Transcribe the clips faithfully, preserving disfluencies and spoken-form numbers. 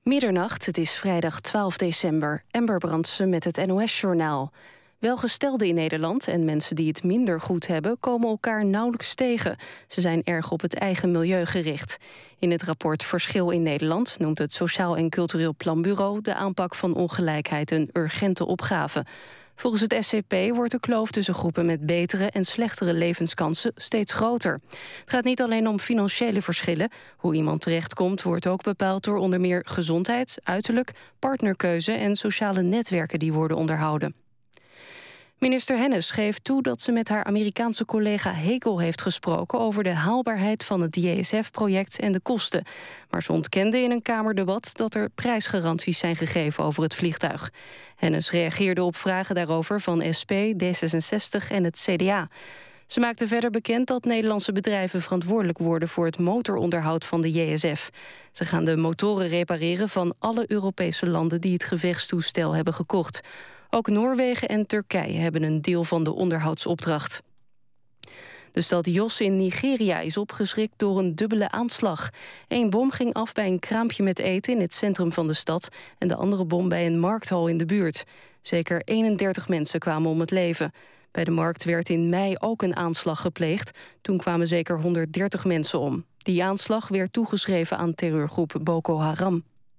Middernacht, het is vrijdag twaalf december. Amber Brandsen met het N O S-journaal. Welgestelden in Nederland en mensen die het minder goed hebben komen elkaar nauwelijks tegen. Ze zijn erg op het eigen milieu gericht. In het rapport Verschil in Nederland noemt het Sociaal en Cultureel Planbureau de aanpak van ongelijkheid een urgente opgave. Volgens het S C P wordt de kloof tussen groepen met betere en slechtere levenskansen steeds groter. Het gaat niet alleen om financiële verschillen. Hoe iemand terechtkomt wordt ook bepaald door onder meer gezondheid, uiterlijk, partnerkeuze en sociale netwerken die worden onderhouden. Minister Hennis geeft toe dat ze met haar Amerikaanse collega Hegel heeft gesproken over de haalbaarheid van het J S F-project en de kosten. Maar ze ontkende in een Kamerdebat dat er prijsgaranties zijn gegeven over het vliegtuig. Hennis reageerde op vragen daarover van S P, D zesenzestig en het C D A. Ze maakte verder bekend dat Nederlandse bedrijven verantwoordelijk worden voor het motoronderhoud van de J S F. Ze gaan de motoren repareren van alle Europese landen die het gevechtstoestel hebben gekocht. Ook Noorwegen en Turkije hebben een deel van de onderhoudsopdracht. De stad Jos in Nigeria is opgeschrikt door een dubbele aanslag. Eén bom ging af bij een kraampje met eten in het centrum van de stad en de andere bom bij een markthal in de buurt. Zeker eenendertig mensen kwamen om het leven. Bij de markt werd in mei ook een aanslag gepleegd. Toen kwamen zeker honderddertig mensen om. Die aanslag werd toegeschreven aan terreurgroep Boko Haram.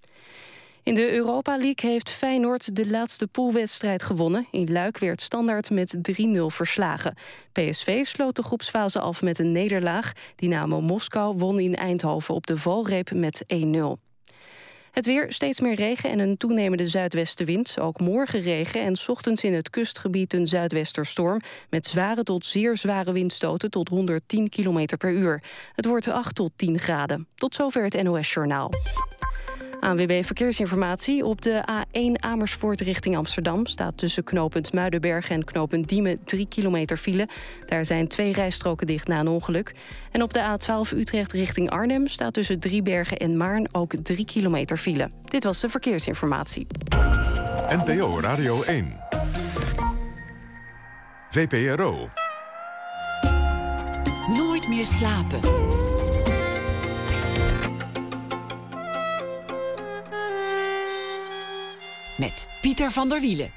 In de Europa League heeft Feyenoord de laatste poolwedstrijd gewonnen. In Luik werd Standaard met drie nul verslagen. P S V sloot de groepsfase af met een nederlaag. Dynamo Moskou won in Eindhoven op de valreep met één nul. Het weer, steeds meer regen en een toenemende zuidwestenwind. Ook morgen regen en 's ochtends in het kustgebied een zuidwesterstorm met zware tot zeer zware windstoten tot honderdtien kilometer per uur. Het wordt acht tot tien graden. Tot zover het N O S-journaal. A N W B Verkeersinformatie. Op de A één Amersfoort richting Amsterdam staat tussen knooppunt Muidenberg en knooppunt Diemen drie kilometer file. Daar zijn twee rijstroken dicht na een ongeluk. En op de A twaalf Utrecht richting Arnhem staat tussen Driebergen en Maarn ook drie kilometer file. Dit was de Verkeersinformatie. N P O Radio één. V P R O. Nooit meer slapen. Met Pieter van der Wielen.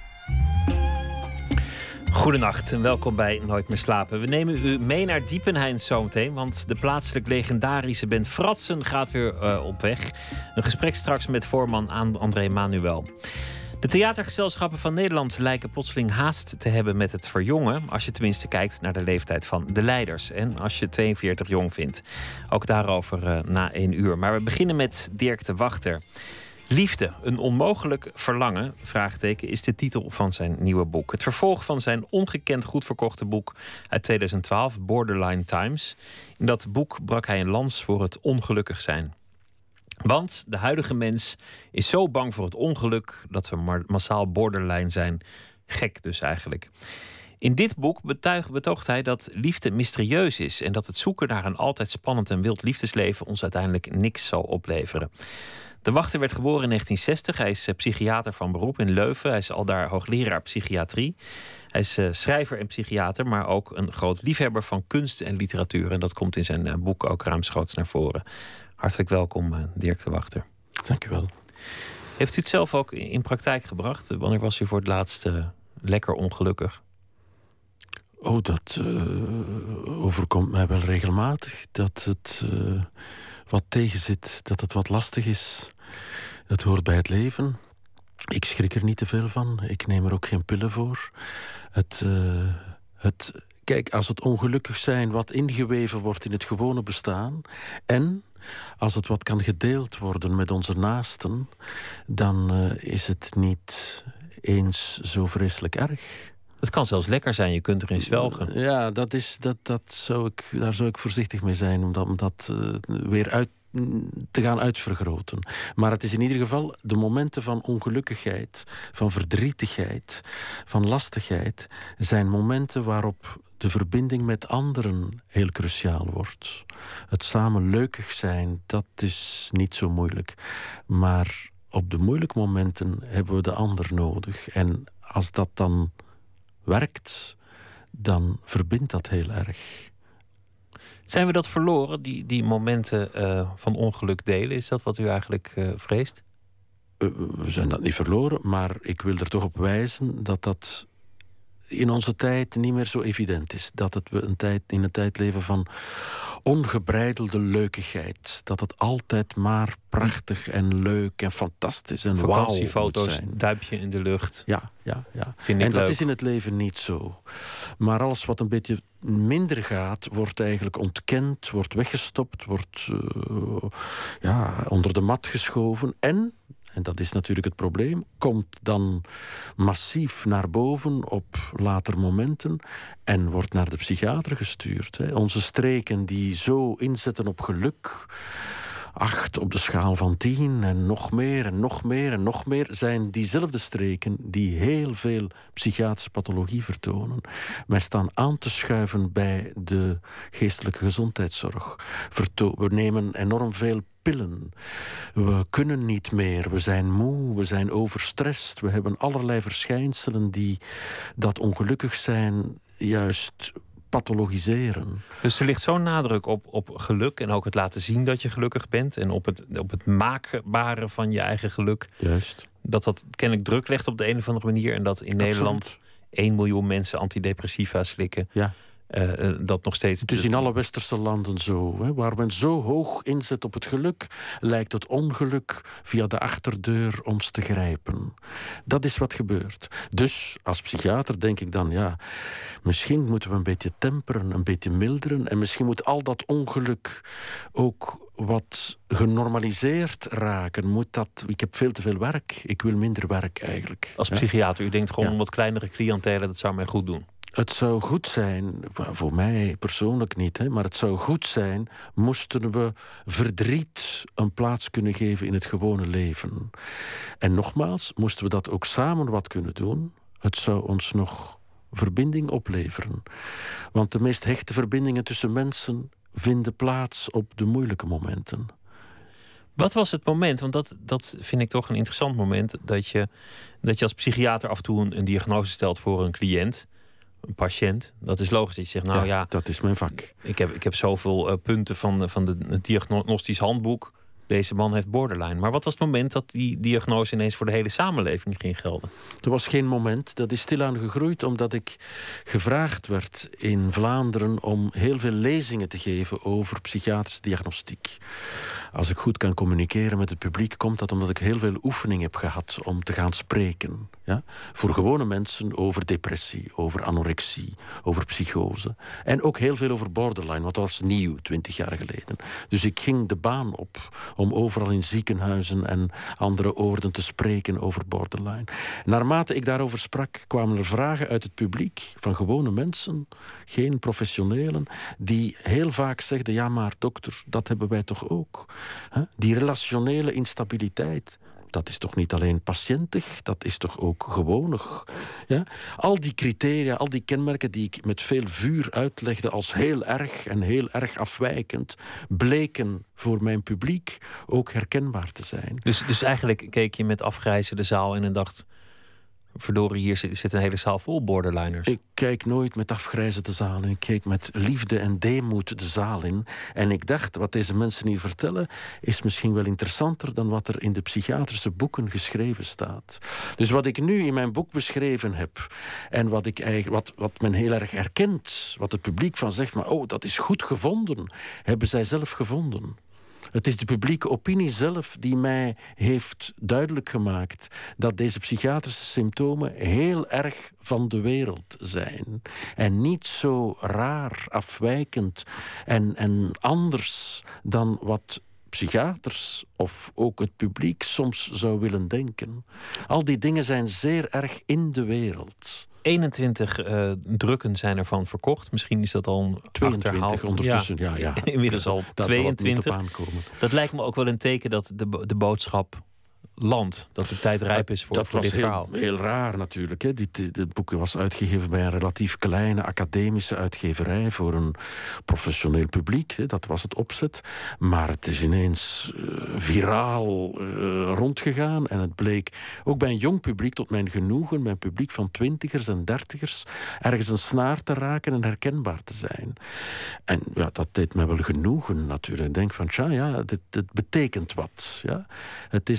Goedenacht en welkom bij Nooit meer slapen. We nemen u mee naar Diepenheim zometeen, want de plaatselijk legendarische band Fratsen gaat weer uh, op weg. Een gesprek straks met voorman André Manuel. De theatergezelschappen van Nederland lijken plotseling haast te hebben met het verjongen, als je tenminste kijkt naar de leeftijd van de leiders en als je tweeënveertig jong vindt. Ook daarover uh, na één uur. Maar we beginnen met Dirk de Wachter. Liefde, een onmogelijk verlangen, vraagteken, is de titel van zijn nieuwe boek. Het vervolg van zijn ongekend goed verkochte boek uit tweeduizend twaalf, Borderline Times. In dat boek brak hij een lans voor het ongelukkig zijn. Want de huidige mens is zo bang voor het ongeluk dat we massaal borderline zijn. Gek dus eigenlijk. In dit boek betuigt, betoogt hij dat liefde mysterieus is en dat het zoeken naar een altijd spannend en wild liefdesleven ons uiteindelijk niks zal opleveren. De Wachter werd geboren in negentien zestig. Hij is psychiater van beroep in Leuven. Hij is aldaar hoogleraar psychiatrie. Hij is uh, schrijver en psychiater, maar ook een groot liefhebber van kunst en literatuur. En dat komt in zijn uh, boek ook ruimschoots naar voren. Hartelijk welkom, uh, Dirk de Wachter. Dank u wel. Heeft u het zelf ook in praktijk gebracht? Wanneer was u voor het laatst uh, lekker ongelukkig? Oh, dat uh, overkomt mij wel regelmatig. Dat het uh, wat tegenzit, dat het wat lastig is. Dat hoort bij het leven. Ik schrik er niet te veel van. Ik neem er ook geen pillen voor. Het, uh, het, kijk, als het ongelukkig zijn wat ingeweven wordt in het gewone bestaan en als het wat kan gedeeld worden met onze naasten, dan uh, is het niet eens zo vreselijk erg. Het kan zelfs lekker zijn, je kunt erin zwelgen. Ja, dat is, dat, dat zou ik, daar zou ik voorzichtig mee zijn om dat, om dat uh, weer uit te gaan uitvergroten. Maar het is in ieder geval de momenten van ongelukkigheid, van verdrietigheid, van lastigheid, zijn momenten waarop de verbinding met anderen heel cruciaal wordt. Het samen leukig zijn, dat is niet zo moeilijk. Maar op de moeilijke momenten hebben we de ander nodig. En als dat dan werkt, dan verbindt dat heel erg. Zijn we dat verloren, die, die momenten uh, van ongeluk delen? Is dat wat u eigenlijk uh, vreest? uh, we zijn dat niet verloren, maar ik wil er toch op wijzen dat dat in onze tijd niet meer zo evident is. Dat het we een tijd, in een tijd leven van ongebreidelde leukigheid. Dat het altijd maar prachtig en leuk en fantastisch en wauw moet Vakantiefoto's, zijn. duimpje in de lucht. Ja, ja, ja. Vind ik en dat leuk. is in het leven niet zo. Maar alles wat een beetje minder gaat, wordt eigenlijk ontkend, wordt weggestopt, wordt uh, ja, onder de mat geschoven. En, en dat is natuurlijk het probleem, komt dan massief naar boven op later momenten en wordt naar de psychiater gestuurd. Hè. Onze streken die zo inzetten op geluk, acht op de schaal van tien en nog meer en nog meer en nog meer, zijn diezelfde streken die heel veel psychiatrische pathologie vertonen. Wij staan aan te schuiven bij de geestelijke gezondheidszorg. Verto- we nemen enorm veel pillen. We kunnen niet meer. We zijn moe. We zijn overstrest. We hebben allerlei verschijnselen die dat ongelukkig zijn juist pathologiseren. Dus er ligt zo'n nadruk op, op geluk en ook het laten zien dat je gelukkig bent en op het, op het maakbare van je eigen geluk. Juist. Dat dat kennelijk druk legt op de een of andere manier en dat in Absoluut. Nederland één miljoen mensen antidepressiva slikken. Ja. Uh, dat nog steeds. Het is in alle westerse landen zo. Hè, waar men zo hoog inzet op het geluk, lijkt het ongeluk via de achterdeur ons te grijpen. Dat is wat gebeurt. Dus als psychiater denk ik dan, ja, misschien moeten we een beetje temperen, een beetje milderen. En misschien moet al dat ongeluk ook wat genormaliseerd raken. Moet dat, ik heb veel te veel werk. Ik wil minder werk eigenlijk. Als psychiater, u denkt gewoon Ja. om wat kleinere cliëntelen, dat zou mij goed doen. Het zou goed zijn, voor mij persoonlijk niet, hè, maar het zou goed zijn moesten we verdriet een plaats kunnen geven in het gewone leven. En nogmaals, moesten we dat ook samen wat kunnen doen, het zou ons nog verbinding opleveren. Want de meest hechte verbindingen tussen mensen vinden plaats op de moeilijke momenten. Wat was het moment, want dat, dat vind ik toch een interessant moment, dat je, dat je als psychiater af en toe een, een diagnose stelt voor een cliënt, een patiënt. Dat is logisch dat je zegt, nou ja, ja dat is mijn vak. Ik heb, ik heb zoveel uh, punten van, van de, het diagnostisch handboek. Deze man heeft borderline. Maar wat was het moment dat die diagnose ineens voor de hele samenleving ging gelden? Er was geen moment. Dat is stilaan gegroeid omdat ik gevraagd werd in Vlaanderen om heel veel lezingen te geven over psychiatrische diagnostiek. Als ik goed kan communiceren met het publiek, komt dat omdat ik heel veel oefening heb gehad om te gaan spreken. Ja? Voor gewone mensen over depressie, over anorexie, over psychose. En ook heel veel over borderline, want dat was nieuw twintig jaar geleden. Dus ik ging de baan op om overal in ziekenhuizen en andere oorden te spreken over borderline. Naarmate ik daarover sprak, kwamen er vragen uit het publiek van gewone mensen, geen professionelen, die heel vaak zegden, ja maar dokter, dat hebben wij toch ook. He? Die relationele instabiliteit, dat is toch niet alleen patiëntig, dat is toch ook gewonig. Ja? Al die criteria, al die kenmerken die ik met veel vuur uitlegde als heel erg en heel erg afwijkend, bleken voor mijn publiek ook herkenbaar te zijn. Dus, dus eigenlijk keek je met afgrijzen de zaal in en dacht, verdorie, hier zit, zit een hele zaal vol borderliners. Ik kijk nooit met afgrijzen de zaal in. Ik keek met liefde en deemoed de zaal in. En ik dacht, wat deze mensen hier vertellen, is misschien wel interessanter dan wat er in de psychiatrische boeken geschreven staat. Dus wat ik nu in mijn boek beschreven heb, en wat, ik eigenlijk, wat, wat men heel erg herkent, wat het publiek van zegt, maar oh, dat is goed gevonden, hebben zij zelf gevonden. Het is de publieke opinie zelf die mij heeft duidelijk gemaakt dat deze psychiatrische symptomen heel erg van de wereld zijn. En niet zo raar, afwijkend en, en anders dan wat psychiaters of ook het publiek soms zou willen denken. Al die dingen zijn zeer erg in de wereld. eenentwintig uh, drukken zijn ervan verkocht. Misschien is dat al een tweeëntwintig achterhaald. ondertussen, ja. ja, ja. Inmiddels al Daar tweeëntwintig. Zal het niet op aankomen. Dat lijkt me ook wel een teken dat de, de boodschap landt. Dat de tijd rijp is voor, dat voor was dit heel, verhaal. heel raar natuurlijk. Hè. Dit, dit, dit boek was uitgegeven bij een relatief kleine academische uitgeverij voor een professioneel publiek. Hè. Dat was het opzet. Maar het is ineens uh, viraal uh, rondgegaan. En het bleek ook bij een jong publiek, tot mijn genoegen, bij een publiek van twintigers en dertigers, ergens een snaar te raken en herkenbaar te zijn. En ja, dat deed mij wel genoegen natuurlijk. Ik denk van, tja, ja, dit, dit betekent wat. Ja. Het is ergens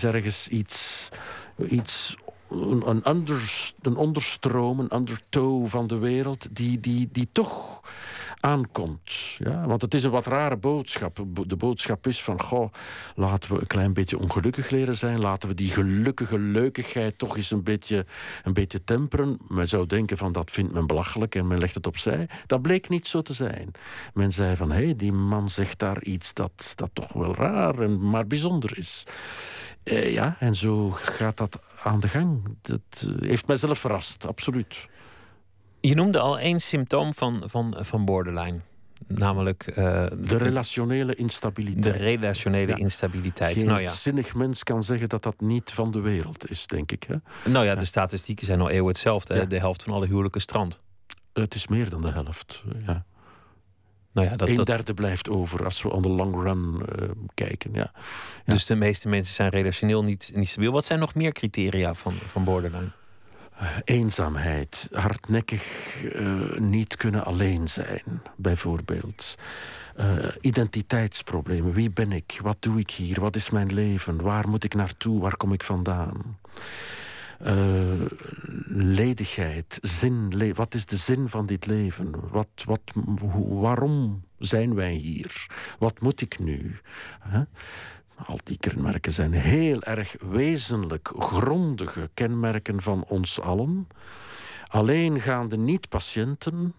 iets, iets een, een, under, een onderstroom, een undertow van de wereld die, die, die toch aankomt. Ja? Want het is een wat rare boodschap. De boodschap is van, goh, laten we een klein beetje ongelukkig leren zijn. Laten we die gelukkige leukigheid toch eens een beetje, een beetje temperen. Men zou denken van, dat vindt men belachelijk en men legt het opzij. Dat bleek niet zo te zijn. Men zei van, hé, hey, die man zegt daar iets dat, dat toch wel raar en maar bijzonder is. Eh, ja, en zo gaat dat aan de gang. Dat uh, heeft mijzelf verrast, absoluut. Je noemde al één symptoom van, van, van borderline. Namelijk... Uh, de relationele instabiliteit. De relationele ja. instabiliteit. Geen nou ja. zinnig mens kan zeggen dat dat niet van de wereld is, denk ik. Hè? Nou ja, de statistieken zijn al eeuwen hetzelfde. Ja. De helft van alle huwelijken strandt. Het is meer dan de helft, ja. Nou ja, dat, een dat... derde blijft over als we on the long run uh, kijken. Ja. Ja. Dus de meeste mensen zijn relationeel niet, niet stabiel. Wat zijn nog meer criteria van, van borderline? Uh, eenzaamheid, hardnekkig uh, niet kunnen alleen zijn, bijvoorbeeld. Uh, identiteitsproblemen. Wie ben ik? Wat doe ik hier? Wat is mijn leven? Waar moet ik naartoe? Waar kom ik vandaan? Uh, ledigheid, zin. Le- wat is de zin van dit leven? Wat, wat, hoe, waarom zijn wij hier? Wat moet ik nu? Huh? Al die kenmerken zijn heel erg wezenlijk, grondige kenmerken van ons allen. Alleen gaan de niet-patiënten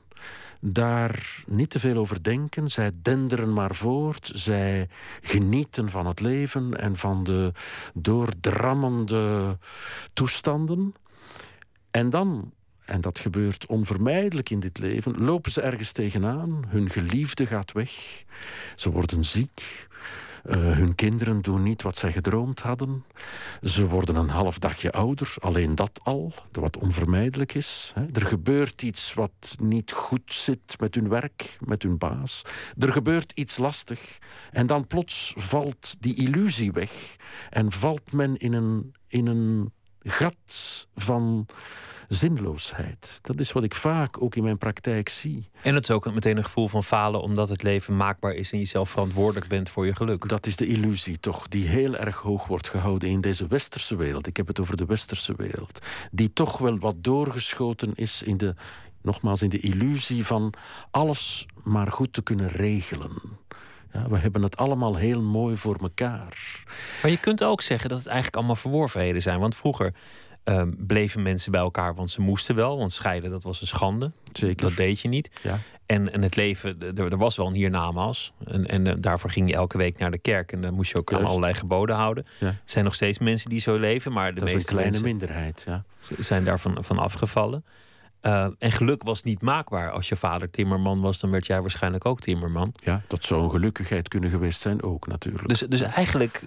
daar niet te veel over denken. Zij denderen maar voort. Zij genieten van het leven en van de doordrammende toestanden. En dan, en dat gebeurt onvermijdelijk in dit leven, lopen ze ergens tegenaan. Hun geliefde gaat weg. Ze worden ziek. Uh, hun kinderen doen niet wat zij gedroomd hadden. Ze worden een half dagje ouder, alleen dat al, wat onvermijdelijk is. Hè. Er gebeurt iets wat niet goed zit met hun werk, met hun baas. Er gebeurt iets lastig. En dan plots valt die illusie weg. En valt men in een, in een gat van zinloosheid. Dat is wat ik vaak ook in mijn praktijk zie. En het is ook meteen een gevoel van falen, omdat het leven maakbaar is en je zelf verantwoordelijk bent voor je geluk. Dat is de illusie toch, die heel erg hoog wordt gehouden in deze westerse wereld. Ik heb het over de westerse wereld. Die toch wel wat doorgeschoten is in de, nogmaals, in de illusie van alles maar goed te kunnen regelen. Ja, we hebben het allemaal heel mooi voor elkaar. Maar je kunt ook zeggen dat het eigenlijk allemaal verworvenheden zijn. Want vroeger Um, bleven mensen bij elkaar, want ze moesten wel. Want scheiden, dat was een schande. Zeker. Dat deed je niet. Ja. En, en het leven, er, er was wel een hiernamaals. En, en uh, daarvoor ging je elke week naar de kerk. En dan moest je ook aan allerlei geboden houden. Ja. Er zijn nog steeds mensen die zo leven. Maar de dat meeste is een kleine mensen minderheid. Ja. zijn daarvan van afgevallen. Uh, en geluk was niet maakbaar. Als je vader timmerman was, dan werd jij waarschijnlijk ook timmerman. Ja, dat zou een gelukkigheid kunnen geweest zijn ook natuurlijk. Dus, dus eigenlijk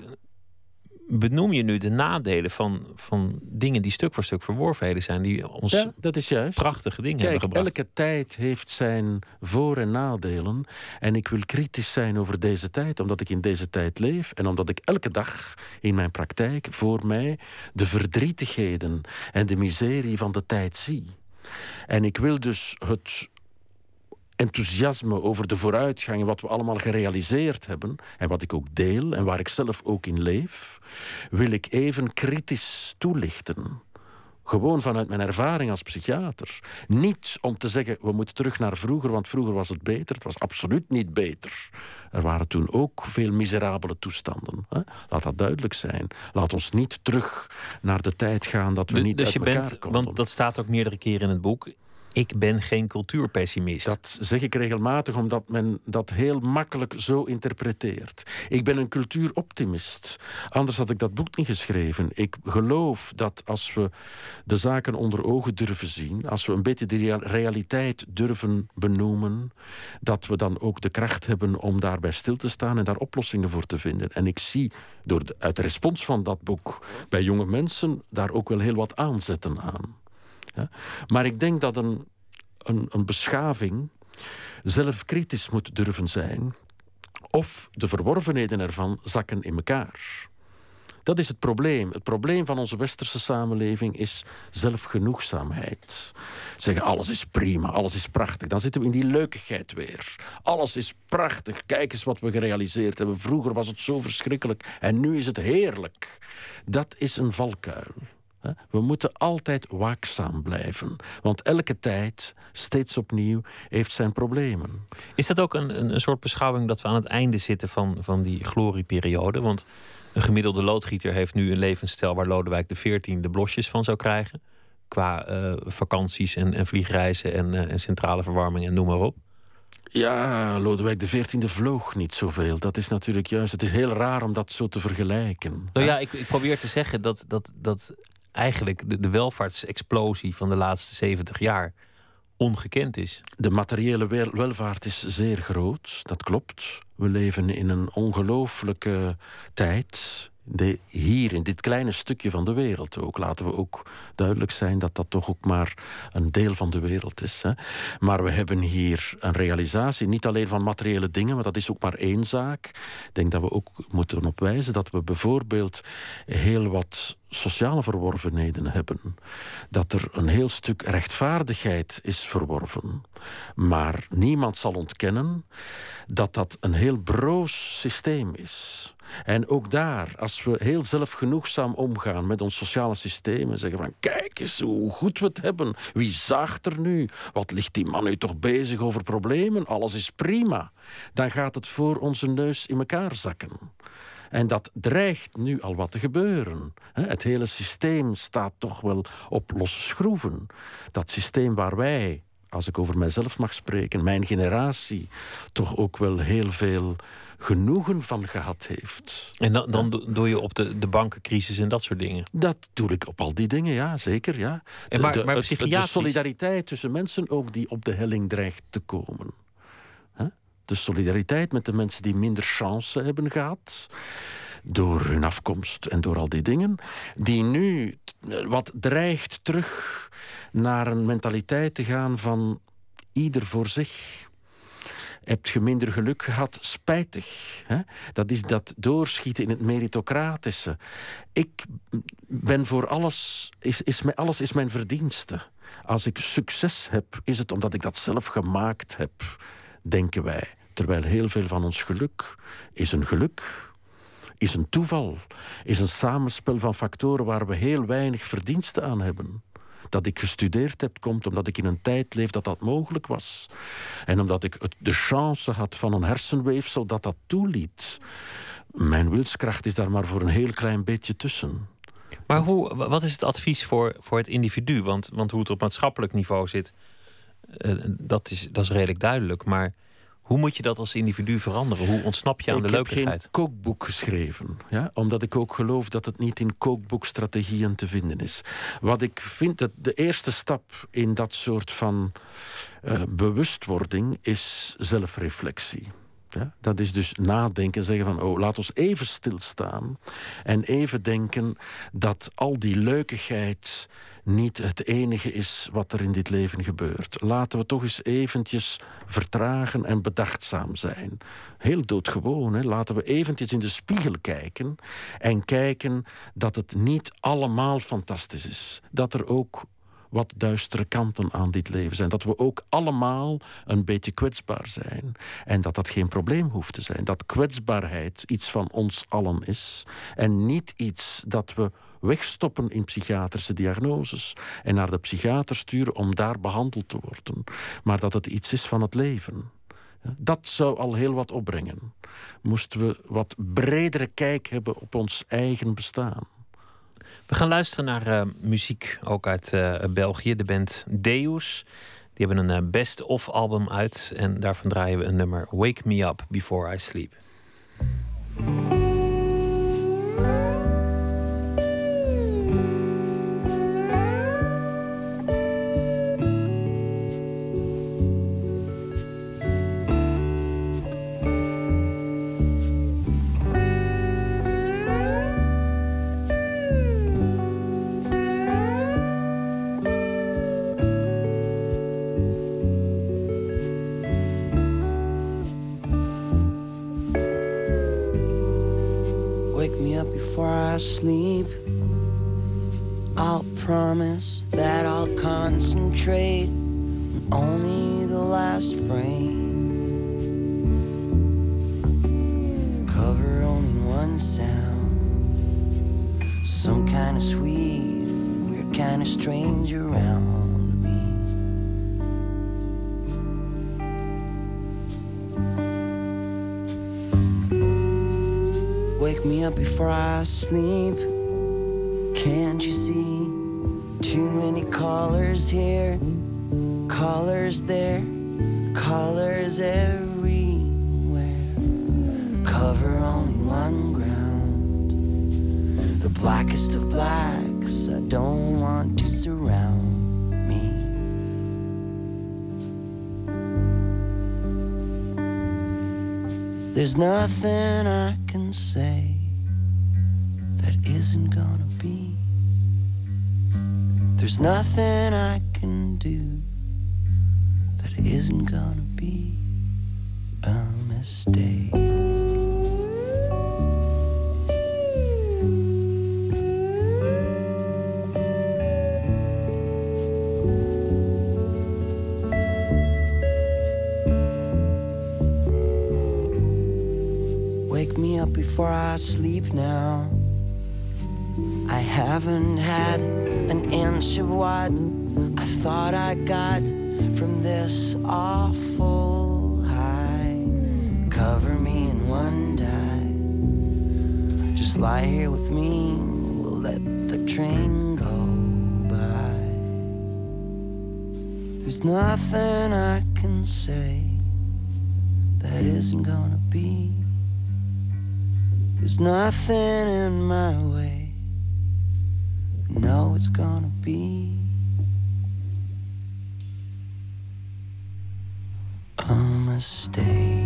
benoem je nu de nadelen van, van dingen die stuk voor stuk verworvenheden zijn, die ons ja, dat is juist. prachtige dingen Kijk, hebben gebracht. Elke tijd heeft zijn voor- en nadelen. En ik wil kritisch zijn over deze tijd, omdat ik in deze tijd leef en omdat ik elke dag in mijn praktijk voor mij de verdrietigheden en de miserie van de tijd zie. En ik wil dus het enthousiasme over de vooruitgang en wat we allemaal gerealiseerd hebben, en wat ik ook deel en waar ik zelf ook in leef, wil ik even kritisch toelichten. Gewoon vanuit mijn ervaring als psychiater. Niet om te zeggen, we moeten terug naar vroeger, want vroeger was het beter. Het was absoluut niet beter. Er waren toen ook veel miserabele toestanden. Hè? Laat dat duidelijk zijn. Laat ons niet terug naar de tijd gaan dat we niet dus uit je elkaar bent, konden. Want dat staat ook meerdere keren in het boek. Ik ben geen cultuurpessimist. Dat zeg ik regelmatig, omdat men dat heel makkelijk zo interpreteert. Ik ben een cultuuroptimist. Anders had ik dat boek niet geschreven. Ik geloof dat als we de zaken onder ogen durven zien, als we een beetje de realiteit durven benoemen, dat we dan ook de kracht hebben om daarbij stil te staan en daar oplossingen voor te vinden. En ik zie door de, uit de respons van dat boek bij jonge mensen daar ook wel heel wat aanzetten aan. Ja? Maar ik denk dat een, een, een beschaving zelfkritisch moet durven zijn, of de verworvenheden ervan zakken in elkaar. Dat is het probleem. Het probleem van onze westerse samenleving is zelfgenoegzaamheid. Zeggen, alles is prima, alles is prachtig. Dan zitten we in die leukigheid weer. Alles is prachtig, kijk eens wat we gerealiseerd hebben. Vroeger was het zo verschrikkelijk en nu is het heerlijk. Dat is een valkuil. We moeten altijd waakzaam blijven. Want elke tijd, steeds opnieuw, heeft zijn problemen. Is dat ook een, een, een soort beschouwing dat we aan het einde zitten van, van die glorieperiode? Want een gemiddelde loodgieter heeft nu een levensstijl waar Lodewijk de veertiende de blosjes van zou krijgen. Qua uh, vakanties en, en vliegreizen en, uh, en centrale verwarming en noem maar op. Ja, Lodewijk de veertiende vloog niet zoveel. Dat is natuurlijk juist. Het is heel raar om dat zo te vergelijken. Nou ja, ik, ik probeer te zeggen dat, dat, dat eigenlijk de, de welvaartsexplosie van de laatste zeventig jaar ongekend is. De materiële welvaart is zeer groot, dat klopt. We leven in een ongelooflijke tijd. De, hier, in dit kleine stukje van de wereld ook. Laten we ook duidelijk zijn dat dat toch ook maar een deel van de wereld is. Hè. Maar we hebben hier een realisatie, niet alleen van materiële dingen, maar dat is ook maar één zaak. Ik denk dat we ook moeten opwijzen dat we bijvoorbeeld heel wat sociale verworvenheden hebben. Dat er een heel stuk rechtvaardigheid is verworven. Maar niemand zal ontkennen dat dat een heel broos systeem is. En ook daar, als we heel zelfgenoegzaam omgaan met ons sociale systeem en zeggen van kijk eens hoe goed we het hebben. Wie zaagt er nu? Wat ligt die man nu toch bezig over problemen? Alles is prima. Dan gaat het voor onze neus in elkaar zakken. En dat dreigt nu al wat te gebeuren. Het hele systeem staat toch wel op losse schroeven. Dat systeem waar wij, als ik over mijzelf mag spreken, mijn generatie toch ook wel heel veel genoegen van gehad heeft. En dan, dan doe je op de, de bankencrisis en dat soort dingen? Dat doe ik op al die dingen, ja, zeker. Ja. En maar, de, maar het, psychiatrisch... de solidariteit tussen mensen ook die op de helling dreigt te komen. He? De solidariteit met de mensen die minder chance hebben gehad door hun afkomst en door al die dingen, die nu wat dreigt terug naar een mentaliteit te gaan van ieder voor zich. Heb je minder geluk gehad? Spijtig. Hè? Dat is dat doorschieten in het meritocratische. Ik ben voor alles, is, is mijn, alles is mijn verdienste. Als ik succes heb, is het omdat ik dat zelf gemaakt heb, denken wij. Terwijl heel veel van ons geluk is een geluk, is een toeval, is een samenspel van factoren waar we heel weinig verdienste aan hebben. Dat ik gestudeerd heb, komt omdat ik in een tijd leef dat dat mogelijk was. En omdat ik het, de chance had van een hersenweefsel dat dat toeliet. Mijn wilskracht is daar maar voor een heel klein beetje tussen. Maar hoe, wat is het advies voor, voor het individu? Want, want hoe het op maatschappelijk niveau zit, uh, dat, is, dat is redelijk duidelijk. Maar hoe moet je dat als individu veranderen? Hoe ontsnap je aan de leukigheid? Ik heb geen kookboek geschreven. Ja? Omdat ik ook geloof dat het niet in kookboekstrategieën te vinden is. Wat ik vind, dat de eerste stap in dat soort van uh, bewustwording is zelfreflectie. Ja? Dat is dus nadenken en zeggen van, oh, laat ons even stilstaan en even denken dat al die leukigheid niet het enige is wat er in dit leven gebeurt. Laten we toch eens eventjes vertragen en bedachtzaam zijn. Heel doodgewoon, hè? Laten we eventjes in de spiegel kijken en kijken dat het niet allemaal fantastisch is. Dat er ook wat duistere kanten aan dit leven zijn. Dat we ook allemaal een beetje kwetsbaar zijn. En dat dat geen probleem hoeft te zijn. Dat kwetsbaarheid iets van ons allen is. En niet iets dat we wegstoppen in psychiatrische diagnoses en naar de psychiater sturen om daar behandeld te worden. Maar dat het iets is van het leven. Dat zou al heel wat opbrengen. Moesten we wat bredere kijk hebben op ons eigen bestaan. We gaan luisteren naar uh, muziek, ook uit uh, België. De band Deus. Die hebben een uh, best-of album uit. En daarvan draaien we een nummer Wake Me Up Before I Sleep. I sleep. I'll promise that I'll concentrate on only the last frame. Cover only one sound. Some kind of sweet, weird kind of strange around me. Wake me up before I sleep. Can't you see too many colors here, colors there, colors everywhere? Cover only one ground, the blackest of blacks. I don't want to surround me. There's nothing I can say that isn't gonna be. There's nothing I can do that isn't gonna be a mistake. Wake me up before I sleep now. I haven't had an inch of what I thought I got from this awful high. Cover me in one dye. Just lie here with me, we'll let the train go by. There's nothing I can say that isn't gonna be. There's nothing in my way. No, it's gonna be a mistake.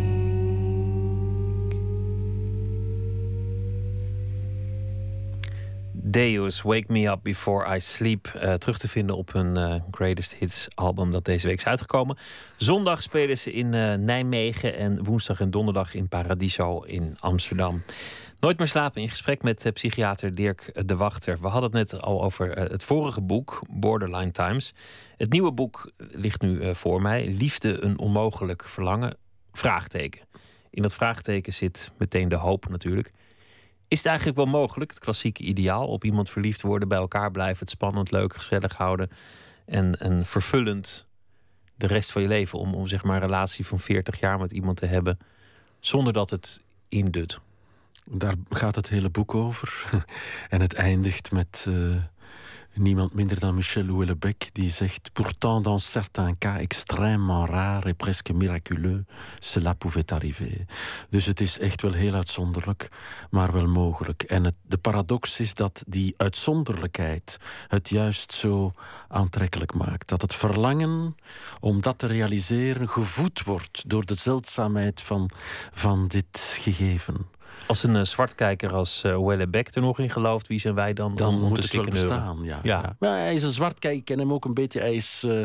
Deus, Wake Me Up Before I Sleep. Uh, terug te vinden op hun uh, Greatest Hits album dat deze week is uitgekomen. Zondag spelen ze in uh, Nijmegen en woensdag en donderdag in Paradiso in Amsterdam. Nooit meer slapen in gesprek met uh, psychiater Dirk de Wachter. We hadden het net al over uh, het vorige boek, Borderline Times. Het nieuwe boek ligt nu uh, voor mij. Liefde, een onmogelijk verlangen? Vraagteken. In dat vraagteken zit meteen de hoop natuurlijk. Is het eigenlijk wel mogelijk, het klassieke ideaal, op iemand verliefd worden, bij elkaar blijven, het spannend, leuk, gezellig houden en, en vervullend de rest van je leven om, om zeg maar een relatie van veertig jaar met iemand te hebben zonder dat het indut? Daar gaat het hele boek over. En het eindigt met uh, niemand minder dan Michel Houellebecq die zegt: Pourtant, dans certains cas extrêmement rares et presque miraculeux, cela pouvait arriver. Dus het is echt wel heel uitzonderlijk, maar wel mogelijk. En het, de paradox is dat die uitzonderlijkheid het juist zo aantrekkelijk maakt. Dat het verlangen om dat te realiseren gevoed wordt door de zeldzaamheid van, van dit gegeven. Als een uh, zwartkijker als uh, Houellebecq er nog in gelooft, wie zijn wij dan? Dan om, moet te het wel bestaan, ja. ja. ja. Maar hij is een zwartkijker, ik ken hem ook een beetje. Hij is, uh,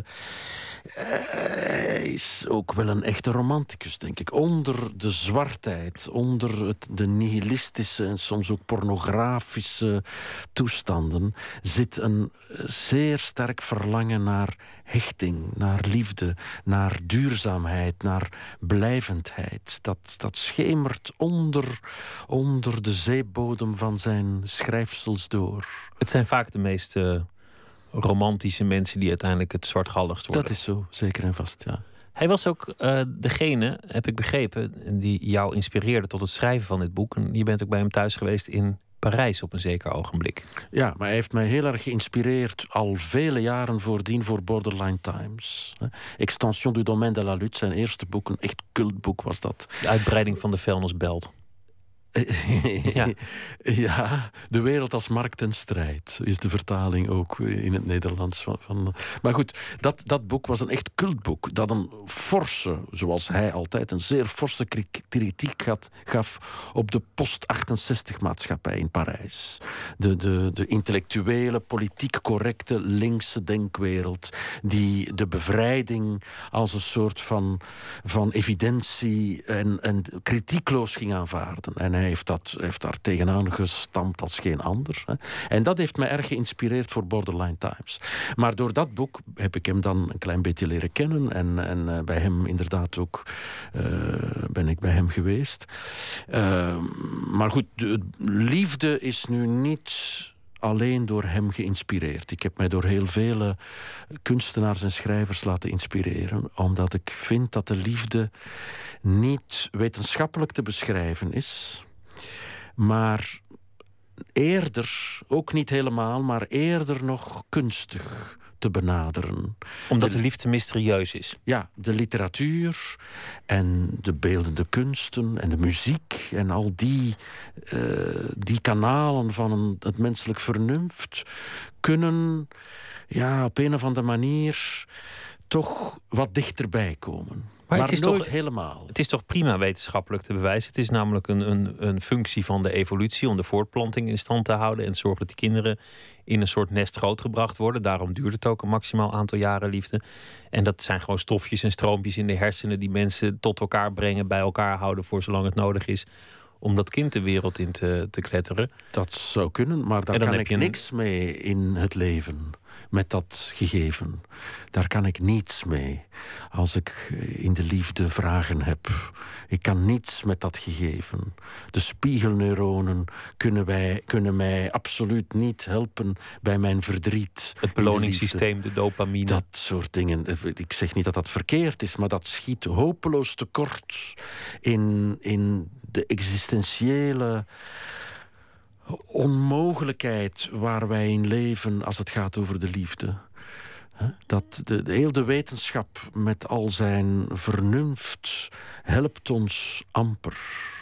hij is ook wel een echte romanticus, denk ik. Onder de zwartheid, onder het, de nihilistische en soms ook pornografische toestanden zit een zeer sterk verlangen naar hechting, naar liefde, naar duurzaamheid, naar blijvendheid. Dat, dat schemert onder, onder de zeebodem van zijn schrijfsels door. Het zijn vaak de meest uh, romantische mensen die uiteindelijk het zwartgalligst worden. Dat is zo, zeker en vast, ja. Hij was ook uh, degene, heb ik begrepen, die jou inspireerde tot het schrijven van dit boek. En je bent ook bij hem thuis geweest in Parijs op een zeker ogenblik. Ja, maar hij heeft mij heel erg geïnspireerd al vele jaren voordien voor Borderline Times. Extension du domaine de la lutte, zijn eerste boek, een echt cultboek was dat. De uitbreiding van de vuilnisbelt. ja. ja, de wereld als markt en strijd is de vertaling ook in het Nederlands. Van, van. Maar goed, dat, dat boek was een echt cultboek. Dat een forse, zoals hij altijd, een zeer forse kritiek had, gaf op de post-achtenzestig-maatschappij in Parijs. De, de, de intellectuele, politiek correcte, linkse denkwereld die de bevrijding als een soort van, van evidentie en, en kritiekloos ging aanvaarden. En hij hij heeft, dat, heeft daar tegenaan gestampt als geen ander. Hè. En dat heeft mij erg geïnspireerd voor Borderline Times. Maar door dat boek heb ik hem dan een klein beetje leren kennen. En, en uh, bij hem inderdaad ook uh, ben ik bij hem geweest. Uh, maar goed, de liefde is nu niet alleen door hem geïnspireerd. Ik heb mij door heel vele kunstenaars en schrijvers laten inspireren, omdat ik vind dat de liefde niet wetenschappelijk te beschrijven is, maar eerder, ook niet helemaal, maar eerder nog kunstig te benaderen. Omdat de liefde mysterieus is. Ja, de literatuur en de beeldende kunsten en de muziek en al die, uh, die kanalen van een, het menselijk vernuft kunnen ja, op een of andere manier toch wat dichterbij komen. Maar, maar het is nooit toch, helemaal. Het is toch prima wetenschappelijk te bewijzen. Het is namelijk een, een, een functie van de evolutie om de voortplanting in stand te houden en zorgen dat die kinderen in een soort nest grootgebracht worden. Daarom duurt het ook een maximaal aantal jaren liefde. En dat zijn gewoon stofjes en stroompjes in de hersenen die mensen tot elkaar brengen, bij elkaar houden voor zolang het nodig is om dat kind de wereld in te, te kletteren. Dat zou kunnen, maar daar kan ik een... niks mee in het leven. Met dat gegeven. Daar kan ik niets mee. Als ik in de liefde vragen heb. Ik kan niets met dat gegeven. De spiegelneuronen kunnen, wij, kunnen mij absoluut niet helpen bij mijn verdriet. Het beloningssysteem, de, de dopamine. Dat soort dingen. Ik zeg niet dat dat verkeerd is, maar dat schiet hopeloos tekort in, in de existentiële onmogelijkheid waar wij in leven als het gaat over de liefde. Dat de, de heel de wetenschap met al zijn vernuft helpt ons amper.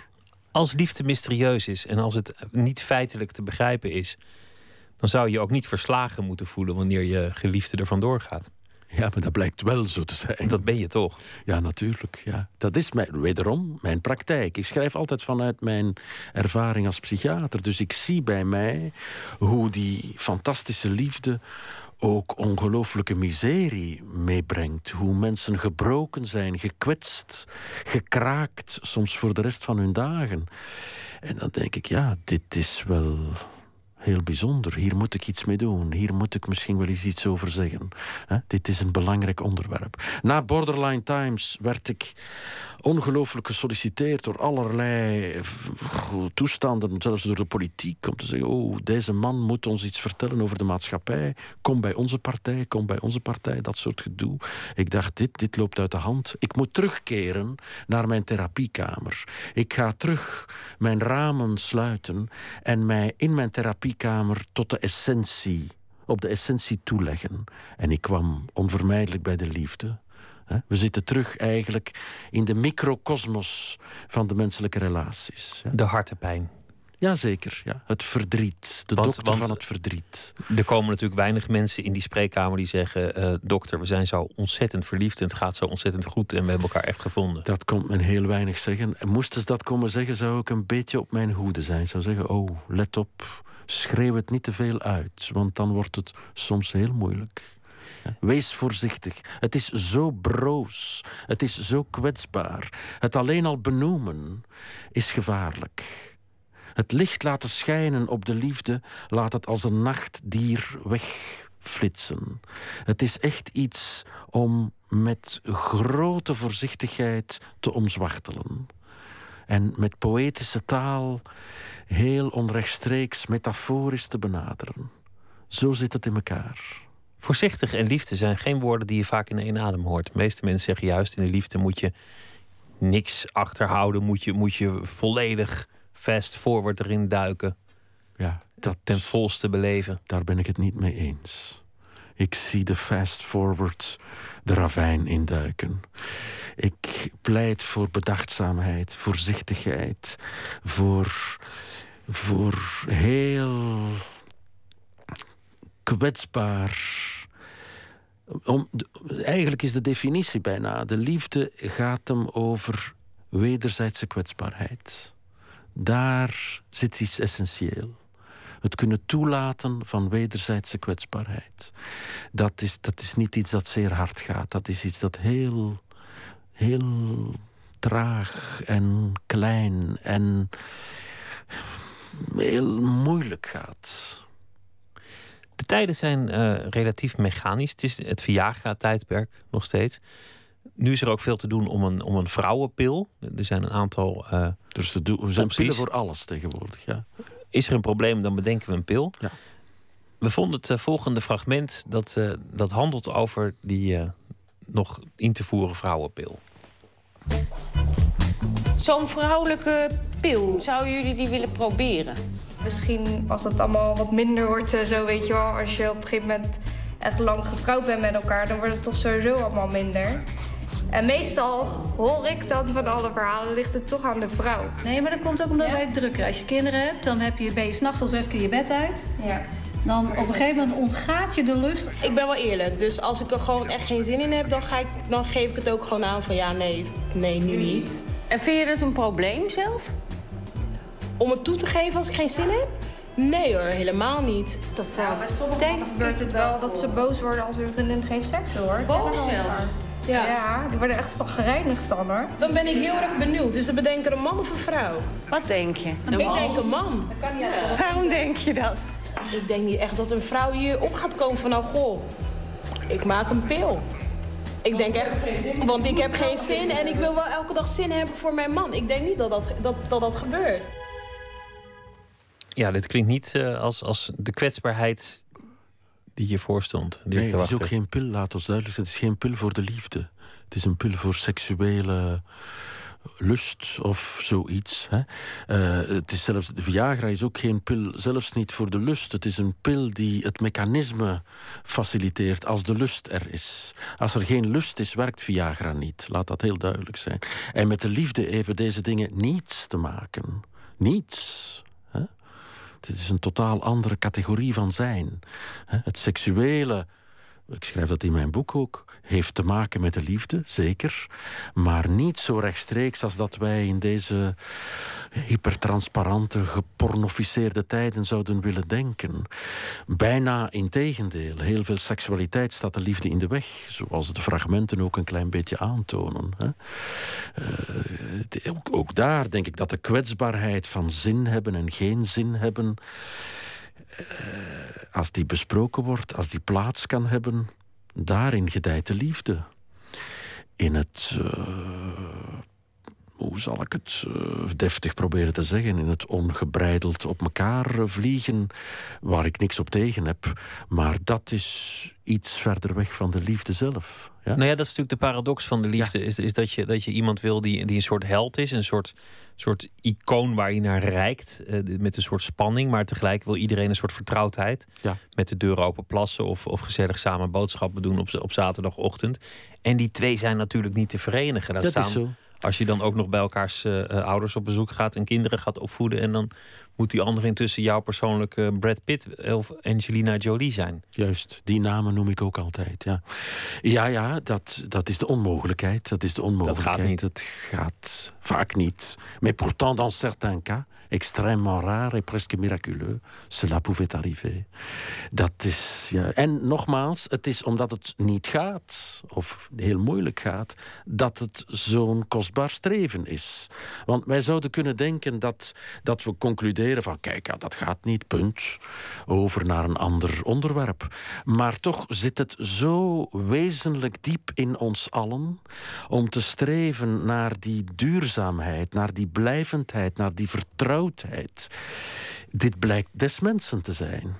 Als liefde mysterieus is en als het niet feitelijk te begrijpen is, dan zou je ook niet verslagen moeten voelen wanneer je geliefde er vandoor gaat. Ja, maar dat blijkt wel zo te zijn. Dat ben je toch? Ja, natuurlijk. Ja. Dat is mijn, wederom mijn praktijk. Ik schrijf altijd vanuit mijn ervaring als psychiater. Dus ik zie bij mij hoe die fantastische liefde ook ongelooflijke miserie meebrengt. Hoe mensen gebroken zijn, gekwetst, gekraakt, soms voor de rest van hun dagen. En dan denk ik, ja, dit is wel heel bijzonder. Hier moet ik iets mee doen. Hier moet ik misschien wel eens iets over zeggen. He? Dit is een belangrijk onderwerp. Na Borderline Times werd ik ongelooflijk gesolliciteerd door allerlei toestanden, zelfs door de politiek, om te zeggen, oh, deze man moet ons iets vertellen over de maatschappij. Kom bij onze partij, kom bij onze partij. Dat soort gedoe. Ik dacht, dit, dit loopt uit de hand. Ik moet terugkeren naar mijn therapiekamer. Ik ga terug mijn ramen sluiten en mij in mijn therapiekamer tot de essentie, op de essentie toeleggen. En ik kwam onvermijdelijk bij de liefde. We zitten terug eigenlijk in de microcosmos van de menselijke relaties. De hartepijn. Jazeker, ja. Het verdriet. De want, dokter want van het verdriet. Er komen natuurlijk weinig mensen in die spreekkamer die zeggen, uh, dokter, we zijn zo ontzettend verliefd en het gaat zo ontzettend goed en we hebben elkaar echt gevonden. Dat komt men heel weinig zeggen. En moesten ze dat komen zeggen, zou ik een beetje op mijn hoede zijn. Ik zou zeggen, oh, let op, schreeuw het niet te veel uit, want dan wordt het soms heel moeilijk. Ja. Wees voorzichtig. Het is zo broos. Het is zo kwetsbaar. Het alleen al benoemen is gevaarlijk. Het licht laten schijnen op de liefde laat het als een nachtdier wegflitsen. Het is echt iets om met grote voorzichtigheid te omzwachtelen. En met poëtische taal heel onrechtstreeks metaforisch te benaderen. Zo zit het in elkaar. Voorzichtig en liefde zijn geen woorden die je vaak in één adem hoort. De meeste mensen zeggen juist, in de liefde moet je niks achterhouden. Moet je, moet je volledig fast forward erin duiken. Ja, dat ten volste beleven. Daar ben ik het niet mee eens. Ik zie de fast forward de ravijn induiken. Ik pleit voor bedachtzaamheid, voorzichtigheid, voor, voor heel kwetsbaar. Om, eigenlijk is de definitie bijna, de liefde gaat hem over wederzijdse kwetsbaarheid. Daar zit iets essentieel. Het kunnen toelaten van wederzijdse kwetsbaarheid. Dat is, dat is niet iets dat zeer hard gaat. Dat is iets dat heel, heel traag en klein en heel moeilijk gaat. De tijden zijn uh, relatief mechanisch. Het is het Viagra-tijdperk nog steeds. Nu is er ook veel te doen om een, om een vrouwenpil. Er zijn een aantal uh, Dus er zijn opties. pillen voor alles tegenwoordig, ja. Is er een probleem, dan bedenken we een pil. Ja. We vonden het uh, volgende fragment dat, uh, dat handelt over die uh, nog in te voeren vrouwenpil. Zo'n vrouwelijke pil, zouden jullie die willen proberen? Misschien als het allemaal wat minder wordt, zo weet je wel. Als je op een gegeven moment echt lang getrouwd bent met elkaar, dan wordt het toch sowieso allemaal minder. En meestal hoor ik dan van alle verhalen, ligt het toch aan de vrouw. Nee, maar dat komt ook omdat ja. wij het drukker. Als je kinderen hebt, dan heb je, ben je s'nachts al zes keer je bed uit. Ja. Dan op een gegeven moment ontgaat je de lust. Ik ben wel eerlijk, dus als ik er gewoon echt geen zin in heb, dan, ga ik, dan geef ik het ook gewoon aan van ja, nee, nee, nu niet. En vind je het een probleem zelf? Om het toe te geven als ik geen zin heb? Nee hoor, helemaal niet. Dat zou... Ja, bij sommigen denk, gebeurt het wel dat ze boos worden als hun vriendin geen seks wil, hoor. Boos zelfs? Ja. ja, die worden echt gereinigd dan, hoor. Dan ben ik heel erg benieuwd. Dus dan bedenken een man of een vrouw? Wat denk je? Een ik man? denk een man. Dat kan niet ja. Waarom denk je dat? Ik denk niet echt dat een vrouw hier op gaat komen van nou, goh, ik maak een pil. Ik denk echt, want ik heb geen zin en ik wil wel elke dag zin hebben voor mijn man. Ik denk niet dat dat, dat, dat, dat gebeurt. Ja, dit klinkt niet uh, als, als de kwetsbaarheid die je voorstond. Die nee, het is ook geen pil, laat ons duidelijk zijn. Het is geen pil voor de liefde. Het is een pil voor seksuele lust of zoiets. Hè. Uh, het is zelfs, de Viagra is ook geen pil, zelfs niet voor de lust. Het is een pil die het mechanisme faciliteert als de lust er is. Als er geen lust is, werkt Viagra niet. Laat dat heel duidelijk zijn. En met de liefde hebben deze dingen niets te maken. Niets. Hè. Het is een totaal andere categorie van zijn. Hè. Het seksuele, ik schrijf dat in mijn boek ook, heeft te maken met de liefde, zeker. Maar niet zo rechtstreeks als dat wij in deze hypertransparante, gepornoficeerde tijden zouden willen denken. Bijna integendeel. Heel veel seksualiteit staat de liefde in de weg. Zoals de fragmenten ook een klein beetje aantonen. Hè. Uh, ook, ook daar denk ik dat de kwetsbaarheid van zin hebben en geen zin hebben, Uh, als die besproken wordt, als die plaats kan hebben, daarin gedijt de liefde. In het, uh, hoe zal ik het uh, deftig proberen te zeggen, in het ongebreideld op elkaar uh, vliegen, waar ik niks op tegen heb. Maar dat is iets verder weg van de liefde zelf. Ja? Nou ja, dat is natuurlijk de paradox van de liefde. Ja. Is, is dat, je, dat je iemand wil die, die een soort held is. Een soort, soort icoon waar je naar reikt. Uh, met een soort spanning. Maar tegelijk wil iedereen een soort vertrouwdheid. Ja. Met de deur open plassen. Of, of gezellig samen boodschappen doen op, op zaterdagochtend. En die twee zijn natuurlijk niet te verenigen. Dat, dat staan, is zo. Als je dan ook nog bij elkaars uh, ouders op bezoek gaat. En kinderen gaat opvoeden. En dan moet die andere intussen jouw persoonlijke Brad Pitt of Angelina Jolie zijn. Juist, die namen noem ik ook altijd. Ja, ja, ja dat, dat is de onmogelijkheid. Dat is de onmogelijkheid. Dat gaat niet. Het gaat vaak niet. Mais pourtant, dans certains cas, extrêmement rare et presque miraculeux, cela pouvait arriver. Dat is, ja. En nogmaals, het is omdat het niet gaat, of heel moeilijk gaat, dat het zo'n kostbaar streven is. Want wij zouden kunnen denken dat, dat we concluderen van, kijk, ja, dat gaat niet, punt. Over naar een ander onderwerp. Maar toch zit het zo wezenlijk diep in ons allen om te streven naar die duurzaamheid, naar die blijvendheid, naar die vertrouwdheid. Dit blijkt des mensen te zijn.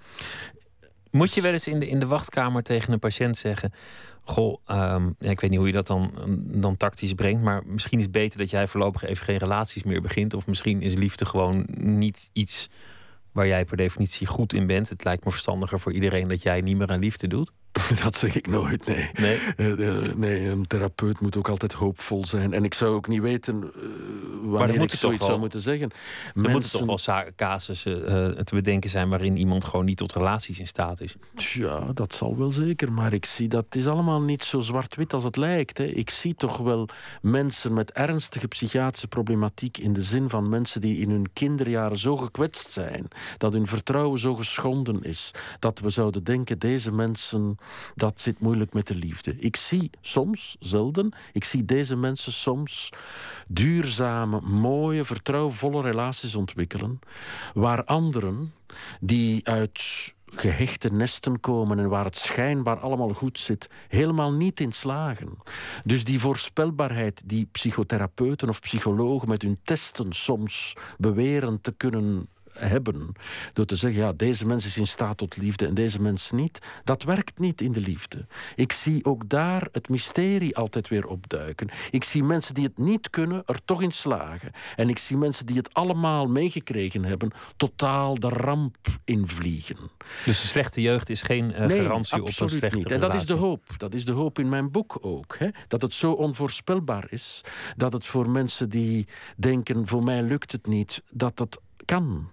Moet je wel eens in de, in de wachtkamer tegen een patiënt zeggen, goh, um, ja, ik weet niet hoe je dat dan, dan tactisch brengt, maar misschien is het beter dat jij voorlopig even geen relaties meer begint. Of misschien is liefde gewoon niet iets waar jij per definitie goed in bent. Het lijkt me verstandiger voor iedereen dat jij niet meer aan liefde doet. Dat zeg ik nooit, nee. Nee? Uh, uh, nee, een therapeut moet ook altijd hoopvol zijn. En ik zou ook niet weten uh, wanneer ik zoiets zou moeten zeggen. Er Mensen... moeten toch wel za- casussen uh, te bedenken zijn waarin iemand gewoon niet tot relaties in staat is. Ja, dat zal wel zeker. Maar ik zie dat het is allemaal niet zo zwart-wit als het lijkt. Hè. Ik zie toch wel mensen met ernstige psychiatrische problematiek in de zin van mensen die in hun kinderjaren zo gekwetst zijn, dat hun vertrouwen zo geschonden is, dat we zouden denken, deze mensen dat zit moeilijk met de liefde. Ik zie soms, zelden, ik zie deze mensen soms duurzame, mooie, vertrouwvolle relaties ontwikkelen, waar anderen die uit gehechte nesten komen en waar het schijnbaar allemaal goed zit, helemaal niet in slagen. Dus die voorspelbaarheid die psychotherapeuten of psychologen met hun testen soms beweren te kunnen hebben, door te zeggen, ja, deze mens is in staat tot liefde en deze mens niet, dat werkt niet in de liefde. Ik zie ook daar het mysterie altijd weer opduiken. Ik zie mensen die het niet kunnen, er toch in slagen. En ik zie mensen die het allemaal meegekregen hebben, totaal de ramp invliegen. Dus een slechte jeugd is geen uh, nee, garantie op een slechte niet. relatie. En dat is de hoop. Dat is de hoop in mijn boek ook. Hè? Dat het zo onvoorspelbaar is, dat het voor mensen die denken, voor mij lukt het niet, dat dat kan.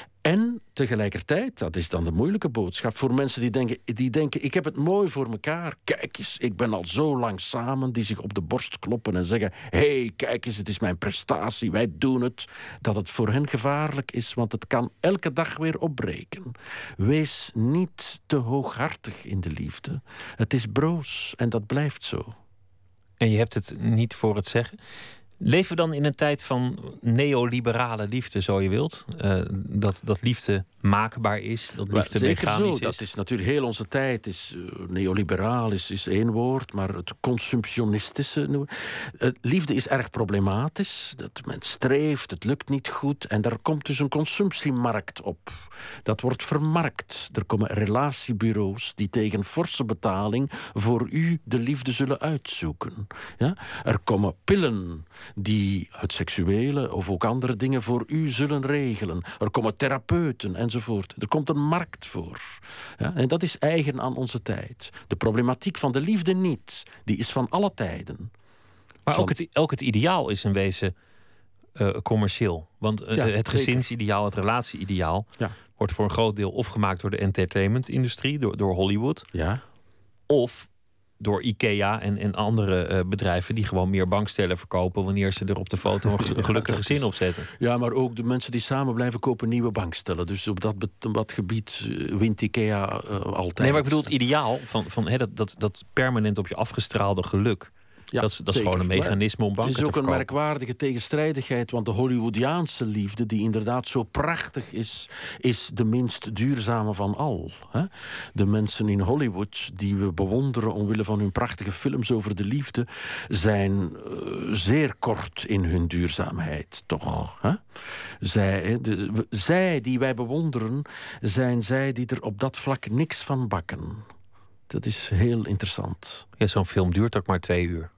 En tegelijkertijd, dat is dan de moeilijke boodschap, voor mensen die denken, die denken, ik heb het mooi voor mekaar. Kijk eens, ik ben al zo lang samen, die zich op de borst kloppen en zeggen, hé, hey, kijk eens, het is mijn prestatie, wij doen het. Dat het voor hen gevaarlijk is, want het kan elke dag weer opbreken. Wees niet te hooghartig in de liefde. Het is broos en dat blijft zo. En je hebt het niet voor het zeggen. Leven we dan in een tijd van neoliberale liefde, zo je wilt? Uh, dat, dat liefde maakbaar is, dat liefde zeker mechanisch zo. is? Dat is natuurlijk heel onze tijd. Is, uh, neoliberaal is, is één woord, maar het consumptionistische. Uh, liefde is erg problematisch. Dat men streeft, het lukt niet goed. En daar komt dus een consumptiemarkt op. Dat wordt vermarkt. Er komen relatiebureaus die tegen forse betaling voor u de liefde zullen uitzoeken. Ja? Er komen pillen die het seksuele of ook andere dingen voor u zullen regelen. Er komen therapeuten enzovoort. Er komt een markt voor. Ja, en dat is eigen aan onze tijd. De problematiek van de liefde niet. Die is van alle tijden. Maar van... ook, het, ook het ideaal is in wezen uh, commercieel. Want uh, ja, het gezinsideaal, het relatieideaal, ja, wordt voor een groot deel of gemaakt door de entertainmentindustrie, door, door Hollywood. Ja. Of door IKEA en, en andere uh, bedrijven die gewoon meer bankstellen verkopen wanneer ze er op de foto een ja, gelukkig gezin is... op zetten. Ja, maar ook de mensen die samen blijven kopen nieuwe bankstellen. Dus op dat, op dat gebied wint IKEA uh, altijd. Nee, maar ik bedoel het ideaal van, van he, dat, dat, dat permanent op je afgestraalde geluk. Ja, dat is, dat is gewoon een mechanisme om banken te verkopen. Het is ook een merkwaardige tegenstrijdigheid, want de Hollywoodiaanse liefde, die inderdaad zo prachtig is, is de minst duurzame van al. Hè? De mensen in Hollywood die we bewonderen omwille van hun prachtige films over de liefde, zijn uh, zeer kort in hun duurzaamheid, toch? Hè? Zij, de, zij die wij bewonderen, zijn zij die er op dat vlak niks van bakken. Dat is heel interessant. Ja, zo'n film duurt ook maar twee uur.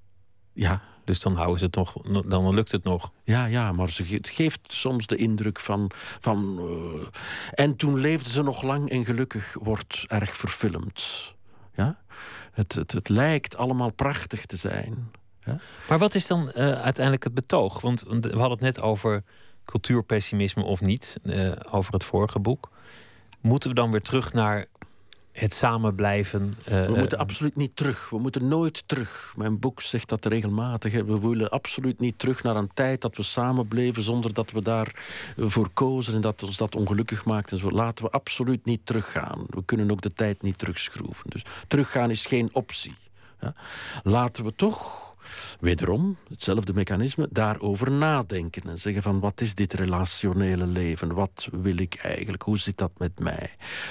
Ja. Dus dan houden ze het nog, dan lukt het nog. Ja, ja, maar ze ge- het geeft soms de indruk van... van uh, en toen leefden ze nog lang en gelukkig wordt erg verfilmd. Ja? Het, het, het lijkt allemaal prachtig te zijn. Ja? Maar wat is dan uh, uiteindelijk het betoog? Want we hadden het net over cultuurpessimisme of niet. Uh, over het vorige boek. Moeten we dan weer terug naar het samen blijven? Uh, we moeten absoluut niet terug. We moeten nooit terug. Mijn boek zegt dat regelmatig. Hè. We willen absoluut niet terug naar een tijd dat we samen bleven zonder dat we daarvoor kozen en dat ons dat ongelukkig maakt. En zo. Laten we absoluut niet teruggaan. We kunnen ook de tijd niet terugschroeven. Dus teruggaan is geen optie. Ja. Laten we toch, wederom, hetzelfde mechanisme, daarover nadenken. En zeggen van, wat is dit relationele leven? Wat wil ik eigenlijk? Hoe zit dat met mij?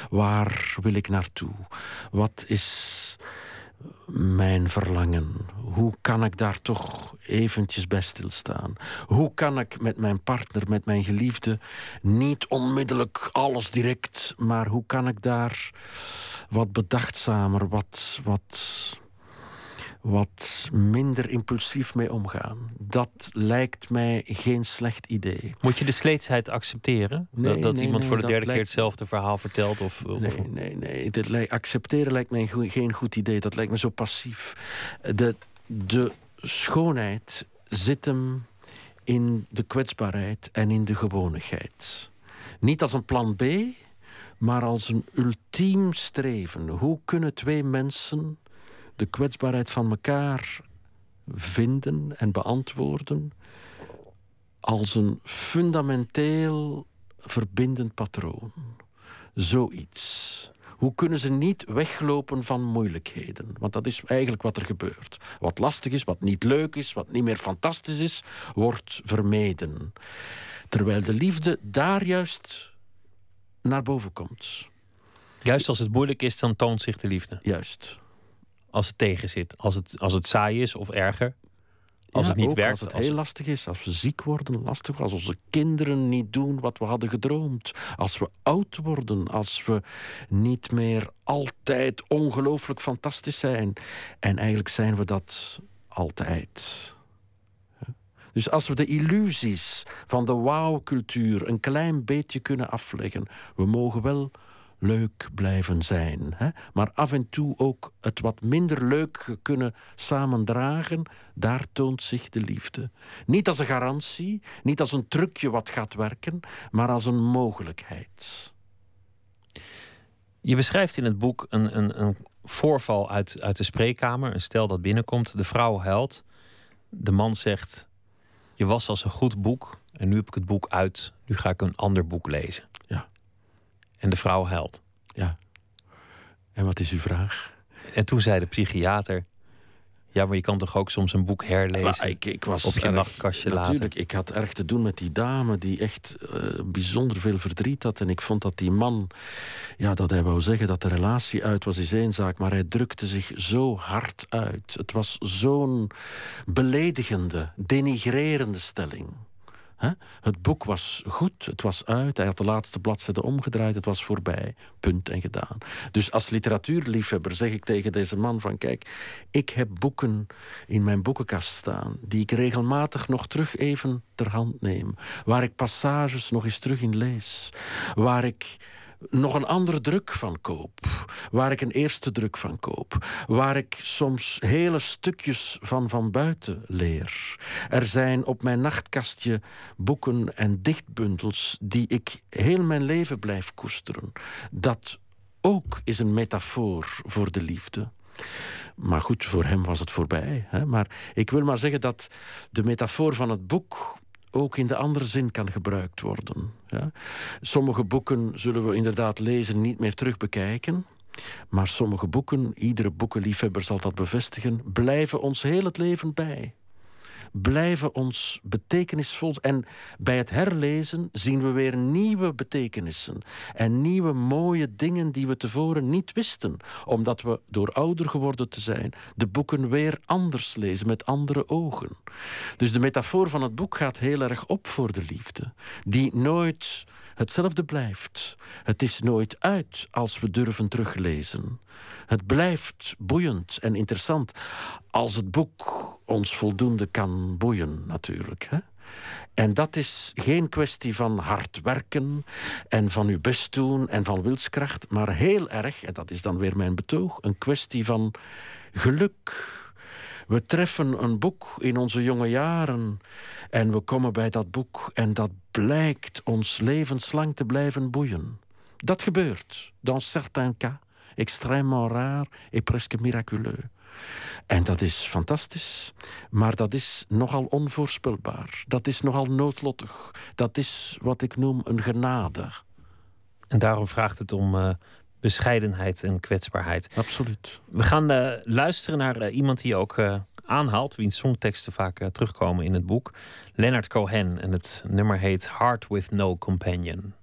Waar wil ik naartoe? Wat is mijn verlangen? Hoe kan ik daar toch eventjes bij stilstaan? Hoe kan ik met mijn partner, met mijn geliefde, niet onmiddellijk alles direct, maar hoe kan ik daar wat bedachtzamer, wat... wat wat minder impulsief mee omgaan. Dat lijkt mij geen slecht idee. Moet je de sleetsheid accepteren? Nee, dat nee, iemand nee, voor de derde lijkt... keer hetzelfde verhaal vertelt? Of, nee, of... nee, nee. Dit li- accepteren lijkt mij geen goed idee. Dat lijkt me zo passief. De, de schoonheid zit hem in de kwetsbaarheid en in de gewonigheid. Niet als een plan B, maar als een ultiem streven. Hoe kunnen twee mensen de kwetsbaarheid van elkaar vinden en beantwoorden als een fundamenteel verbindend patroon? Zoiets. Hoe kunnen ze niet weglopen van moeilijkheden? Want dat is eigenlijk wat er gebeurt. Wat lastig is, wat niet leuk is, wat niet meer fantastisch is, wordt vermeden. Terwijl de liefde daar juist naar boven komt. Juist als het moeilijk is, dan toont zich de liefde. Juist. Als het tegen zit, als het, als het saai is of erger. Als ja, het niet ook werkt. Als het als heel lastig is, als we ziek worden, lastig, als onze kinderen niet doen wat we hadden gedroomd. Als we oud worden, als we niet meer altijd ongelooflijk fantastisch zijn. En eigenlijk zijn we dat altijd. Dus als we de illusies van de wauw-cultuur een klein beetje kunnen afleggen, we mogen wel leuk blijven zijn. Hè? Maar af en toe ook het wat minder leuk kunnen samendragen, daar toont zich de liefde. Niet als een garantie, niet als een trucje wat gaat werken, maar als een mogelijkheid. Je beschrijft in het boek een, een, een voorval uit, uit de spreekkamer. Een stel dat binnenkomt, de vrouw huilt. De man zegt, je was als een goed boek en nu heb ik het boek uit. Nu ga ik een ander boek lezen. Ja. En de vrouw huilt. Ja. En wat is uw vraag? En toen zei de psychiater, ja, maar je kan toch ook soms een boek herlezen maar ik, ik was op je erg, nachtkastje natuurlijk, laten. Ik had erg te doen met die dame die echt uh, bijzonder veel verdriet had. En ik vond dat die man, ja, dat hij wou zeggen dat de relatie uit was, is één zaak. Maar hij drukte zich zo hard uit. Het was zo'n beledigende, denigrerende stelling. He? Het boek was goed, het was uit, hij had de laatste bladzijde omgedraaid, het was voorbij, punt en gedaan. Dus als literatuurliefhebber zeg ik tegen deze man van, kijk, ik heb boeken in mijn boekenkast staan die ik regelmatig nog terug even ter hand neem, waar ik passages nog eens terug in lees, waar ik nog een andere druk van koop, waar ik een eerste druk van koop, waar ik soms hele stukjes van van buiten leer. Er zijn op mijn nachtkastje boeken en dichtbundels die ik heel mijn leven blijf koesteren. Dat ook is een metafoor voor de liefde. Maar goed, voor hem was het voorbij. Hè? Maar ik wil maar zeggen dat de metafoor van het boek ook in de andere zin kan gebruikt worden. Ja? Sommige boeken zullen we inderdaad lezen, niet meer terugbekijken. Maar sommige boeken, iedere boekenliefhebber zal dat bevestigen, blijven ons heel het leven bij. Blijven ons betekenisvol. En bij het herlezen zien we weer nieuwe betekenissen. En nieuwe mooie dingen die we tevoren niet wisten. Omdat we, door ouder geworden te zijn, de boeken weer anders lezen, met andere ogen. Dus de metafoor van het boek gaat heel erg op voor de liefde. Die nooit hetzelfde blijft. Het is nooit uit als we durven teruglezen. Het blijft boeiend en interessant als het boek ons voldoende kan boeien, natuurlijk. Hè? En dat is geen kwestie van hard werken en van uw best doen en van wilskracht, maar heel erg, en dat is dan weer mijn betoog, een kwestie van geluk. We treffen een boek in onze jonge jaren en we komen bij dat boek en dat blijkt ons levenslang te blijven boeien. Dat gebeurt, dans certains cas, extrêmement rare et presque miraculeux. En dat is fantastisch, maar dat is nogal onvoorspelbaar. Dat is nogal noodlottig. Dat is wat ik noem een genade. En daarom vraagt het om uh, bescheidenheid en kwetsbaarheid. Absoluut. We gaan uh, luisteren naar uh, iemand die je ook uh, aanhaalt, wiens songteksten vaak uh, terugkomen in het boek. Leonard Cohen, en het nummer heet Heart with No Companion.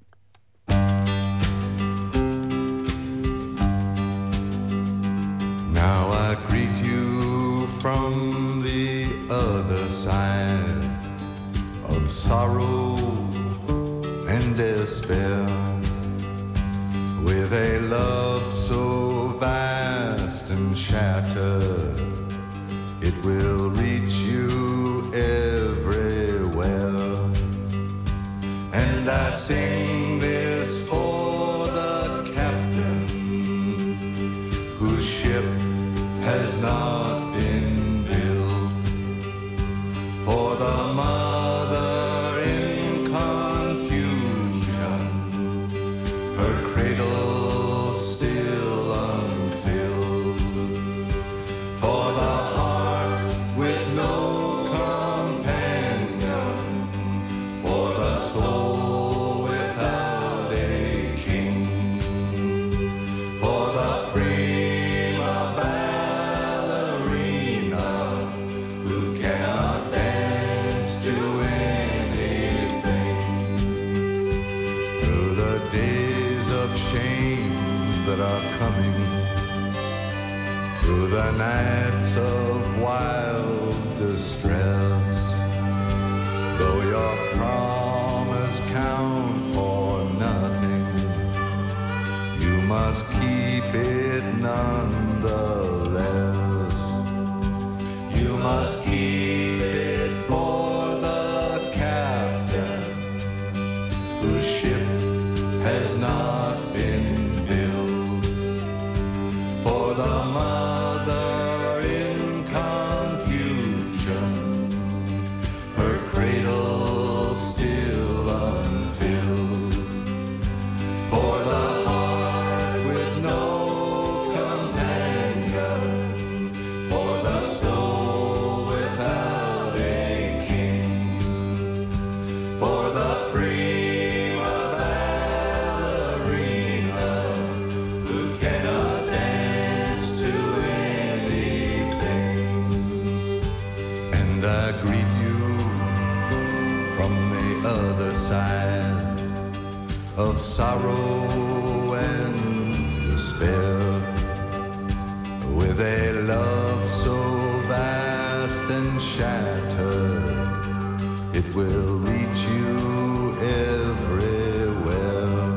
Now I greet you from the other side of sorrow and despair, with a love so vast and shattered, it will reach you everywhere. And I sing this for the captain whose ship has not been built, for the mother in confusion, her cradle still unfilled, for the heart with no companion, for the soul without a king, for that are coming through the nights of wild distress. Though your promise count for nothing, you must keep it nonetheless. You must keep it for the captain whose ship has not been built, for the mother in confusion, her cradle still unfilled, for the heart with no companion, for the soul without a king, for the prima ballerina who cannot dance to anything. And I greet you from the other side of sorrow and despair, with a love so vast and shattered, it will reach you everywhere.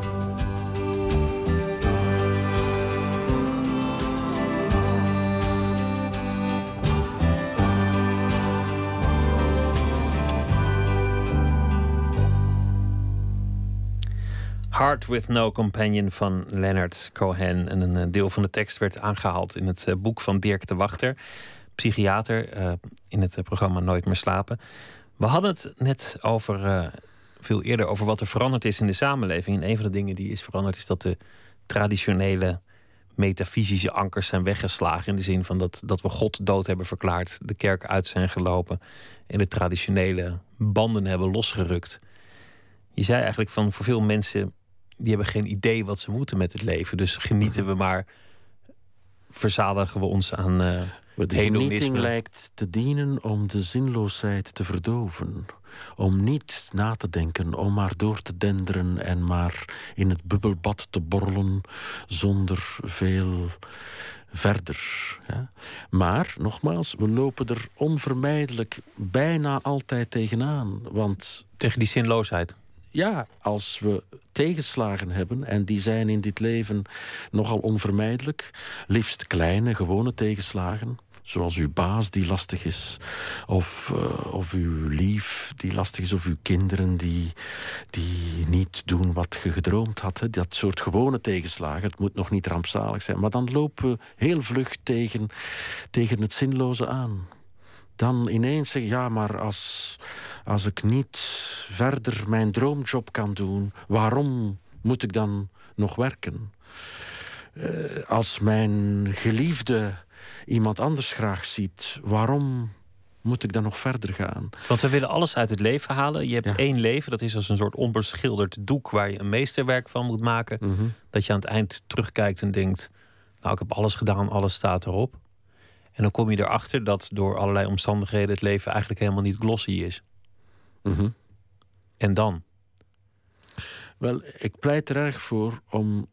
Heart with No Companion van Leonard Cohen. En een deel van de tekst werd aangehaald in het boek van Dirk de Wachter, psychiater, uh, in het programma Nooit meer slapen. We hadden het net over, uh, veel eerder over wat er veranderd is in de samenleving. En een van de dingen die is veranderd is dat de traditionele metafysische ankers zijn weggeslagen. In de zin van dat, dat we God dood hebben verklaard, de kerk uit zijn gelopen en de traditionele banden hebben losgerukt. Je zei eigenlijk van voor veel mensen, die hebben geen idee wat ze moeten met het leven. Dus genieten we maar, verzadigen we ons aan uh, de genieting lijkt te dienen om de zinloosheid te verdoven. Om niet na te denken, om maar door te denderen en maar in het bubbelbad te borrelen zonder veel verder. Ja. Maar, nogmaals, we lopen er onvermijdelijk bijna altijd tegenaan. Want tegen die zinloosheid? Ja, als we tegenslagen hebben, en die zijn in dit leven nogal onvermijdelijk, liefst kleine, gewone tegenslagen, zoals uw baas die lastig is, of, uh, of uw lief die lastig is, of uw kinderen die, die niet doen wat je gedroomd had. Hè. Dat soort gewone tegenslagen, het moet nog niet rampzalig zijn, maar dan lopen we heel vlug tegen, tegen het zinloze aan. Dan ineens zeggen, ja, maar als, als ik niet verder mijn droomjob kan doen, waarom moet ik dan nog werken? Uh, als mijn geliefde iemand anders graag ziet, waarom moet ik dan nog verder gaan? Want we willen alles uit het leven halen. Je hebt Ja. één leven, dat is als een soort onbeschilderd doek waar je een meesterwerk van moet maken. Mm-hmm. Dat je aan het eind terugkijkt en denkt, nou, ik heb alles gedaan, alles staat erop. En dan kom je erachter dat door allerlei omstandigheden het leven eigenlijk helemaal niet glossy is. Mm-hmm. En dan? Wel, ik pleit er erg voor om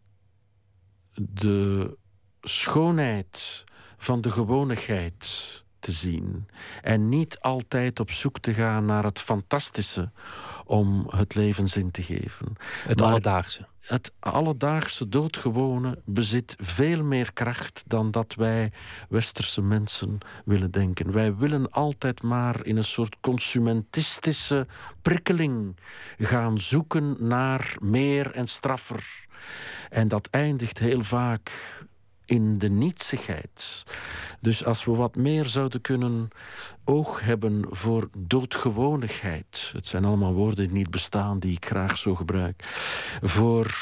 de schoonheid van de gewonigheid te zien. En niet altijd op zoek te gaan naar het fantastische om het leven zin te geven. Het Maar alledaagse. Het alledaagse, doodgewone bezit veel meer kracht dan dat wij westerse mensen willen denken. Wij willen altijd maar in een soort consumentistische prikkeling gaan zoeken naar meer en straffer. En dat eindigt heel vaak in de nietsigheid. Dus als we wat meer zouden kunnen oog hebben voor doodgewonigheid. Het zijn allemaal woorden die niet bestaan, die ik graag zo gebruik. Voor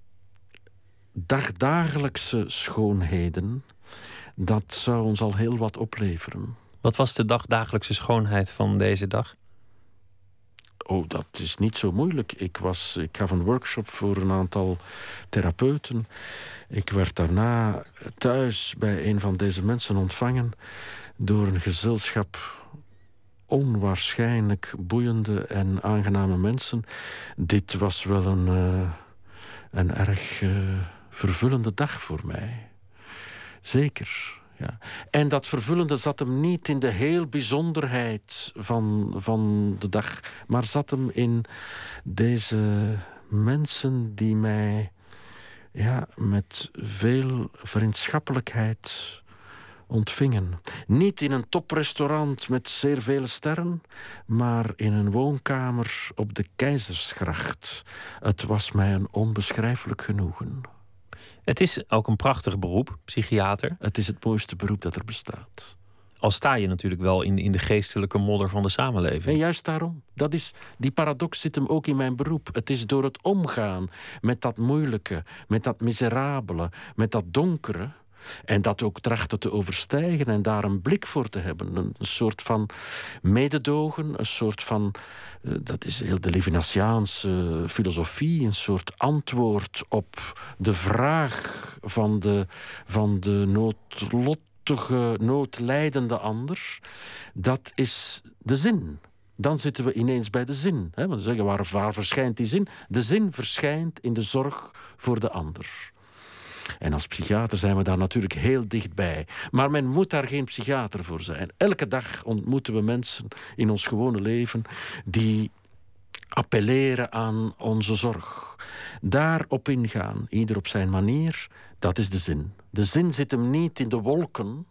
dagdagelijkse schoonheden, dat zou ons al heel wat opleveren. Wat was de dagdagelijkse schoonheid van deze dag? Oh, dat is niet zo moeilijk. Ik, was, ik gaf een workshop voor een aantal therapeuten. Ik werd daarna thuis bij een van deze mensen ontvangen door een gezelschap onwaarschijnlijk boeiende en aangename mensen. Dit was wel een, uh, een erg uh, vervullende dag voor mij. Zeker. Ja. En dat vervullende zat hem niet in de heel bijzonderheid van, van de dag, maar zat hem in deze mensen die mij ja, met veel vriendschappelijkheid ontvingen. Niet in een toprestaurant met zeer vele sterren, maar in een woonkamer op de Keizersgracht. Het was mij een onbeschrijfelijk genoegen. Het is ook een prachtig beroep, psychiater. Het is het mooiste beroep dat er bestaat. Al sta je natuurlijk wel in, in de geestelijke modder van de samenleving. En juist daarom. Dat is, die paradox zit hem ook in mijn beroep. Het is door het omgaan met dat moeilijke, met dat miserabele, met dat donkere, en dat ook trachten te overstijgen en daar een blik voor te hebben. Een, een soort van mededogen, een soort van, uh, dat is heel de Levinasiaanse filosofie, een soort antwoord op de vraag van de, van de noodlottige, noodlijdende ander. Dat is de zin. Dan zitten we ineens bij de zin. Hè? We zeggen, waar, waar verschijnt die zin? De zin verschijnt in de zorg voor de ander. En als psychiater zijn we daar natuurlijk heel dichtbij. Maar men moet daar geen psychiater voor zijn. Elke dag ontmoeten we mensen in ons gewone leven die appelleren aan onze zorg. Daarop ingaan, ieder op zijn manier, dat is de zin. De zin zit hem niet in de wolken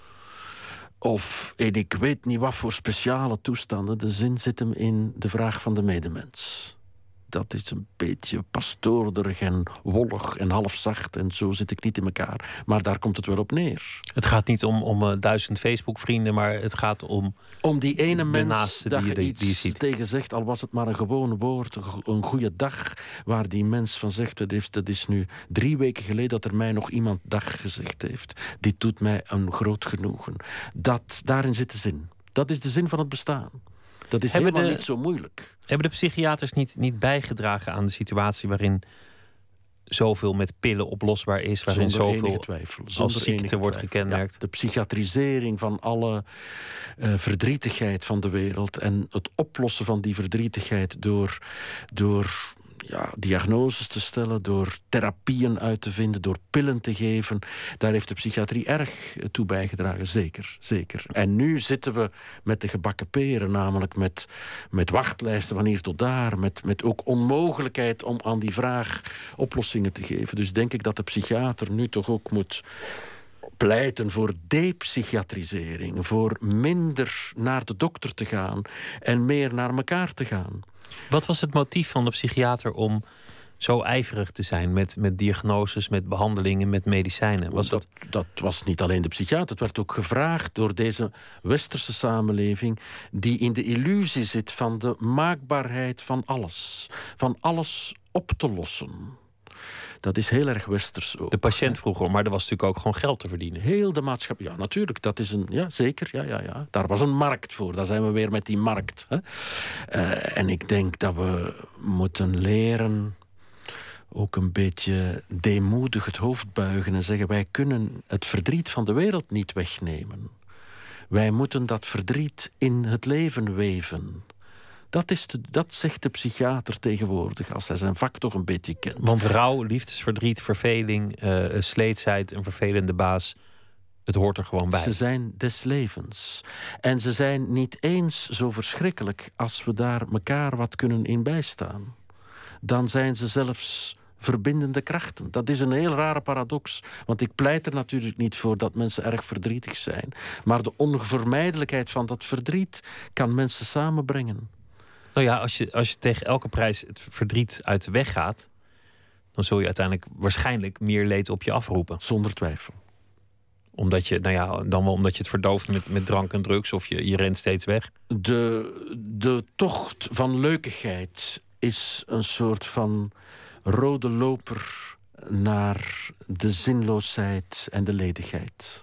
of in ik weet niet wat voor speciale toestanden. De zin zit hem in de vraag van de medemens. Dat is een beetje pastoorderig en wollig en halfzacht. En zo zit ik niet in elkaar. Maar daar komt het wel op neer. Het gaat niet om, om uh, duizend Facebook-vrienden, maar het gaat om... Om die ene mens dat die je iets die je tegen zegt, al was het maar een gewoon woord, een, een goede dag, waar die mens van zegt, dat is, dat is nu drie weken geleden dat er mij nog iemand dag gezegd heeft. Dit doet mij een groot genoegen. Dat, daarin zit de zin. Dat is de zin van het bestaan. Dat is hebben helemaal de, niet zo moeilijk. Hebben de psychiaters niet, niet bijgedragen aan de situatie waarin zoveel met pillen oplosbaar is, waarin Zonder zoveel enige twijfel. Zonder als ziekte enige wordt twijfel. gekenmerkt? Ja, de psychiatrisering van alle uh, verdrietigheid van de wereld en het oplossen van die verdrietigheid door, door ja, diagnoses te stellen, door therapieën uit te vinden, door pillen te geven. Daar heeft de psychiatrie erg toe bijgedragen, zeker, zeker. En nu zitten we met de gebakken peren, namelijk met, met wachtlijsten van hier tot daar, met, met ook onmogelijkheid om aan die vraag oplossingen te geven. Dus denk ik dat de psychiater nu toch ook moet pleiten voor depsychiatrisering, voor minder naar de dokter te gaan en meer naar elkaar te gaan. Wat was het motief van de psychiater om zo ijverig te zijn met, met diagnoses, met behandelingen, met medicijnen? Was dat, het... dat was niet alleen de psychiater. Het werd ook gevraagd door deze westerse samenleving die in de illusie zit van de maakbaarheid van alles. Van alles op te lossen. Dat is heel erg westers ook. De patiënt vroeger, maar er was natuurlijk ook gewoon geld te verdienen. Heel de maatschappij, ja, natuurlijk. Dat is een, ja, zeker, ja, ja, ja. Daar was een markt voor. Daar zijn we weer met die markt. Hè. Uh, en ik denk dat we moeten leren ook een beetje deemoedig het hoofd buigen en zeggen, wij kunnen het verdriet van de wereld niet wegnemen. Wij moeten dat verdriet in het leven weven. Dat, is de, dat zegt de psychiater tegenwoordig, als hij zijn vak toch een beetje kent. Want rouw, liefdesverdriet, verveling, uh, sleetsheid, een vervelende baas, het hoort er gewoon bij. Ze zijn des levens. En ze zijn niet eens zo verschrikkelijk als we daar elkaar wat kunnen in bijstaan. Dan zijn ze zelfs verbindende krachten. Dat is een heel rare paradox. Want ik pleit er natuurlijk niet voor dat mensen erg verdrietig zijn. Maar de onvermijdelijkheid van dat verdriet kan mensen samenbrengen. Nou ja, als je, als je tegen elke prijs het verdriet uit de weg gaat, dan zul je uiteindelijk waarschijnlijk meer leed op je afroepen. Zonder twijfel. Omdat je, nou ja, dan wel omdat je het verdooft met, met drank en drugs, of je, je rent steeds weg. De, de tocht van leukigheid is een soort van rode loper naar de zinloosheid en de ledigheid.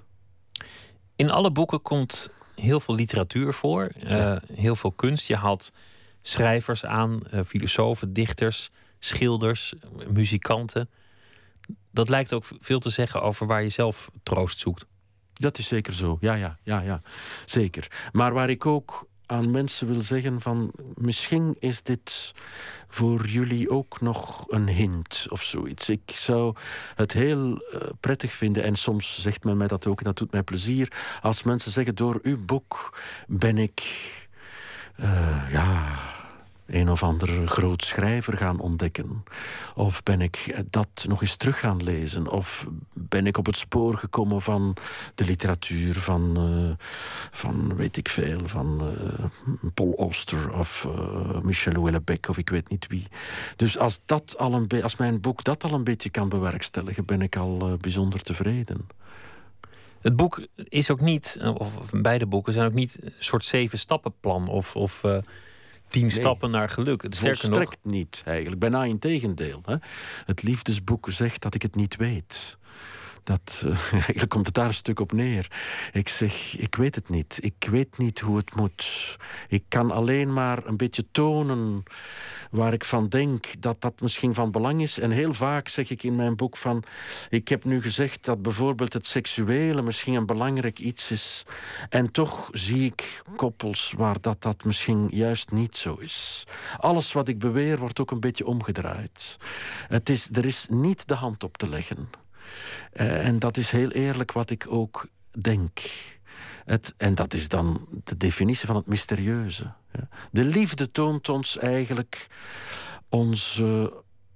In alle boeken komt heel veel literatuur voor, ja. uh, heel veel kunst. Je haalt schrijvers aan, uh, filosofen, dichters, schilders, muzikanten. Dat lijkt ook veel te zeggen over waar je zelf troost zoekt. Dat is zeker zo, ja, ja, ja, ja. Zeker. Maar waar ik ook aan mensen wil zeggen van... misschien is dit voor jullie ook nog een hint of zoiets. Ik zou het heel uh, prettig vinden, en soms zegt men mij dat ook, en dat doet mij plezier, als mensen zeggen, door uw boek ben ik... Uh, ja... een of ander groot schrijver gaan ontdekken. Of ben ik dat nog eens terug gaan lezen. Of ben ik op het spoor gekomen van de literatuur van, uh, van weet ik veel, van uh, Paul Auster of uh, Michel Houellebecq of ik weet niet wie. Dus als, dat al een be- als mijn boek dat al een beetje kan bewerkstelligen, ben ik al uh, bijzonder tevreden. Het boek is ook niet, of beide boeken zijn ook niet een soort zeven stappenplan of... of uh... Tien nee, stappen naar geluk. Het sterker nog niet, eigenlijk. Bijna in tegendeel. Hè? Het liefdesboek zegt dat ik het niet weet. Dat, uh, eigenlijk komt het daar een stuk op neer. Ik zeg, ik weet het niet. Ik weet niet hoe het moet. Ik kan alleen maar een beetje tonen waar ik van denk dat dat misschien van belang is. En heel vaak zeg ik in mijn boek van... ik heb nu gezegd dat bijvoorbeeld het seksuele misschien een belangrijk iets is. En toch zie ik koppels waar dat, dat misschien juist niet zo is. Alles wat ik beweer wordt ook een beetje omgedraaid. Het is, er is niet de hand op te leggen. Uh, en dat is heel eerlijk wat ik ook denk. Het, en dat is dan de definitie van het mysterieuze. Ja. De liefde toont ons eigenlijk onze,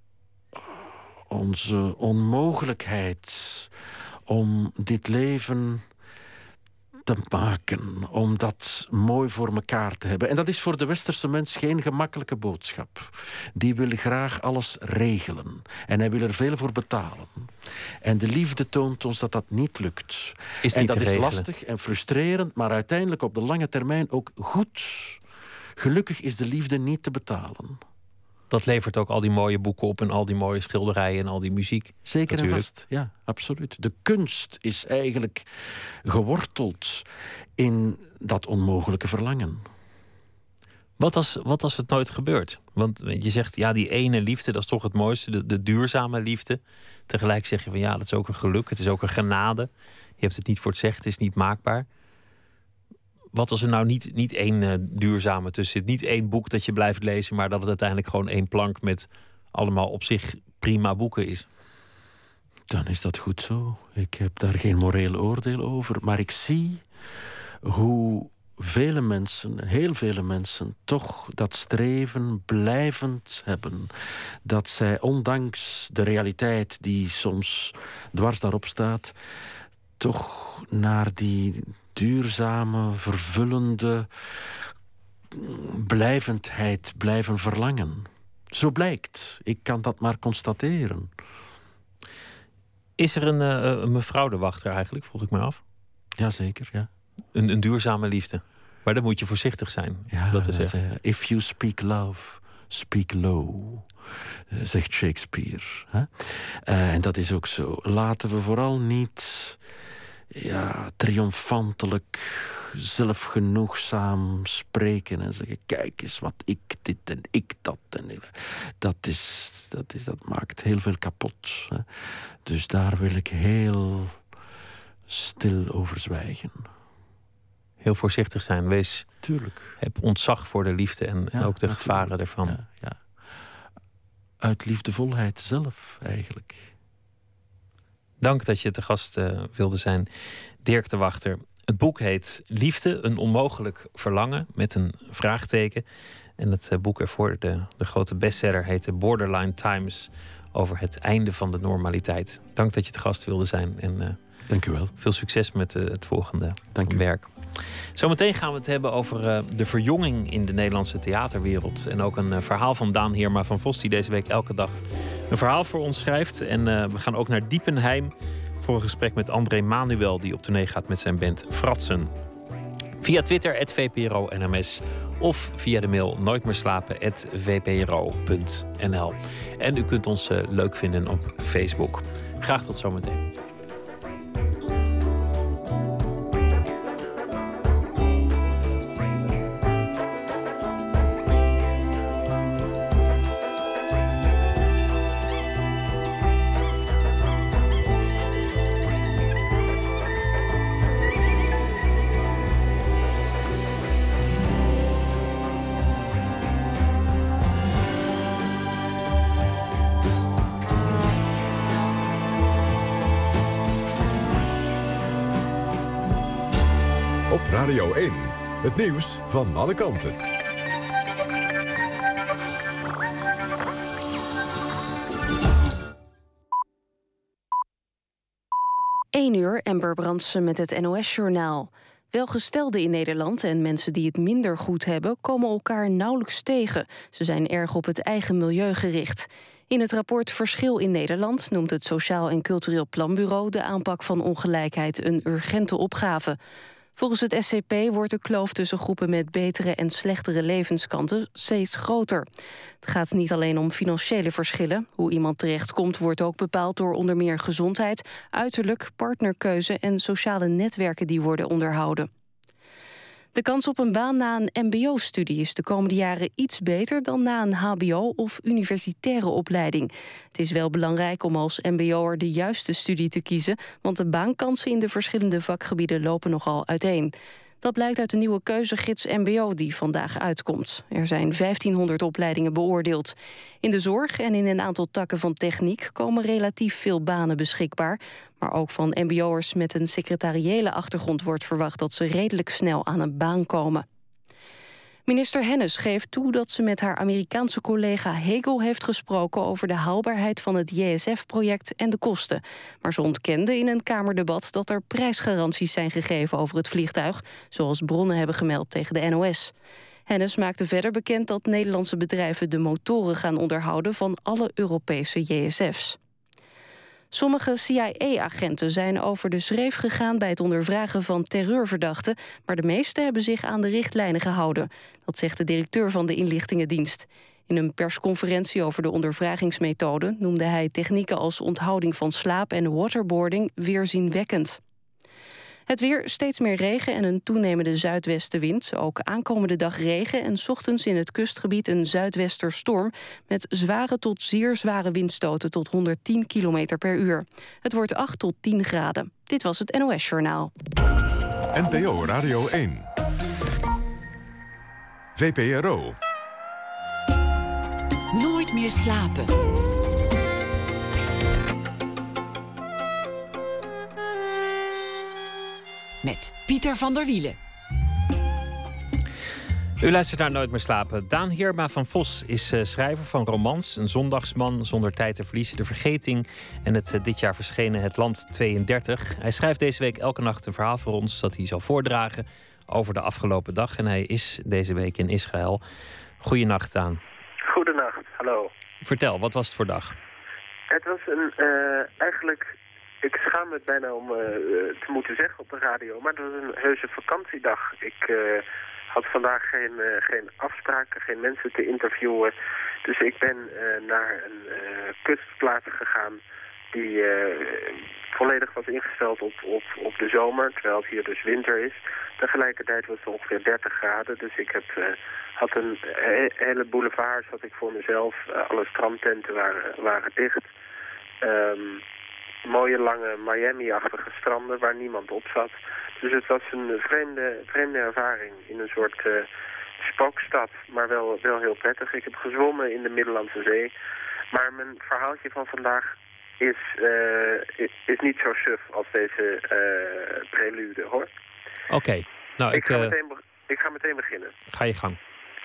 onze onmogelijkheid om dit leven te maken, om dat mooi voor elkaar te hebben. En dat is voor de westerse mens geen gemakkelijke boodschap. Die wil graag alles regelen. En hij wil er veel voor betalen. En de liefde toont ons dat dat niet lukt. Is en niet dat is regelen. lastig en frustrerend, maar uiteindelijk op de lange termijn ook goed. Gelukkig is de liefde niet te betalen. Dat levert ook al die mooie boeken op en al die mooie schilderijen en al die muziek. Zeker natuurlijk. en vast, ja, absoluut. De kunst is eigenlijk geworteld in dat onmogelijke verlangen. Wat als, wat als het nooit gebeurt? Want je zegt, ja, die ene liefde, dat is toch het mooiste, de, de duurzame liefde. Tegelijk zeg je van, ja, dat is ook een geluk, het is ook een genade. Je hebt het niet voor het zeggen, het is niet maakbaar. Wat als er nou niet, niet één uh, duurzame tussen zit? Niet één boek dat je blijft lezen, maar dat het uiteindelijk gewoon één plank met allemaal op zich prima boeken is? Dan is dat goed zo. Ik heb daar geen moreel oordeel over. Maar ik zie hoe vele mensen, heel vele mensen, toch dat streven blijvend hebben. Dat zij, ondanks de realiteit die soms dwars daarop staat, toch naar die duurzame, vervullende blijvendheid blijven verlangen. Zo blijkt. Ik kan dat maar constateren. Is er een, uh, een mevrouw de wachter eigenlijk, vroeg ik me af? Jazeker, ja. Een, een duurzame liefde. Maar dan moet je voorzichtig zijn. Ja, dat te zeggen. Uh, if you speak love, speak low, uh, zegt Shakespeare. Hè? Uh, en dat is ook zo. Laten we vooral niet... ja, triomfantelijk, zelfgenoegzaam spreken en zeggen, kijk eens wat ik dit en ik dat. En dat, is, dat, is, dat maakt heel veel kapot. Hè. Dus daar wil ik heel stil over zwijgen. Heel voorzichtig zijn, wees. Tuurlijk. Heb ontzag voor de liefde en, ja, en ook de natuurlijk. Gevaren ervan. Ja, ja. Uit liefdevolheid zelf eigenlijk. Dank dat je te gast uh, wilde zijn, Dirk de Wachter. Het boek heet Liefde, een onmogelijk verlangen, met een vraagteken. En het uh, boek ervoor, de, de grote bestseller, heette Borderline Times, over het einde van de normaliteit. Dank dat je te gast wilde zijn. En, uh, Dank u wel. Veel succes met uh, het volgende Dank u. werk. Zometeen gaan we het hebben over uh, de verjonging in de Nederlandse theaterwereld. En ook een uh, verhaal van Daan Heerma van Vos, die deze week elke dag een verhaal voor ons schrijft. En uh, we gaan ook naar Diepenheim voor een gesprek met André Manuel, die op tournee gaat met zijn band Fratsen. Via Twitter, at V P R O N M S. Of via de mail nooitmeerslapen at v p r o punt n l. En u kunt ons uh, leuk vinden op Facebook. Graag tot zometeen. Op Radio één, het nieuws van alle kanten. één uur, Amber Brandsen met het N O S-journaal. Welgestelden in Nederland en mensen die het minder goed hebben komen elkaar nauwelijks tegen. Ze zijn erg op het eigen milieu gericht. In het rapport Verschil in Nederland noemt het Sociaal en Cultureel Planbureau de aanpak van ongelijkheid een urgente opgave. Volgens het S C P wordt de kloof tussen groepen met betere en slechtere levenskanten steeds groter. Het gaat niet alleen om financiële verschillen. Hoe iemand terechtkomt wordt ook bepaald door onder meer gezondheid, uiterlijk, partnerkeuze en sociale netwerken die worden onderhouden. De kans op een baan na een M B O-studie is de komende jaren iets beter dan na een H B O- of universitaire opleiding. Het is wel belangrijk om als M B O'er de juiste studie te kiezen, want de baankansen in de verschillende vakgebieden lopen nogal uiteen. Dat blijkt uit de nieuwe keuzegids M B O die vandaag uitkomt. Er zijn vijftienhonderd opleidingen beoordeeld. In de zorg en in een aantal takken van techniek komen relatief veel banen beschikbaar. Maar ook van M B O'ers met een secretariële achtergrond wordt verwacht dat ze redelijk snel aan een baan komen. Minister Hennis geeft toe dat ze met haar Amerikaanse collega Hegel heeft gesproken over de haalbaarheid van het J S F-project en de kosten. Maar ze ontkende in een Kamerdebat dat er prijsgaranties zijn gegeven over het vliegtuig, zoals bronnen hebben gemeld tegen de N O S. Hennis maakte verder bekend dat Nederlandse bedrijven de motoren gaan onderhouden van alle Europese J S F's. Sommige C I A-agenten zijn over de schreef gegaan bij het ondervragen van terreurverdachten, maar de meeste hebben zich aan de richtlijnen gehouden. Dat zegt de directeur van de inlichtingendienst. In een persconferentie over de ondervragingsmethode noemde hij technieken als onthouding van slaap en waterboarding weerzinwekkend. Het weer, steeds meer regen en een toenemende zuidwestenwind. Ook aankomende dag regen en 's ochtends in het kustgebied een zuidwesterstorm met zware tot zeer zware windstoten tot honderdtien kilometer per uur. Het wordt acht tot tien graden. Dit was het N O S-journaal. N P O Radio één. V P R O. Nooit meer slapen. Met Pieter van der Wielen. U luistert naar Nooit meer slapen. Daan Heerma van Vos is uh, schrijver van romans. Een zondagsman zonder tijd te verliezen. De Vergeting en het uh, dit jaar verschenen Het Land tweeëndertig. Hij schrijft deze week elke nacht een verhaal voor ons dat hij zal voordragen over de afgelopen dag. En hij is deze week in Israël. Goeienacht, Daan. Goedenacht, hallo. Vertel, wat was het voor dag? Het was een, uh, eigenlijk... Ik schaam me bijna om uh, te moeten zeggen op de radio, maar dat was een heuse vakantiedag. Ik uh, had vandaag geen, uh, geen afspraken, geen mensen te interviewen. Dus ik ben uh, naar een uh, kustplaats gegaan die uh, volledig was ingesteld op, op, op de zomer, terwijl het hier dus winter is. Tegelijkertijd was het ongeveer dertig graden, dus ik heb, uh, had een he- hele boulevard zat ik voor mezelf. Uh, alle strandtenten waren, waren dicht. Um, Mooie, lange Miami-achtige stranden waar niemand op zat. Dus het was een vreemde, vreemde ervaring in een soort uh, spookstad, maar wel, wel heel prettig. Ik heb zwommen in de Middellandse Zee. Maar mijn verhaaltje van vandaag is, uh, is, is niet zo suf als deze uh, prelude, hoor. Oké. Okay. Nou, ik, ik, ga uh... meteen be- ik ga meteen beginnen. Ga je gang.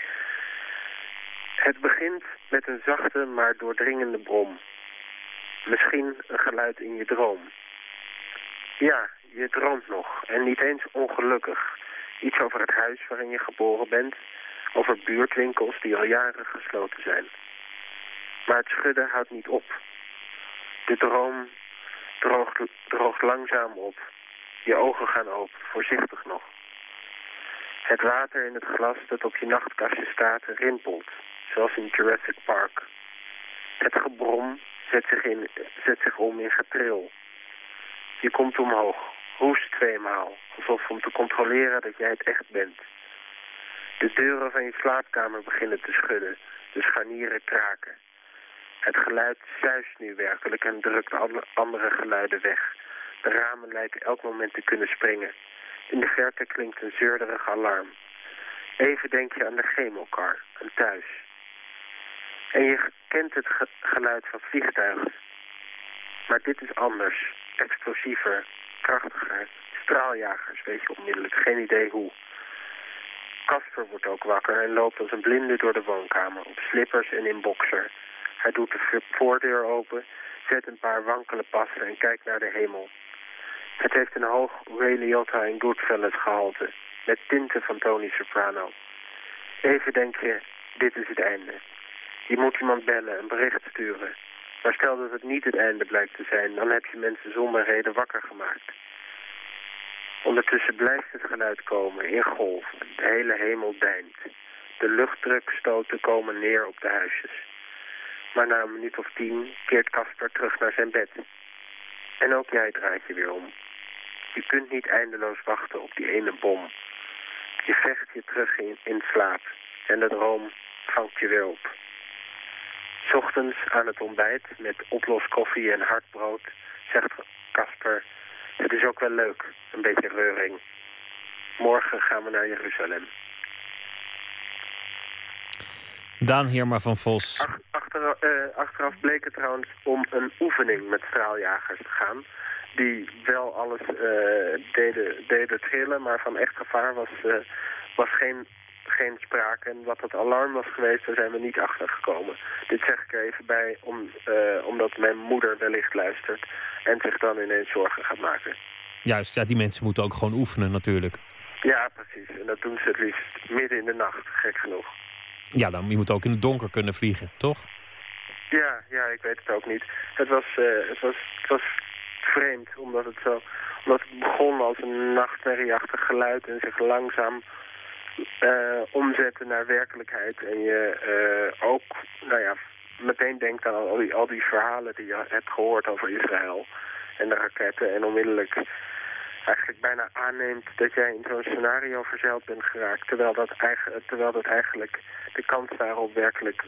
Het begint met een zachte, maar doordringende brom. Misschien een geluid in je droom. Ja, je droomt nog. En niet eens ongelukkig. Iets over het huis waarin je geboren bent. Over buurtwinkels die al jaren gesloten zijn. Maar het schudden houdt niet op. De droom droogt, droogt langzaam op. Je ogen gaan open, voorzichtig nog. Het water in het glas dat op je nachtkastje staat rimpelt. Zoals in Jurassic Park. Het gebrom Zet zich, in, zet zich om in getril. Je komt omhoog, hoest tweemaal, alsof om te controleren dat jij het echt bent. De deuren van je slaapkamer beginnen te schudden, de scharnieren kraken. Het geluid zuist nu werkelijk en drukt alle andere geluiden weg. De ramen lijken elk moment te kunnen springen. In de verte klinkt een zeurderig alarm. Even denk je aan de chemocar, aan thuis. En je kent het ge- geluid van vliegtuigen. Maar dit is anders, explosiever, krachtiger, Straaljagers, weet je onmiddellijk. Geen idee hoe. Casper wordt ook wakker en loopt als een blinde door de woonkamer. Op slippers en in bokser. Hij doet de voordeur open, zet een paar wankele passen en kijkt naar de hemel. Het heeft een hoog Ray Liotta en Goodfellas gehalte. Met tinten van Tony Soprano. Even denk je, dit is het einde. Je moet iemand bellen, een bericht sturen. Maar stel dat het niet het einde blijkt te zijn, dan heb je mensen zonder reden wakker gemaakt. Ondertussen blijft het geluid komen, in golven. De hele hemel deint. De luchtdrukstoten komen neer op de huisjes. Maar na een minuut of tien keert Casper terug naar zijn bed. En ook jij draait je weer om. Je kunt niet eindeloos wachten op die ene bom. Je vecht je terug in, in slaap. En de droom vangt je weer op. 'S Ochtends aan het ontbijt met oploskoffie en hard brood zegt Casper: het is ook wel leuk, een beetje reuring. Morgen gaan we naar Jeruzalem. Daan Heerma van Vos. Ach, achter, uh, achteraf bleek het trouwens om een oefening met straaljagers te gaan. Die wel alles uh, deden, deden trillen, maar van echt gevaar was, uh, was geen, geen sprake. En wat het alarm was geweest, daar zijn we niet achter gekomen. Dit zeg ik er even bij, om, uh, omdat mijn moeder wellicht luistert en zich dan ineens zorgen gaat maken. Juist, ja, die mensen moeten ook gewoon oefenen natuurlijk. Ja, precies. En dat doen ze het liefst midden in de nacht, gek genoeg. Ja, dan je moet ook in het donker kunnen vliegen, toch? Ja, ja, ik weet het ook niet. Het was, uh, het was, het was vreemd, omdat het zo, omdat het begon als een nachtmerrieachtig geluid en zich langzaam uh, omzette naar werkelijkheid. En je uh, ook, nou ja, meteen denkt aan al die, al die verhalen die je hebt gehoord over Israël en de raketten en onmiddellijk eigenlijk bijna aanneemt dat jij in zo'n scenario verzeild bent geraakt, terwijl dat, eigen, terwijl dat eigenlijk de kans daarop werkelijk,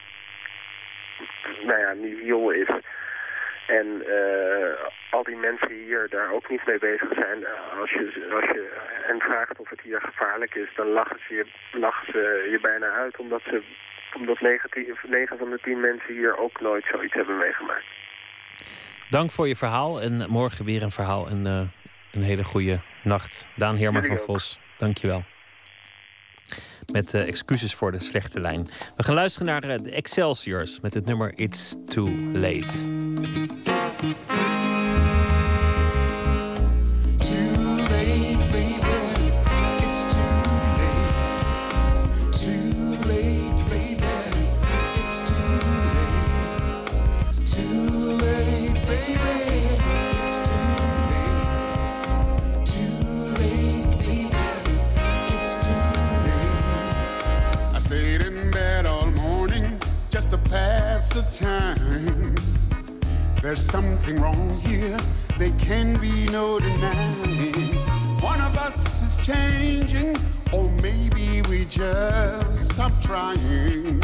nou ja, nihil is. En uh, al die mensen hier daar ook niet mee bezig zijn. Als je, als je hen vraagt of het hier gevaarlijk is, dan lachen ze je, lachen ze je bijna uit, omdat ze omdat negen van de tien mensen hier ook nooit zoiets hebben meegemaakt. Dank voor je verhaal en morgen weer een verhaal en uh, een hele goede nacht. Daan Heerma van Vos, dank je wel. Met uh, excuses voor de slechte lijn. We gaan luisteren naar uh, de Excelsiors met het nummer It's Too Late. Time. There's something wrong here, there can be no denying. One of us is changing, or maybe we just stop trying.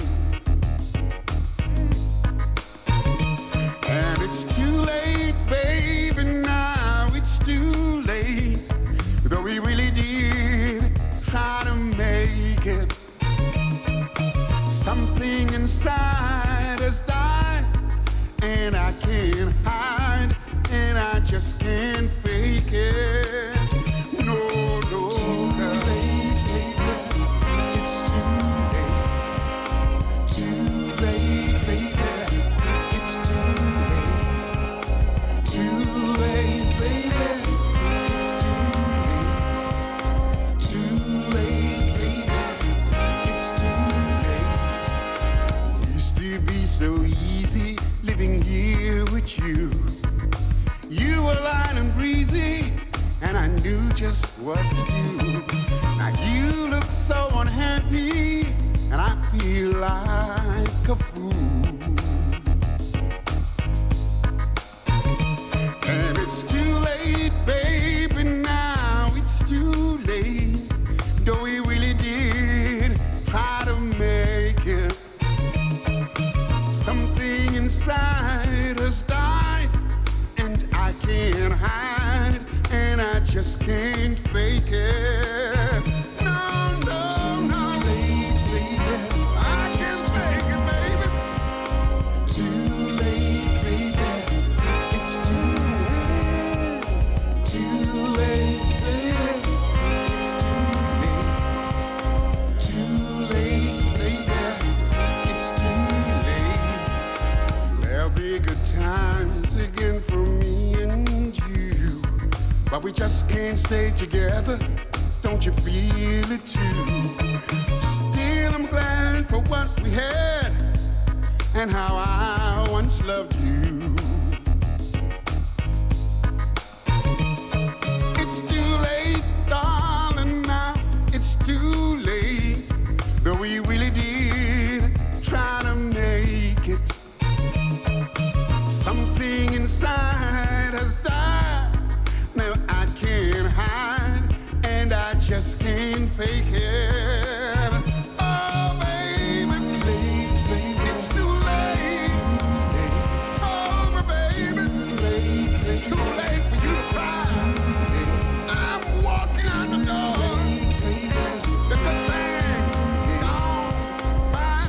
And it's too late, baby, now it's too late. Though we really did try to make it. Something inside us died, and I can't hide, and I just can't fake it. No, no, too late, baby. It's too late. Too late, baby. It's too late. Too late, baby. It's too late. Too late, baby. It's too late. Used to be so easy living here with you. You were light and breezy, and I knew just what to do. Now you look so unhappy, and I feel like a fool. And it's too late, baby, now it's too late. Though we really did try to make it. Something inside us died, and I can't hide, and I just can't fake it. No, no, no, baby, I can't fake it, baby. Too late, baby, it's too late, too late. but we just can't stay together. Don't you feel it too? Still I'm glad for what we had and how I once loved you. It's too late, darling, now it's too late. Though we really did try to make it. Something inside has died. Now I can't hide and I just can't fake it. Oh, baby, it's too late. It's over, baby. Too late for you to cry. I'm walking out the door. The good thing's gone by.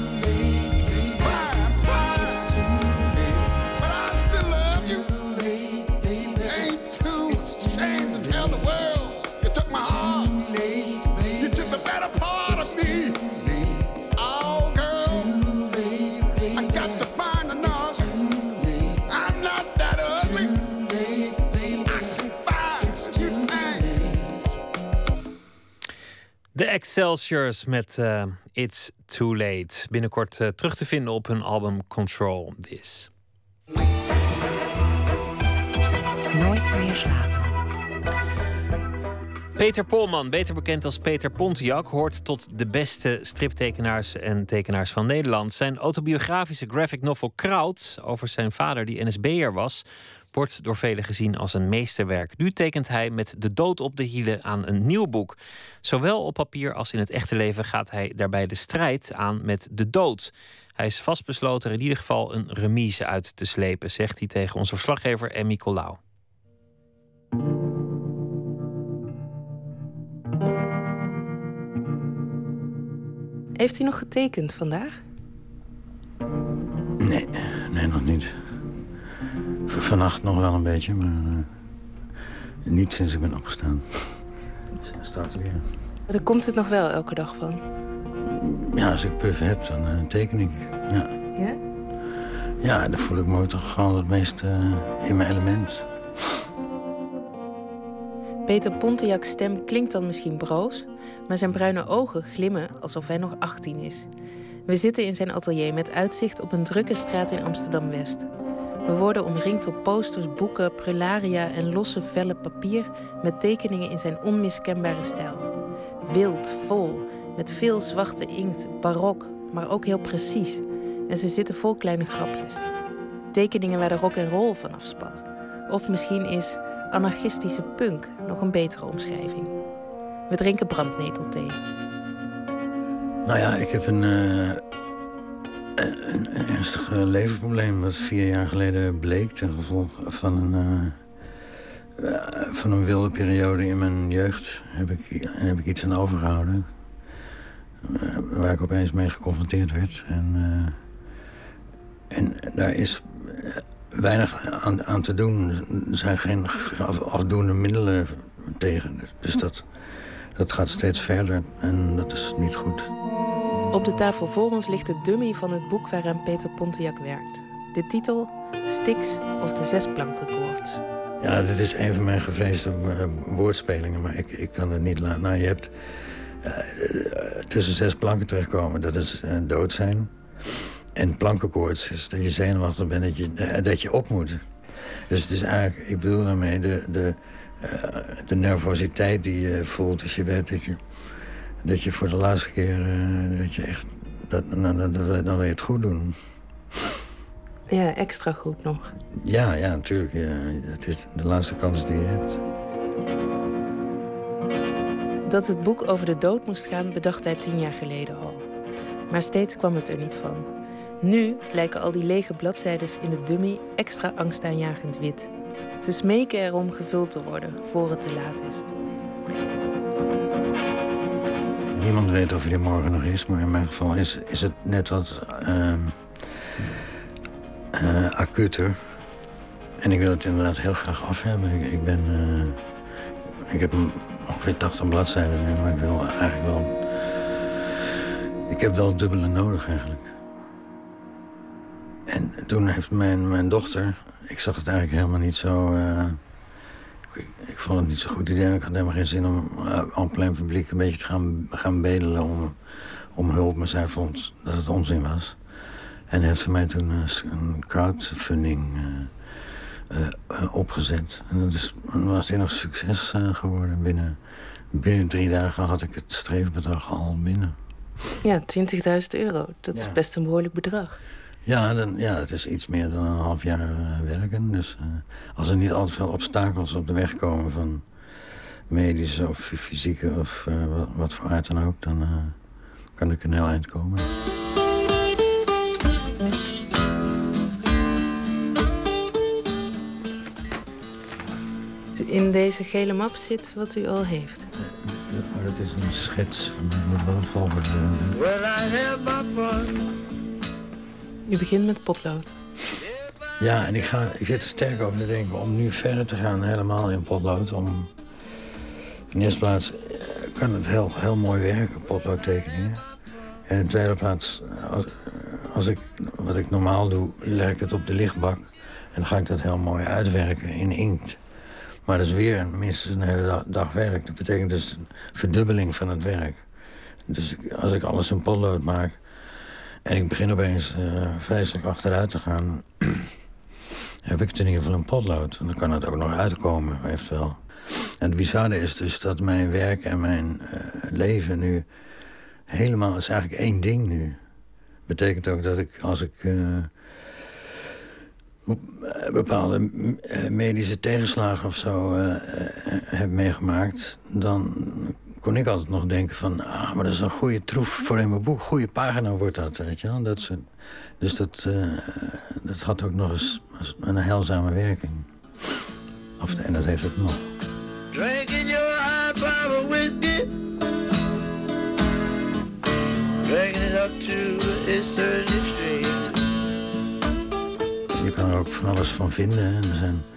Bye, bye. But I still love you. Ain't too ashamed to tell the world you took my heart. You took the better part of me. Oh, girl, I got to find another. I'm not that ugly. I can find you. De Excelsiors met uh, It's Too Late. Binnenkort uh, terug te vinden op hun album Control This. Nooit meer slapen. Peter Polman, beter bekend als Peter Pontiac, hoort tot de beste striptekenaars en tekenaars van Nederland. Zijn autobiografische graphic novel Kraut over zijn vader die N S B'er was, wordt door velen gezien als een meesterwerk. Nu tekent hij met de dood op de hielen aan een nieuw boek. Zowel op papier als in het echte leven gaat hij daarbij de strijd aan met de dood. Hij is vastbesloten er in ieder geval een remise uit te slepen, zegt hij tegen onze verslaggever Emmy Colau. Heeft u nog getekend vandaag? Nee, nee, nog niet. V- vannacht nog wel een beetje, maar uh, niet sinds ik ben opgestaan. Start weer. Maar daar komt het nog wel elke dag van? Ja, als ik puff heb, dan uh, teken ik. Ja. Ja? Ja, dan voel ik me toch gewoon het meest uh, in mijn element. Peter Pontiac's stem klinkt dan misschien broos, maar zijn bruine ogen glimmen alsof hij nog achttien is. We zitten in zijn atelier met uitzicht op een drukke straat in Amsterdam-West. We worden omringd door posters, boeken, prularia en losse vellen papier met tekeningen in zijn onmiskenbare stijl. Wild, vol, met veel zwarte inkt, barok, maar ook heel precies. En ze zitten vol kleine grapjes. Tekeningen waar de rock en roll van afspat. Of misschien is anarchistische punk nog een betere omschrijving. We drinken brandnetelthee. Nou ja, ik heb een, uh, een, een ernstig uh, leverprobleem wat vier jaar geleden bleek ten gevolge van een, uh, uh, van een wilde periode in mijn jeugd. Heb ik, heb ik iets aan overgehouden. Uh, waar ik opeens mee geconfronteerd werd. En, uh, en daar is uh, weinig aan, aan te doen. Er zijn geen afdoende middelen tegen. Dus dat, dat gaat steeds verder en dat is niet goed. Op de tafel voor ons ligt de dummy van het boek waaraan Peter Pontiac werkt. De titel Styx of de Zesplankenkoorts. Ja, dit is een van mijn gevreesde woordspelingen, maar ik, ik kan het niet laten. Nou, je hebt uh, tussen zes planken terechtkomen, dat is uh, dood zijn. En plankenkoorts is dat je zenuwachtig bent, dat je, uh, dat je op moet. Dus het is eigenlijk, ik bedoel daarmee, de, de, uh, de nervositeit die je voelt als je weet dat je, dat je voor de laatste keer, uh, dat je echt, dat, nou, dan, dan wil je het goed doen. Ja, extra goed nog. Ja, ja, natuurlijk. Ja. Het is de laatste kans die je hebt. Dat het boek over de dood moest gaan, bedacht hij tien jaar geleden al. Maar steeds kwam het er niet van. Nu lijken al die lege bladzijdes in de dummy extra angstaanjagend wit. Ze smeken erom gevuld te worden, voor het te laat is. Niemand weet of hij er morgen nog is, maar in mijn geval is, is het net wat uh, uh, acuter. En ik wil het inderdaad heel graag af hebben. Ik, ik ben... Uh, ik heb ongeveer tachtig bladzijden nu, maar ik wil eigenlijk wel... Ik heb wel dubbele nodig eigenlijk. En toen heeft mijn, mijn dochter... Ik zag het eigenlijk helemaal niet zo... Uh, ik, ik vond het niet zo'n goed idee. Ik had helemaal geen zin om uh, aan plein publiek een beetje te gaan, gaan bedelen om, om hulp. Maar zij vond dat het onzin was. En heeft voor mij toen uh, een crowdfunding uh, uh, uh, opgezet. En dat is, was een nog succes uh, geworden. Binnen, binnen drie dagen had ik het streefbedrag al binnen. Ja, twintigduizend euro. Dat is Ja. best een behoorlijk bedrag. Ja, dan, ja, het is iets meer dan een half jaar uh, werken. Dus uh, als er niet al te veel obstakels op de weg komen van medische of fysieke of uh, wat, wat voor aard dan ook, dan uh, kan ik een heel eind komen. In deze gele map zit wat u al heeft. Ja, dat is een schets van de volgorde. Well, I have my fun. U begint met potlood. Ja, en ik, ga, ik zit er sterk over te denken om nu verder te gaan, helemaal in potlood. Om, in de eerste plaats uh, kan het heel, heel mooi werken, potloodtekeningen. En in de tweede plaats, als, als ik, wat ik normaal doe, leg ik het op de lichtbak. En dan ga ik dat heel mooi uitwerken in inkt. Maar dat is weer minstens een hele dag, dag werk. Dat betekent dus een verdubbeling van het werk. Dus ik, als ik alles in potlood maak en ik begin opeens uh, vreselijk achteruit te gaan, heb ik het in ieder geval een potlood. En dan kan het ook nog uitkomen, eventueel. En het bizarre is dus dat mijn werk en mijn uh, leven nu helemaal, is eigenlijk één ding nu. Betekent ook dat ik, als ik uh, bepaalde medische tegenslagen of zo uh, heb meegemaakt, dan kon ik altijd nog denken van, ah, maar dat is een goede troef voor in mijn boek. Goede pagina wordt dat, weet je wel. Dat soort, dus dat, uh, dat had ook nog eens een heilzame werking. Of, en dat heeft het nog. Drinking your high power whiskey, drinking it up to its third extreme. Je kan er ook van alles van vinden. Hè. Er zijn,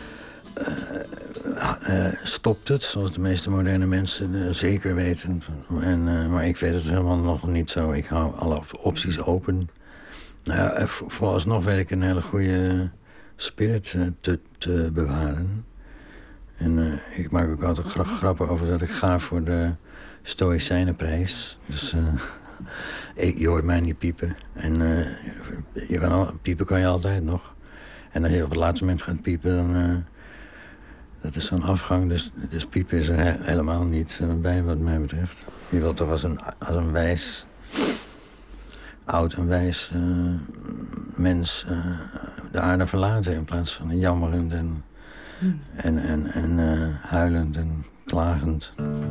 uh, uh, stopt het, zoals de meeste moderne mensen uh, zeker weten. En, uh, maar ik weet het helemaal nog niet zo. Ik hou alle opties open. Uh, vooralsnog weet ik een hele goede spirit uh, te, te bewaren. En uh, ik maak ook altijd gra grappen over dat ik ga voor de Stoïcijnenprijs. Dus uh, ik, je hoort mij niet piepen. En uh, je kan al, piepen kan je altijd nog. En als je op het laatste moment gaat piepen, dan uh, dat is zo'n afgang. Dus, dus piepen is er he helemaal niet uh, bij wat mij betreft. Je wilt toch als een, als een wijs, oud en wijs uh, mens uh, de aarde verlaten in plaats van een jammerend en Hmm. En, en, en uh, huilend en klagend.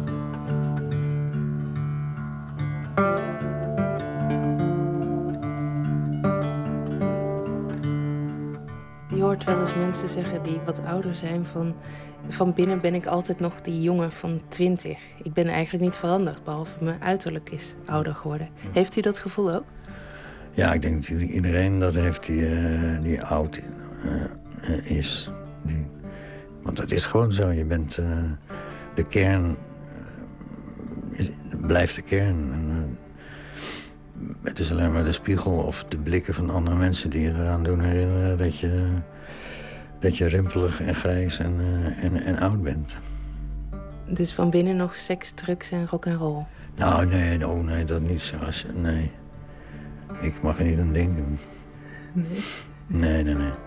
Je hoort wel eens mensen zeggen die wat ouder zijn van, van binnen ben ik altijd nog die jongen van twintig. Ik ben eigenlijk niet veranderd, behalve mijn uiterlijk is ouder geworden. Heeft u dat gevoel ook? Ja, ik denk dat iedereen dat heeft die, uh, die oud uh, uh, is. Die... Want het is gewoon zo, je bent uh, de kern, uh, blijft de kern. En, uh, het is alleen maar de spiegel of de blikken van andere mensen die je eraan doen herinneren dat je, dat je rimpelig en grijs en, uh, en, en oud bent. Dus van binnen nog seks, drugs en rock'n'roll? Nou, nee, oh, nee, dat niet zoals, nee. Ik mag er niet aan denken. Nee? Nee, nee, nee.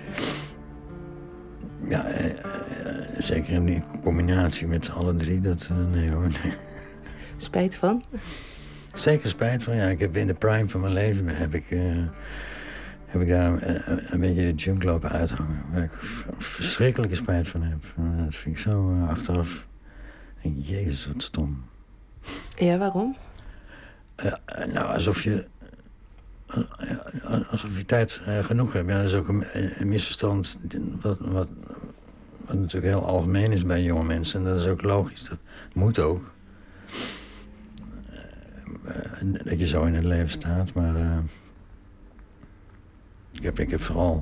Ja, eh, eh, zeker in die combinatie met alle drie, dat, uh, nee hoor, nee. Spijt van? Zeker spijt van, ja. Ik heb in de prime van mijn leven heb ik, uh, heb ik daar uh, een beetje de junk lopen uithangen. Waar ik verschrikkelijke spijt van heb. Uh, dat vind ik zo uh, achteraf. Denk, jezus, wat stom. Ja, waarom? Uh, nou, alsof je... Alsof je tijd uh, genoeg hebt. Ja, dat is ook een, een misverstand wat, wat, wat natuurlijk heel algemeen is bij jonge mensen. En dat is ook logisch. Dat moet ook. Uh, dat je zo in het leven staat. Maar uh, ik, heb, ik heb vooral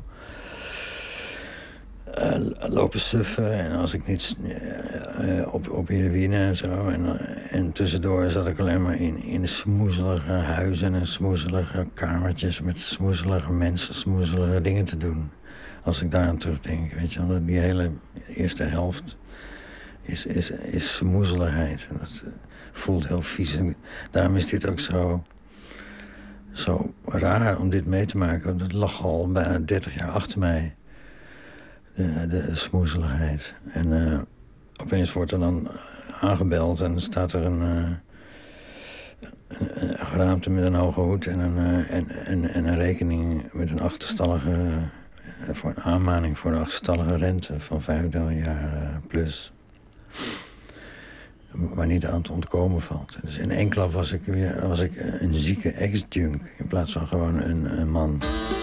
uh, lopen suffen. En als ik niet uh, uh, op, op heroïne en zo. En, uh, en tussendoor zat ik alleen maar in, in de smoezelige huizen en smoezelige kamertjes met smoezelige mensen, smoezelige dingen te doen. Als ik daar aan terugdenk, weet je wel, die hele eerste helft is, is, is smoezeligheid. En dat uh, voelt heel vies. En daarom is dit ook zo, zo raar om dit mee te maken. Dat lag al bijna dertig jaar achter mij. De, de, de smoezeligheid. En uh, opeens wordt er dan aangebeld en staat er een, uh, een, een geraamte met een hoge hoed en een, uh, en, en, en een rekening met een achterstallige, uh, voor een aanmaning voor de achterstallige rente van vijfentwintig jaar uh, plus. Waar niet aan te ontkomen valt. Dus in één klap was ik weer was ik een zieke ex-junk in plaats van gewoon een, een man.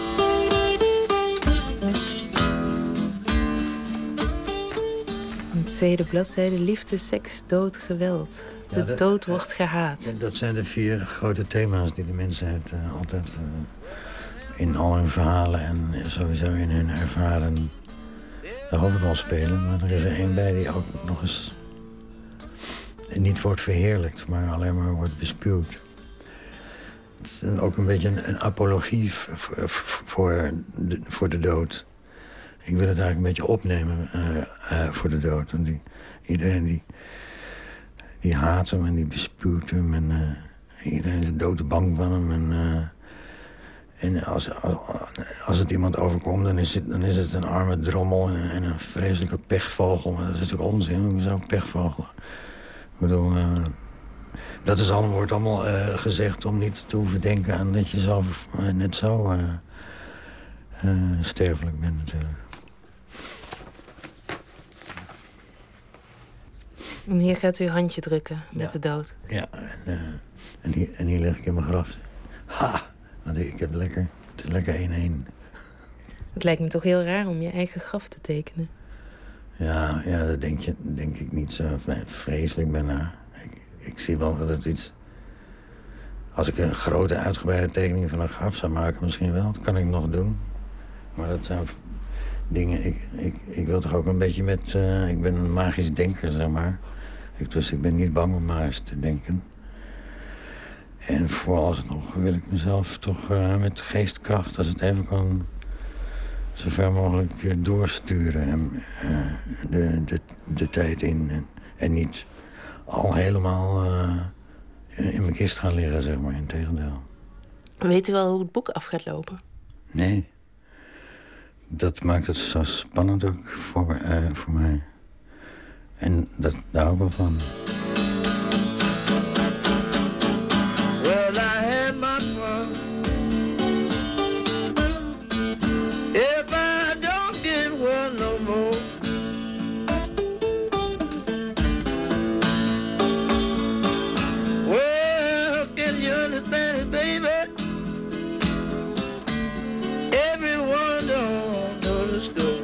Tweede bladzijde, liefde, seks, dood, geweld. De ja, dat, dood wordt gehaat. Dat zijn de vier grote thema's die de mensheid uh, altijd uh, in al hun verhalen en sowieso in hun ervaren de hoofdrol spelen. Maar er is er één bij die ook nog eens niet wordt verheerlijkt, maar alleen maar wordt bespuwd. Het is ook een beetje een, een apologie voor, voor, de, voor de dood. Ik wil het eigenlijk een beetje opnemen uh, uh, voor de dood. Want die, iedereen die, die haat hem en die bespuwt hem. En uh, iedereen is doodbang van hem. En, uh, en als, als, als het iemand overkomt, dan is het, dan is het een arme drommel en, en een vreselijke pechvogel. Maar dat is natuurlijk onzin, hoezo pechvogel? Ik bedoel, uh, dat is allemaal, wordt allemaal uh, gezegd om niet te hoeven denken aan dat je zelf uh, net zo uh, uh, sterfelijk bent natuurlijk. En hier gaat u uw handje drukken met ja. de dood. Ja, en, uh, en, hier, en hier lig ik in mijn graf. Ha! Want ik heb lekker, het is lekker één-één. Het lijkt me toch heel raar om je eigen graf te tekenen. Ja, ja dat denk, je, denk ik niet zo vreselijk bijna. Ik, ik zie wel dat het iets... Als ik een grote uitgebreide tekening van een graf zou maken, misschien wel. Dat kan ik nog doen. Maar dat zijn dingen... Ik, ik, ik wil toch ook een beetje met... Uh, ik ben een magisch denker, zeg maar. Ik, dus ik ben niet bang om magisch te denken. En vooralsnog wil ik mezelf toch uh, met geestkracht, als het even kan, zo ver mogelijk uh, doorsturen. En uh, de, de, de tijd in. En, en niet al helemaal uh, in mijn kist gaan liggen, zeg maar. Integendeel. Weet u wel hoe het boek af gaat lopen? Nee. Dat maakt het zo spannend ook voor, uh, voor mij. En dat, daar hou ik wel van. Well, I had my fun. If I don't get well no more, well, can you understand it, baby? Everyone don't know the story.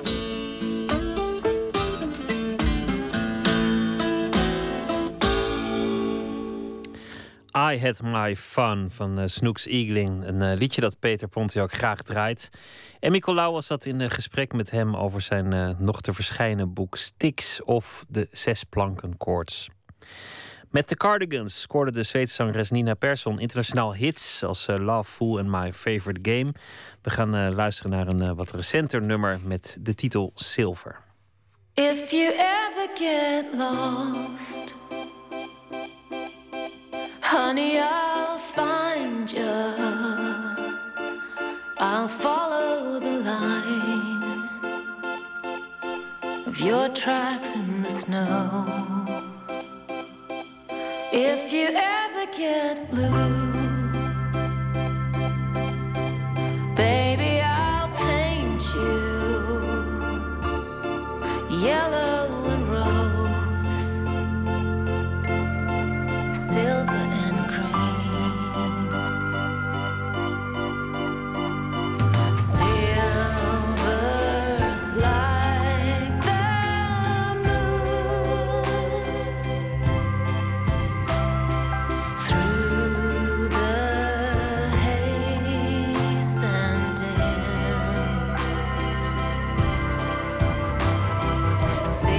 I Had My Fun van uh, Snooks Eagling. Een uh, liedje dat Peter Pontiac graag draait. En Nicolaou was dat in uh, gesprek met hem over zijn uh, nog te verschijnen boek Styx of de Zes Planken Koorts. Met de Cardigans scoorde de Zweedse zangeres Nina Persson internationaal hits als uh, Love Fool en My Favorite Game. We gaan uh, luisteren naar een uh, wat recenter nummer met de titel Silver. If you ever get lost, honey, I'll find you. I'll follow the line of your tracks in the snow. If you ever get blue, baby, I'll paint you yellow and rose, silver and green, silver like the moon through the haze and dim.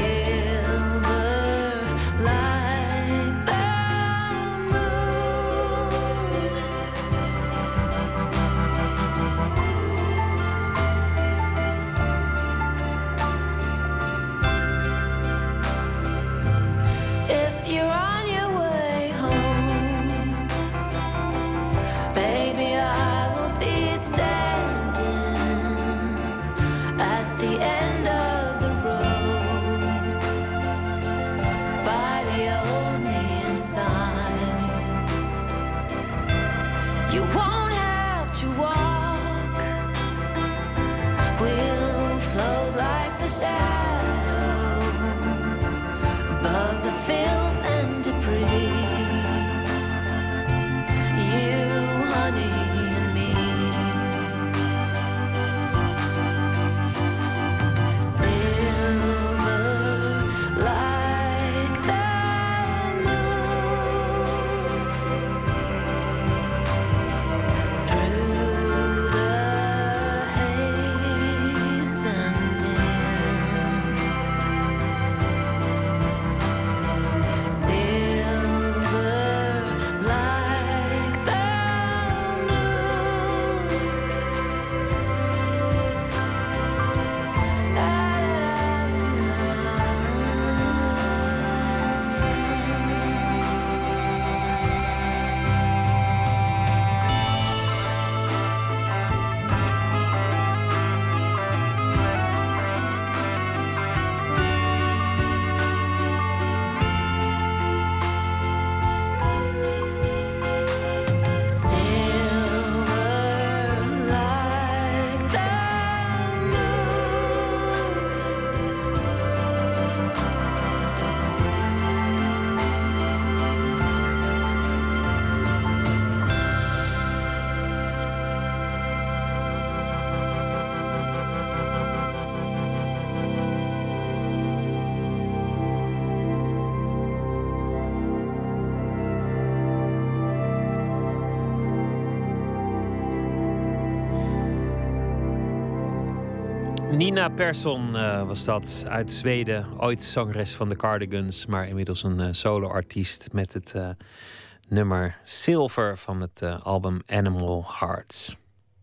Nina Persson uh, was dat, uit Zweden. Ooit zangeres van de Cardigans, maar inmiddels een uh, solo-artiest met het uh, nummer Silver van het uh, album Animal Hearts.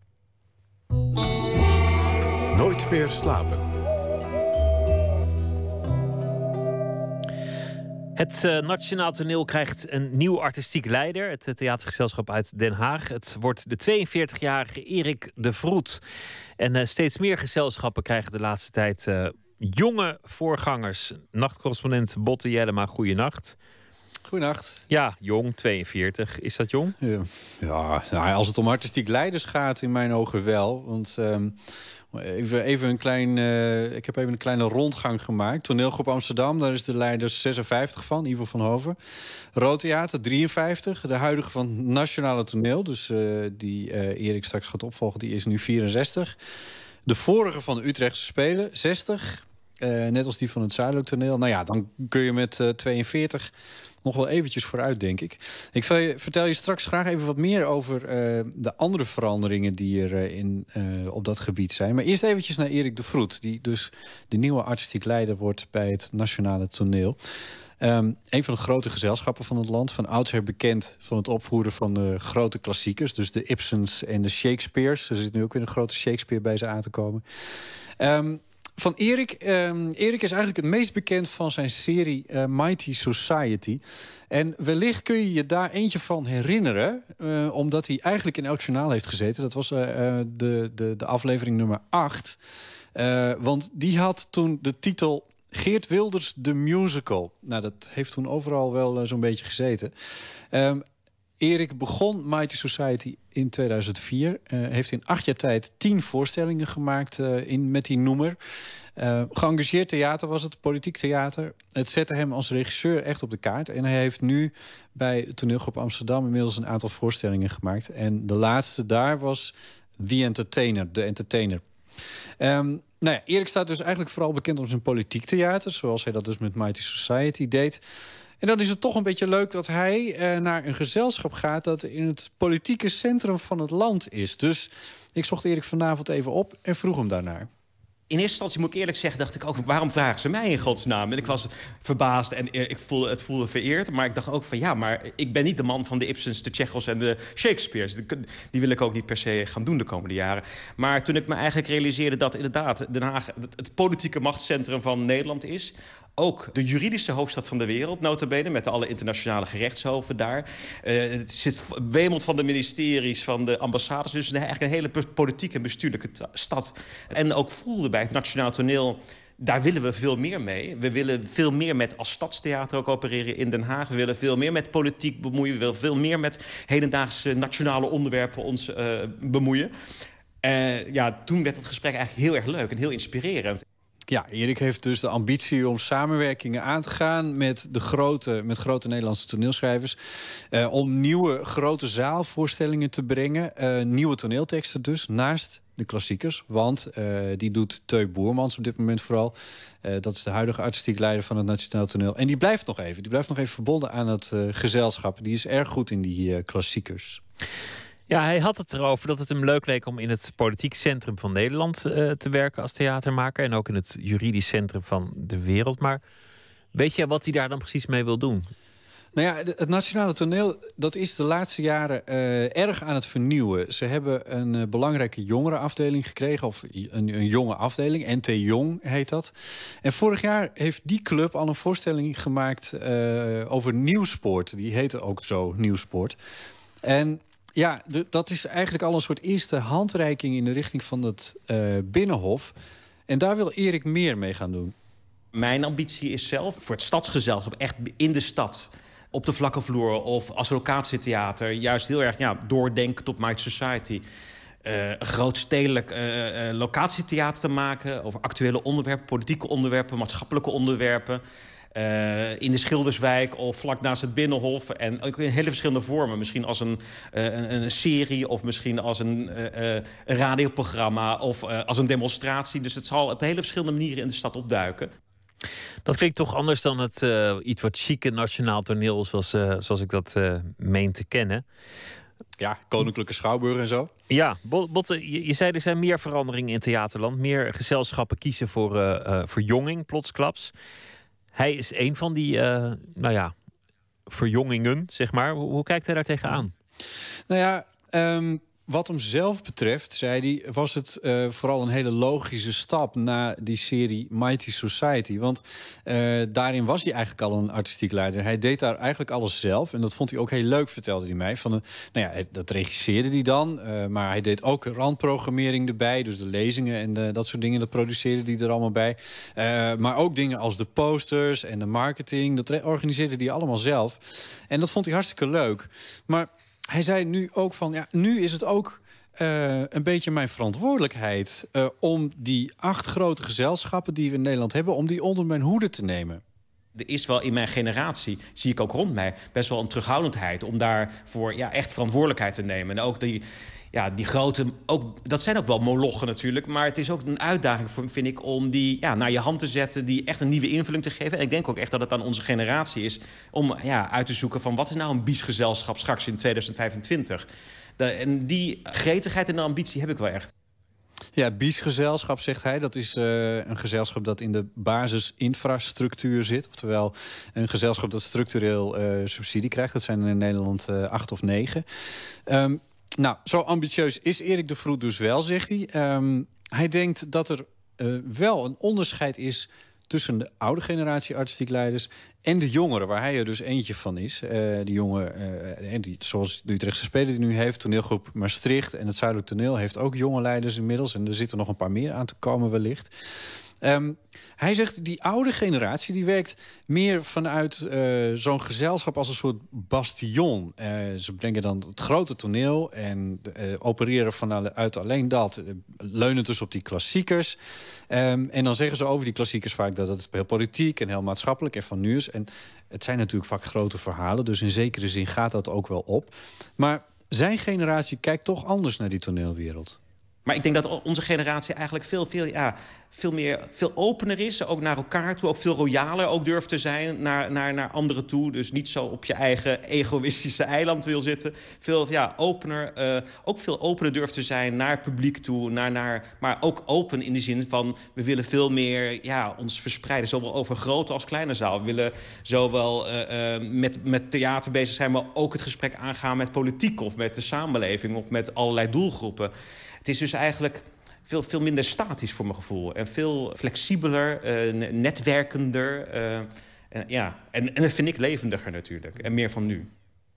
Nooit meer slapen. Het uh, Nationaal Toneel krijgt een nieuw artistiek leider. Het uh, theatergezelschap uit Den Haag. Het wordt de tweeënveertigjarige Erik de Vroet. En uh, steeds meer gezelschappen krijgen de laatste tijd uh, jonge voorgangers. Nachtcorrespondent Botte Jellema, goeienacht. Goeienacht. Ja, jong, tweeënveertig. Is dat jong? Ja, ja nou, als het om artistiek leiders gaat, in mijn ogen wel. Want um, even, even een klein, uh, ik heb even een kleine rondgang gemaakt. Toneelgroep Amsterdam, daar is de leider zesenvijftig van, Ivo van Hoven. Rood Theater, drieënvijftig. De huidige van het Nationale Toneel, dus uh, die uh, Erik straks gaat opvolgen, die is nu vierenzestig. De vorige van de Utrechtse Spelen, zestig. Uh, net als die van het Zuidelijk Toneel. Nou ja, dan kun je met uh, tweeënveertig... nog wel eventjes vooruit, denk ik. Ik vertel je straks graag even wat meer over uh, de andere veranderingen die er uh, in, uh, op dat gebied zijn. Maar eerst eventjes naar Erik de Vroet, die dus de nieuwe artistiek leider wordt bij het Nationale Toneel. Um, een van de grote gezelschappen van het land, van oudsher bekend van het opvoeren van de grote klassiekers. Dus de Ibsens en de Shakespeares. Er zit nu ook weer een grote Shakespeare bij ze aan te komen. Um, Van Erik. Um, Erik is eigenlijk het meest bekend van zijn serie uh, Mighty Society. En wellicht kun je je daar eentje van herinneren. Uh, omdat hij eigenlijk in elk journaal heeft gezeten. Dat was uh, uh, de, de, de aflevering nummer acht. Uh, want die had toen de titel Geert Wilders de Musical. Nou, dat heeft toen overal wel uh, zo'n beetje gezeten. Um, Erik begon Mighty Society in tweeduizend vier. Uh, heeft in acht jaar tijd tien voorstellingen gemaakt uh, in, met die noemer. Uh, geëngageerd theater was het, politiek theater. Het zette hem als regisseur echt op de kaart. En hij heeft nu bij het Toneelgroep Amsterdam inmiddels een aantal voorstellingen gemaakt. En de laatste daar was The Entertainer, de Entertainer. Um, nou ja, Erik staat dus eigenlijk vooral bekend om zijn politiek theater, zoals hij dat dus met Mighty Society deed. En dan is het toch een beetje leuk dat hij uh, naar een gezelschap gaat dat in het politieke centrum van het land is. Dus ik zocht Erik vanavond even op en vroeg hem daarnaar. In eerste instantie, moet ik eerlijk zeggen, dacht ik ook, waarom vragen ze mij in godsnaam? En ik was verbaasd en ik voelde, het voelde vereerd. Maar ik dacht ook van, ja, maar ik ben niet de man van de Ibsens, de Tsjechos en de Shakespeares. Die wil ik ook niet per se gaan doen de komende jaren. Maar toen ik me eigenlijk realiseerde dat inderdaad Den Haag het politieke machtscentrum van Nederland is, ook de juridische hoofdstad van de wereld, nota bene, met alle internationale gerechtshoven daar. Uh, het zit wemelt van de ministeries, van de ambassades. Dus eigenlijk een hele politieke en bestuurlijke stad. En ook voelde bij het Nationaal Toneel, daar willen we veel meer mee. We willen veel meer met als stadstheater ook opereren in Den Haag. We willen veel meer met politiek bemoeien. We willen veel meer met hedendaagse nationale onderwerpen ons uh, bemoeien. Uh, ja, toen werd het gesprek eigenlijk heel erg leuk en heel inspirerend. Ja, Erik heeft dus de ambitie om samenwerkingen aan te gaan met, de grote, met grote Nederlandse toneelschrijvers. Uh, om nieuwe grote zaalvoorstellingen te brengen. Uh, nieuwe toneelteksten dus, naast de klassiekers. Want uh, die doet Teu Boermans op dit moment vooral. Uh, dat is de huidige artistiek leider van het Nationaal Toneel. En die blijft nog even. Die blijft nog even verbonden aan het uh, gezelschap. Die is erg goed in die uh, klassiekers. Ja, hij had het erover dat het hem leuk leek om in het politiek centrum van Nederland uh, te werken als theatermaker. En ook in het juridisch centrum van de wereld. Maar weet jij wat hij daar dan precies mee wil doen? Nou ja, het Nationale Toneel, dat is de laatste jaren uh, erg aan het vernieuwen. Ze hebben een uh, belangrijke jongerenafdeling gekregen, of een, een jonge afdeling, N T Jong heet dat. En vorig jaar heeft die club al een voorstelling gemaakt uh, over Nieuwspoort. Die heette ook zo, Nieuwspoort. En ja, de, dat is eigenlijk al een soort eerste handreiking in de richting van het uh, Binnenhof. En daar wil Erik meer mee gaan doen. Mijn ambitie is zelf voor het stadsgezelschap echt in de stad, op de vlakke vloer of als locatietheater, juist heel erg ja, doordenken tot Mighty Society. Uh, een groot stedelijk uh, uh, locatietheater te maken over actuele onderwerpen, politieke onderwerpen, maatschappelijke onderwerpen. Uh, in de Schilderswijk of vlak naast het Binnenhof. En ook in hele verschillende vormen. Misschien als een, uh, een, een serie of misschien als een, uh, uh, een radioprogramma of uh, als een demonstratie. Dus het zal op hele verschillende manieren in de stad opduiken. Dat klinkt toch anders dan het uh, iets wat chique Nationaal Toneel zoals, uh, zoals ik dat uh, meen te kennen. Ja, koninklijke schouwburg en zo. Ja, Botte, je, je zei er zijn meer veranderingen in theaterland. Meer gezelschappen kiezen voor uh, uh, verjonging, plotsklaps. Hij is een van die, uh, nou ja, verjongingen, zeg maar. Hoe, hoe kijkt hij daar tegenaan? Nou ja, um, wat hem zelf betreft, zei hij, was het uh, vooral een hele logische stap na die serie Mighty Society. Want uh, daarin was hij eigenlijk al een artistiek leider. Hij deed daar eigenlijk alles zelf. En dat vond hij ook heel leuk, vertelde hij mij. Van een, nou ja, dat regisseerde hij dan. Uh, maar hij deed ook randprogrammering erbij. Dus de lezingen en de, dat soort dingen, dat produceerde hij er allemaal bij. Uh, maar ook dingen als de posters en de marketing. Dat organiseerde hij allemaal zelf. En dat vond hij hartstikke leuk. Maar hij zei nu ook van, ja, nu is het ook uh, een beetje mijn verantwoordelijkheid uh, om die acht grote gezelschappen die we in Nederland hebben, om die onder mijn hoede te nemen. Er is wel in mijn generatie, zie ik ook rond mij, best wel een terughoudendheid om daarvoor ja, echt verantwoordelijkheid te nemen. En ook die, ja, die grote, ook, dat zijn ook wel molochen natuurlijk, maar het is ook een uitdaging, voor, vind ik, om die ja, naar je hand te zetten, die echt een nieuwe invulling te geven. En ik denk ook echt dat het aan onze generatie is om ja, uit te zoeken van wat is nou een biesgezelschap straks in tweeduizend vijfentwintig. De, en die gretigheid en de ambitie heb ik wel echt. Ja, biesgezelschap, zegt hij. Dat is uh, een gezelschap dat in de basisinfrastructuur zit. Oftewel een gezelschap dat structureel uh, subsidie krijgt. Dat zijn er in Nederland uh, acht of negen. Um, nou, zo ambitieus is Erik de Vroet dus wel, zegt hij. Um, hij denkt dat er uh, wel een onderscheid is tussen de oude generatie artistiek leiders en de jongeren, waar hij er dus eentje van is. Uh, die jongen, uh, die, zoals de Utrechtse Speler die nu heeft, toneelgroep Maastricht en het Zuidelijk Toneel heeft ook jonge leiders inmiddels. En er zitten nog een paar meer aan te komen wellicht. Um, hij zegt, die oude generatie die werkt meer vanuit uh, zo'n gezelschap als een soort bastion. Uh, ze brengen dan het grote toneel en uh, opereren vanuit alleen dat, uh, leunen dus op die klassiekers. Um, en dan zeggen ze over die klassiekers vaak dat het heel politiek en heel maatschappelijk en van nu is. En het zijn natuurlijk vaak grote verhalen, dus in zekere zin gaat dat ook wel op. Maar zijn generatie kijkt toch anders naar die toneelwereld. Maar ik denk dat onze generatie eigenlijk veel, veel, ja, veel, meer, veel opener is. Ook naar elkaar toe. Ook veel royaler ook durft te zijn naar, naar, naar anderen toe. Dus niet zo op je eigen egoïstische eiland wil zitten. Veel ja, opener. Uh, ook veel opener durft te zijn naar het publiek toe. Naar, naar, maar ook open in de zin van we willen veel meer ja, ons verspreiden. Zowel over grote als kleine zaal. We willen zowel uh, uh, met, met theater bezig zijn, maar ook het gesprek aangaan met politiek of met de samenleving of met allerlei doelgroepen. Het is dus eigenlijk veel, veel minder statisch voor mijn gevoel. En veel flexibeler, uh, netwerkender. Uh, uh, ja. en, en dat vind ik levendiger natuurlijk. En meer van nu.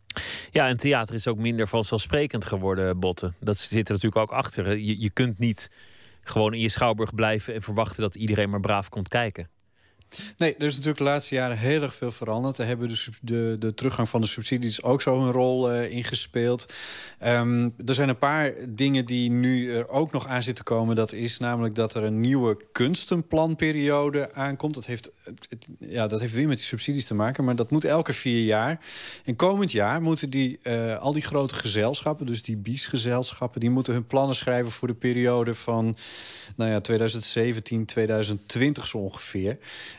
Ja, en theater is ook minder vanzelfsprekend geworden, Botte. Dat zit er natuurlijk ook achter. Je, je kunt niet gewoon in je schouwburg blijven en verwachten dat iedereen maar braaf komt kijken. Nee, er is natuurlijk de laatste jaren heel erg veel veranderd. Daar hebben de, de, de teruggang van de subsidies ook zo een rol uh, in gespeeld. Um, er zijn een paar dingen die nu er ook nog aan zitten komen. Dat is namelijk dat er een nieuwe kunstenplanperiode aankomt. Dat heeft, het, ja, dat heeft weer met die subsidies te maken, maar dat moet elke vier jaar. En komend jaar moeten die, uh, al die grote gezelschappen, dus die biesgezelschappen, die moeten hun plannen schrijven voor de periode van nou ja, tweeduizend zeventien, tweeduizend twintig zo ongeveer.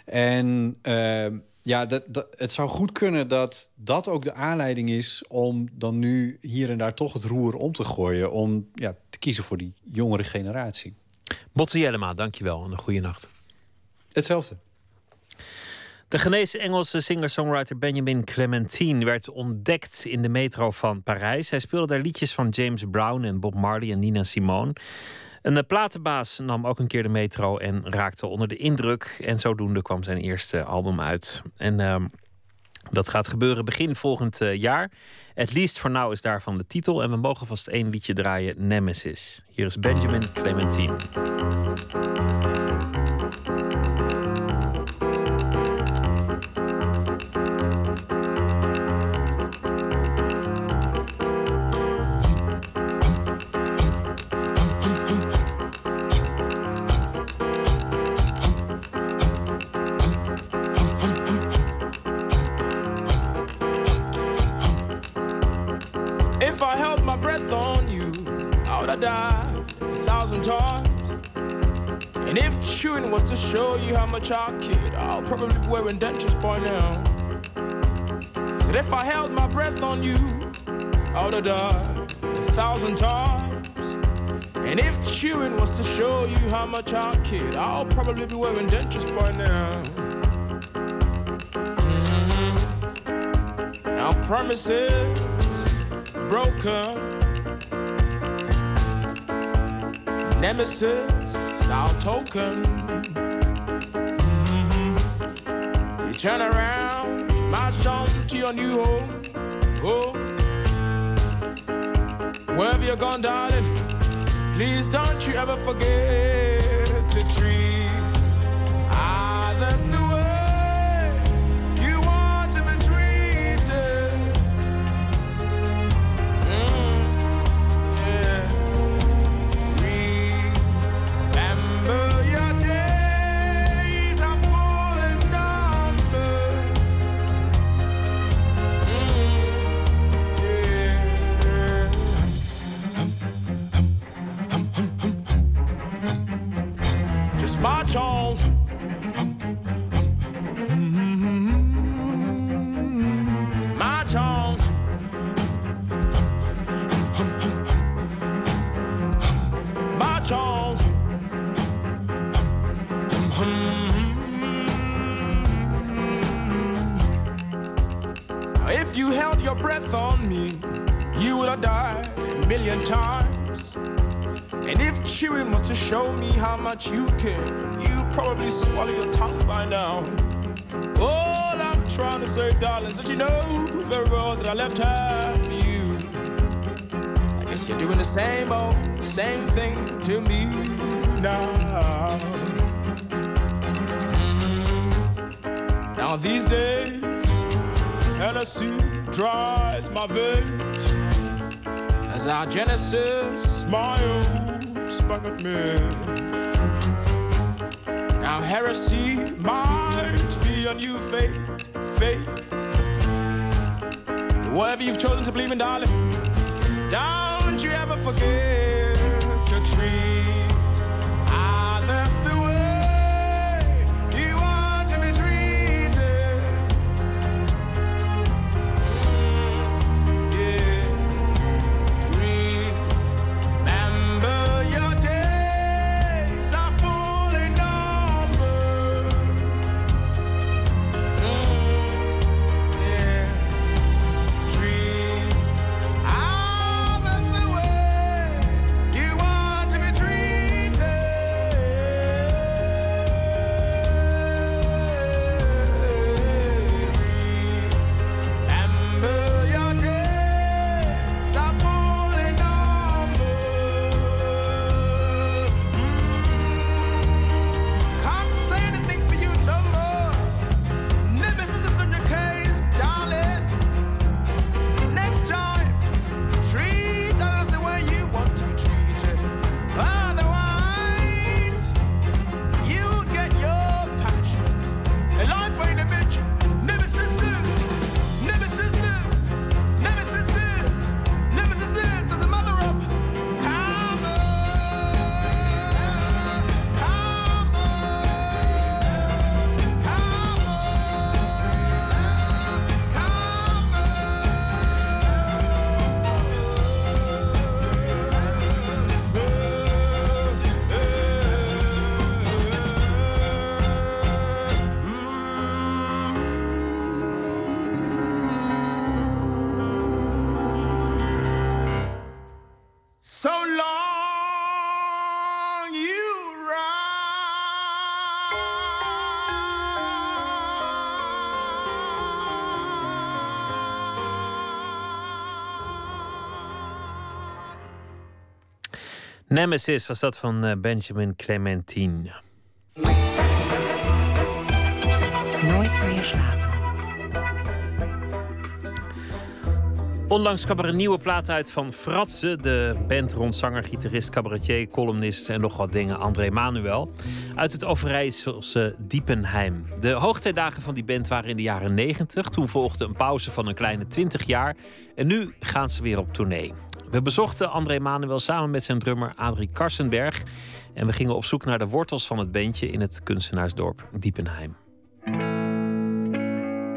En uh, ja, dat, dat, het zou goed kunnen dat dat ook de aanleiding is om dan nu hier en daar toch het roer om te gooien. Om ja, te kiezen voor die jongere generatie. Botte Jellema, dankjewel en een goede nacht. Hetzelfde. De Ghanese Engelse singer-songwriter Benjamin Clementine werd ontdekt in de metro van Parijs. Hij speelde daar liedjes van James Brown en Bob Marley en Nina Simone. Een platenbaas nam ook een keer de metro en raakte onder de indruk. En zodoende kwam zijn eerste album uit. En uh, dat gaat gebeuren begin volgend uh, jaar. At Least For Now is daarvan de titel. En we mogen vast één liedje draaien, Nemesis. Hier is Benjamin Clementine. And if chewing was to show you how much I kid, I'll probably be wearing dentures by now. Said if I held my breath on you, I would have died. thousand times. And if chewing was to show you how much I kid, I'll probably be wearing dentures by now. Mm-hmm. Now promises broken, nemesis our token. Mm-hmm. So you turn around, march on to your new home. Oh, wherever you're gone, darling, please don't you ever forget to treat others the way you want to be treated. Mm, yeah. Remember your days are full and numbered. Mm, yeah. Just march on. Mm-hmm. March on. March on. If you held your breath on me, you would have died a million times. And if chewing was to show me how much you care, you'd probably swallow your tongue by now. All I'm trying to say, darling, is that you know very well that I left half for you. I guess you're doing the same old, same thing to me now. Mm-hmm. Now these days, Hennessy dries my veins as our Genesis smiles back at me. Now heresy might be a new faith, faith. Whatever you've chosen to believe in, darling, don't you ever forget to treat others the way you want to be treated. Mm, yeah. Remember your days are full and numbered. Mm, yeah. Treat others the way you want to be treated. Remember your days are full and numbered. Can't say anything for you no more. Nemesis is in your case, darling. Next time, treat others the way you want to be treated. Otherwise, you get your punishment. And life ain't a bitch. Nemesis is, nemesis is, nemesis is, nemesis is. There's a mother of karma, karma, so long you Nemesis was dat van eh, Benjamin Clementine. Nooit meer slapen. Onlangs kwam er een nieuwe plaat uit van Fratsen, de band rond zanger, gitarist, cabaretier, columnist en nog wat dingen, André Manuel, uit het Overijsselse Diepenheim. De hoogtijdagen van die band waren in de jaren negentig. Toen volgde een pauze van een kleine twintig jaar en nu gaan ze weer op tournee. We bezochten André Manuel samen met zijn drummer Adrie Karsenberg en we gingen op zoek naar de wortels van het bandje in het kunstenaarsdorp Diepenheim.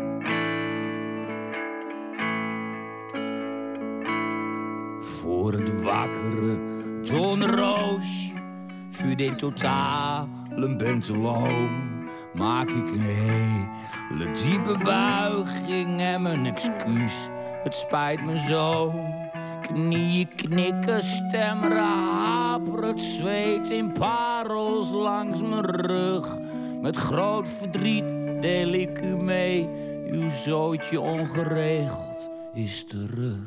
Voor het wakkere toonroosje. Voor de totale benteloon maak ik een hele diepe buiging en mijn excuus. Het spijt me zo. Knieën knikken, stemmen haperen, het zweet in parels langs mijn rug. Met groot verdriet deel ik u mee, uw zootje ongeregeld is terug.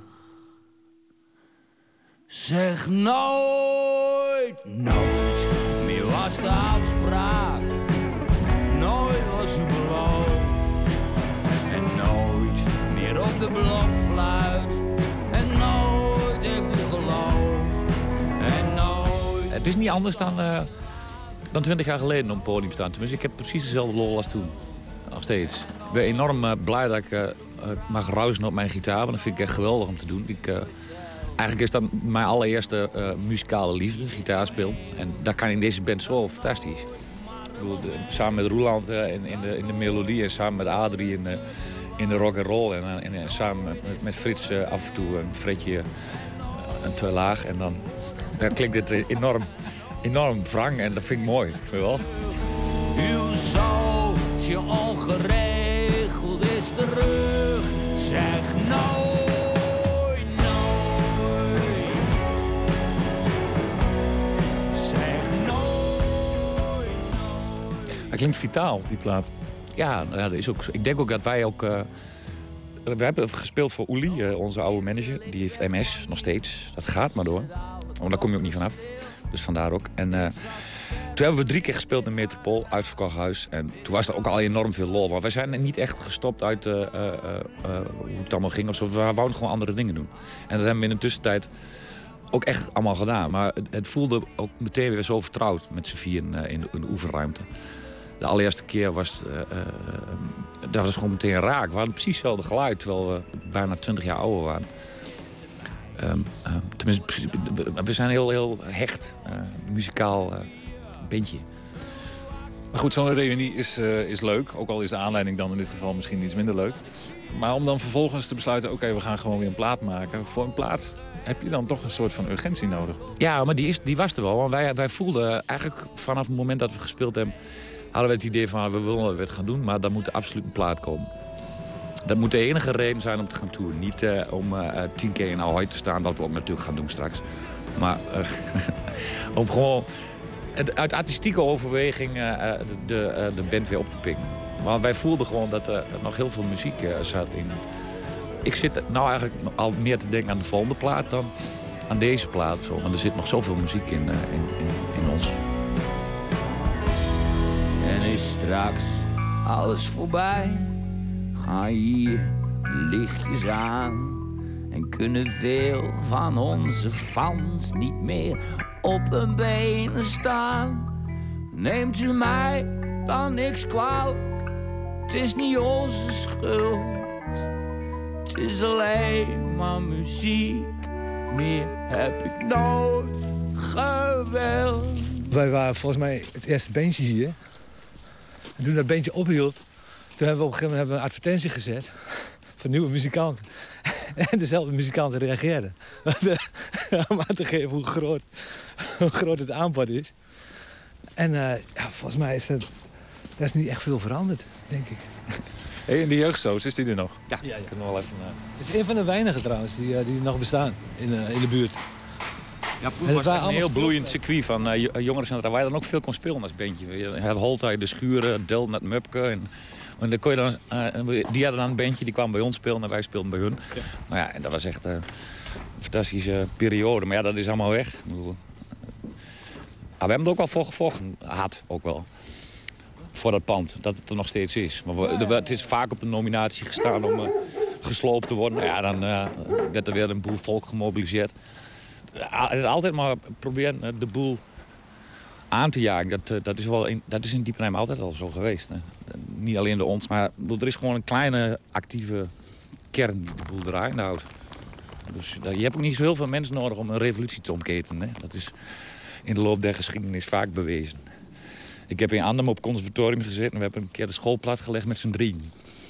Zeg nooit, nooit meer was de afspraak. Nooit was u beloofd. En nooit meer op de blokfluit. En nooit heeft u geloofd. En nooit... Het is niet anders dan, uh, dan twintig jaar geleden op het podium staan. Tenminste, ik heb precies dezelfde lol als toen. Nog steeds. Ik ben enorm uh, blij dat ik uh, mag ruisen op mijn gitaar. Want dat vind ik echt geweldig om te doen. Ik... Uh, Eigenlijk is dat mijn allereerste uh, muzikale liefde, gitaarspeel. En dat kan in deze band zo fantastisch. Ik bedoel, de, samen met Roeland uh, in, in, de, in de melodie en samen met Adrie in de, in de rock and roll. En, en, en samen met, met Frits uh, af en toe een fretje, uh, een twee laag. En dan, dan klinkt het enorm, enorm wrang en dat vind ik mooi. Vind je wel? Uw zootje ongeregeld is terug. Zeg nou. Hij klinkt vitaal, die plaat. Ja, ja dat is ook, ik denk ook dat wij ook... Uh, we hebben gespeeld voor Uli, uh, onze oude manager. Die heeft M S, nog steeds. Dat gaat maar door. Want daar kom je ook niet vanaf. Dus vandaar ook. En uh, toen hebben we drie keer gespeeld in Metropool, uitverkocht huis. En toen was er ook al enorm veel lol. Want wij zijn niet echt gestopt uit uh, uh, uh, hoe het allemaal ging. Of zo. We wouden gewoon andere dingen doen. En dat hebben we in de tussentijd ook echt allemaal gedaan. Maar het, het voelde ook meteen weer zo vertrouwd met z'n vieren uh, in, de, in de oefenruimte. De allereerste keer was, uh, uh, dat was gewoon meteen raak. We hadden precies hetzelfde geluid, terwijl we bijna twintig jaar ouder waren. Um, uh, tenminste, we zijn heel, heel hecht, uh, muzikaal uh, bandje. Maar goed, zo'n reunie is, uh, is leuk. Ook al is de aanleiding dan in dit geval misschien iets minder leuk. Maar om dan vervolgens te besluiten, oké, okay, we gaan gewoon weer een plaat maken. Voor een plaat heb je dan toch een soort van urgentie nodig. Ja, maar die, is, die was er wel. Want wij, wij voelden eigenlijk vanaf het moment dat we gespeeld hebben... hadden we het idee van, we willen het gaan doen, maar dan moet er absoluut een plaat komen. Dat moet de enige reden zijn om te gaan toeren. Niet uh, om uh, tien keer in Ahoy te staan, wat we ook natuurlijk gaan doen straks. Maar uh, om gewoon uit artistieke overweging uh, de, de, uh, de band weer op te pikken. Maar wij voelden gewoon dat er nog heel veel muziek uh, zat in. Ik zit nou eigenlijk al meer te denken aan de volgende plaat dan aan deze plaat. Zo. Want er zit nog zoveel muziek in, uh, in, in, in ons. En is straks alles voorbij, gaan hier lichtjes aan. En kunnen veel van onze fans niet meer op hun benen staan. Neemt u mij dan niks kwalijk, het is niet onze schuld. Het is alleen maar muziek, meer heb ik nooit gewild. Wij waren volgens mij het eerste bandje hier. En toen dat bandje ophield, toen hebben we op een gegeven moment hebben we een advertentie gezet voor nieuwe muzikanten. En dezelfde muzikanten reageerden. Om aan te geven hoe groot, hoe groot het aanbod is. En uh, ja, volgens mij is het, dat is niet echt veel veranderd, denk ik. Hey, en de jeugdsoos, is die er nog? Ja, ja, ja. Kunnen we wel even, uh... Het is een van de weinigen trouwens die, uh, die nog bestaan in, uh, in de buurt. Ja, vroeger was het een heel bloeiend circuit van uh, jongerencentra waar je dan ook veel kon spelen als bandje. Je had Holtij, de Schuren, Del met Mupke. En, en dan kon je dan, uh, die hadden dan een bandje, die kwam bij ons spelen en wij speelden bij hun. Ja. Nou ja, en dat was echt uh, een fantastische periode. Maar ja, dat is allemaal weg. Ik bedoel, uh, ah, we hebben er ook wel voor gevochten, hard ook wel. Voor dat pand, dat het er nog steeds is. Maar we, de, het is vaak op de nominatie gestaan om uh, gesloopt te worden. Ja, dan uh, werd er weer een boel volk gemobiliseerd. Het is altijd maar proberen de boel aan te jagen. Dat, dat, is, wel in, dat is in Diepenheim altijd al zo geweest. Hè. Niet alleen door ons, maar er is gewoon een kleine actieve kern die de boel draaiende houdt. Dus je hebt ook niet zo heel veel mensen nodig om een revolutie te omketenen. Hè. Dat is in de loop der geschiedenis vaak bewezen. Ik heb in Andem op conservatorium gezeten en we hebben een keer de school platgelegd met z'n drieën.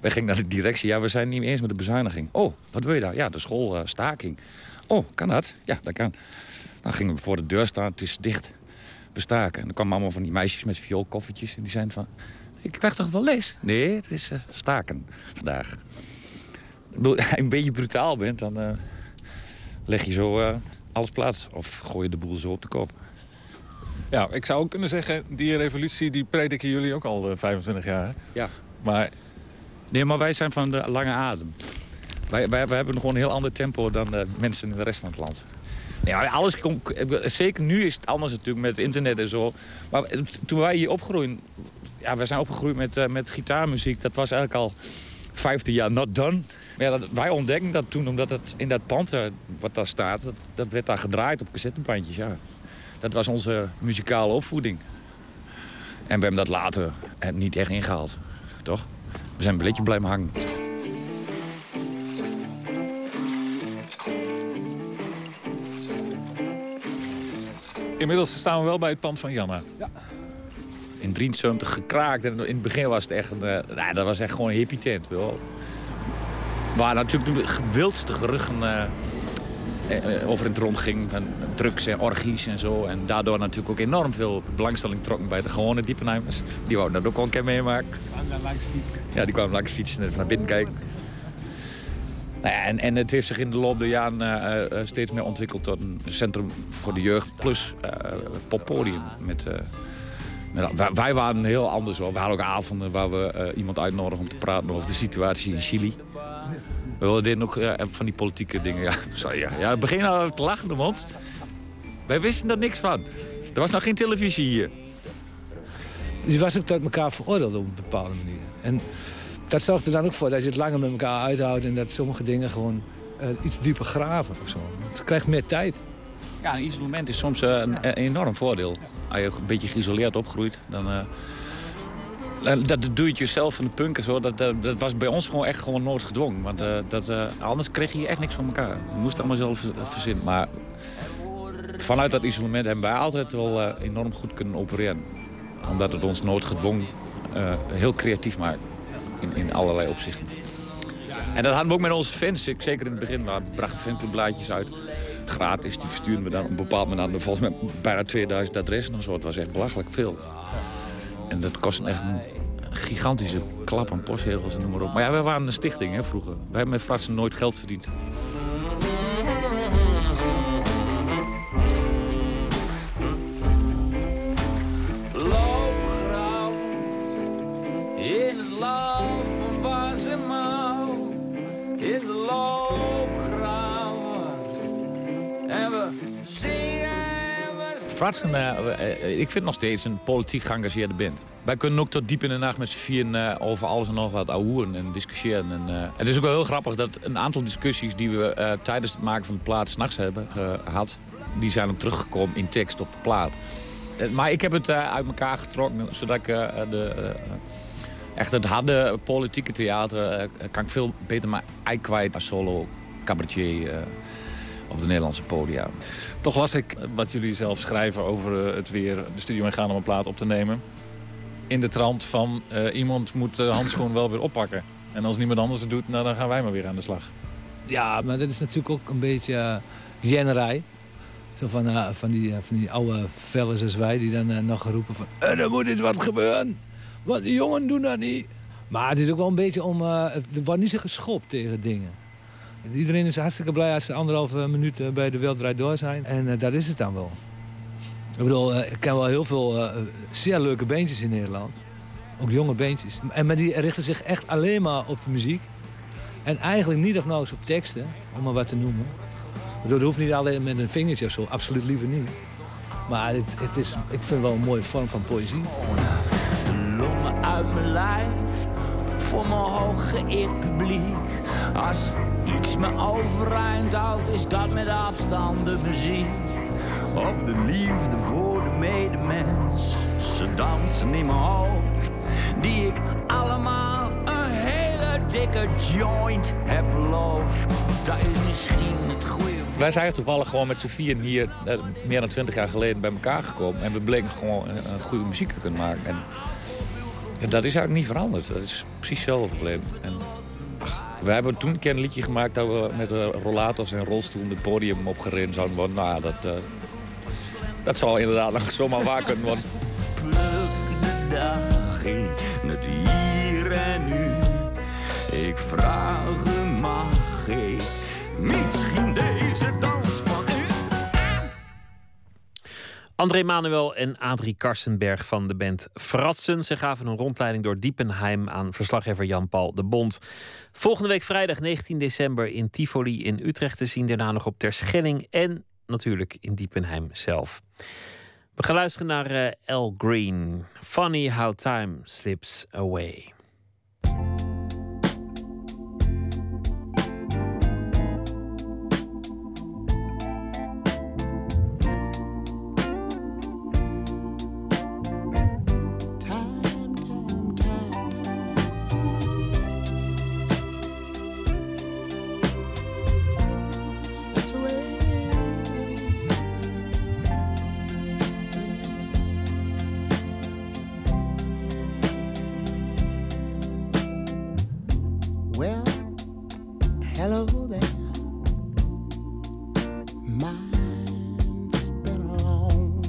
Wij gingen naar de directie. Ja, we zijn het niet eens met de bezuiniging. Oh, wat wil je daar? Ja, de schoolstaking. Uh, oh, kan dat? Ja, dat kan. Dan gingen we voor de deur staan. Het is dicht. We staken. En dan kwamen allemaal van die meisjes met vioolkoffertjes. En die zeiden van... Ik krijg toch wel les? Nee, het is uh, staken vandaag. Als je een beetje brutaal bent, dan uh, leg je zo uh, alles plat. Of gooi je de boel zo op de kop. Ja, ik zou ook kunnen zeggen, die revolutie die prediken jullie ook al uh, vijfentwintig jaar. Ja. Maar... Nee, maar wij zijn van de lange adem. Wij, wij, wij hebben gewoon een heel ander tempo dan de mensen in de rest van het land. Nee, maar alles komt... Zeker nu is het anders natuurlijk met internet en zo. Maar toen wij hier opgroeien... Ja, wij zijn opgegroeid met, uh, met gitaarmuziek. Dat was eigenlijk al vijftien jaar not done. Maar ja, dat, wij ontdekken dat toen, omdat het in dat pand uh, wat daar staat... Dat, dat werd daar gedraaid op cassettebandjes, ja. Dat was onze muzikale opvoeding. En we hebben dat later uh, niet echt ingehaald, toch? We zijn een beetje blijven hangen. Inmiddels staan we wel bij het pand van Janna. Ja. In drieënzeventig gekraakt en in het begin was het echt een... Uh, nou, dat was echt gewoon een hippie tent, wel. Waar natuurlijk de gewildste geruchten uh, uh, over het rond ging. Van drugs en orgies en zo. En daardoor natuurlijk ook enorm veel belangstelling trokken bij de gewone Diepenheimers. Die wouden dat ook wel een keer meemaken. Die kwamen daar langs fietsen. Ja, die kwamen langs fietsen en even naar binnen kijken. Nou ja, en, en het heeft zich in de loop der jaren uh, steeds meer ontwikkeld tot een centrum voor de jeugd. Plus uh, poppodium. Met, uh, met, wij, wij waren heel anders hoor. We hadden ook avonden waar we uh, iemand uitnodigen om te praten over de situatie in Chili. We deden ook uh, van die politieke dingen. Ja, sorry, ja. Ja, begin nou te lachen de mond. Wij wisten er niks van. Er was nog geen televisie hier. Je was ook tot elkaar veroordeeld op een bepaalde manier. En dat zorgt er dan ook voor dat je het langer met elkaar uithoudt... en dat sommige dingen gewoon uh, iets dieper graven of zo. Het krijgt meer tijd. Ja, een isolement is soms uh, een, een enorm voordeel. Als je een beetje geïsoleerd opgroeit, dan... Uh, dat doe je jezelf van de punk en zo. Dat, dat, dat was bij ons gewoon echt gewoon nooit gedwongen. Want uh, dat, uh, anders kreeg je echt niks van elkaar. Je moest het allemaal zelf verzinnen. Maar vanuit dat isolement hebben wij altijd wel uh, enorm goed kunnen opereren. Omdat het ons nooit gedwongen uh, heel creatief maakt. In, in allerlei opzichten. En dat hadden we ook met onze fans. Ik, zeker in het begin. We brachten fanclubblaadjes uit. Gratis. Die verstuurden we dan op een bepaald moment. Volgens mij bijna tweeduizend adressen of zo. Het was echt belachelijk veel. En dat kostte echt een gigantische klap aan postzegels en noem maar op. Maar ja, wij waren een stichting hè, vroeger. Wij hebben met Fratsen nooit geld verdiend. Loopgraaf in het land van Bas en Mouw. In de loopgraven. En we zingen. Fratsen, uh, ik vind nog steeds een politiek geëngageerde band. Wij kunnen ook tot diep in de nacht met z'n vieren uh, over alles en nog wat ouwen en discussiëren. En, uh, het is ook wel heel grappig dat een aantal discussies die we uh, tijdens het maken van de plaat 's nachts hebben gehad, die zijn ook teruggekomen in tekst op de plaat. Uh, maar ik heb het uh, uit elkaar getrokken, zodat ik uh, de, uh, echt het harde politieke theater uh, kan ik veel beter mijn ei kwijt als solo cabaretier uh, op de Nederlandse podia. Toch las ik wat jullie zelf schrijven over het weer de studio in gaan om een plaat op te nemen. In de trant van uh, iemand moet de handschoen wel weer oppakken. En als niemand anders het doet, nou, dan gaan wij maar weer aan de slag. Ja, maar dat is natuurlijk ook een beetje uh, jennerij. Zo van, uh, van, die, uh, van die oude vellen zoals wij die dan uh, nog roepen van... Uh, er moet iets wat gebeuren, want die jongen doen dat niet. Maar het is ook wel een beetje om... Uh, er wordt niet zo geschopt tegen dingen. Iedereen is hartstikke blij als ze anderhalve minuut bij de Wereld Draait Door zijn. En uh, dat is het dan wel. Ik bedoel, uh, ik ken wel heel veel uh, zeer leuke bandjes in Nederland. Ook jonge bandjes. En, maar die richten zich echt alleen maar op de muziek. En eigenlijk niet of nauwelijks op teksten, om maar wat te noemen. Ik bedoel, dat hoeft niet alleen met een vingertje of zo. Absoluut liever niet. Maar het, het is, ik vind het wel een mooie vorm van poëzie. De longen uit mijn lijf. Voor mijn hooggeëerd publiek. Als iets me overeind houdt, is dat met afstand de muziek. Of de liefde voor de medemens. Ze dansen in mijn hoofd, die ik allemaal een hele dikke joint heb beloofd. Dat is misschien het goede. Wij zijn toevallig gewoon met z'n vieren hier uh, meer dan twintig jaar geleden bij elkaar gekomen. En we bleken gewoon uh, goede muziek te kunnen maken. En Ja, dat is eigenlijk niet veranderd. Dat is precies hetzelfde probleem. En, ach, we hebben toen een keer een liedje gemaakt dat we met uh, rollators en rolstoelen het podium opgerend zouden worden. Nou ja, dat, uh, dat zal inderdaad nog zomaar waar kunnen worden. Pluk de dag in het hier en nu. Ik vraag u, mag ik misschien deze dans van u? André Manuel en Adrie Karsenberg van de band Fratsen. Ze gaven een rondleiding door Diepenheim aan verslaggever Jan-Paul de Bond. Volgende week vrijdag negentien december in Tivoli in Utrecht te zien. Daarna nog op Terschelling en natuurlijk in Diepenheim zelf. We gaan luisteren naar uh, Al Green. Funny how time slips away. Hello there. Mine's been a long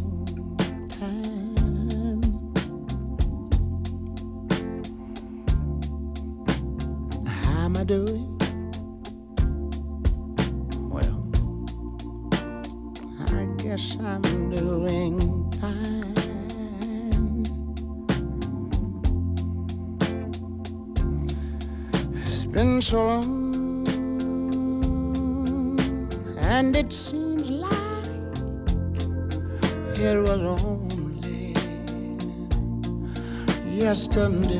time. How am I doing? Well, I guess I'm doing fine. It's been so long. And it seems like it was only yesterday.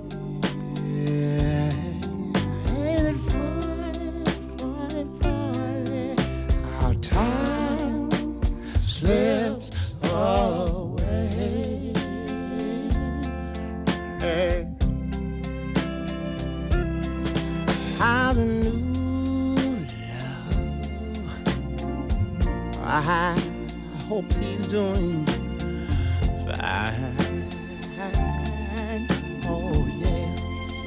Ain't it funny, funny, funny how time slips away. Hey. How the new I hope he's doing fine. Oh yeah.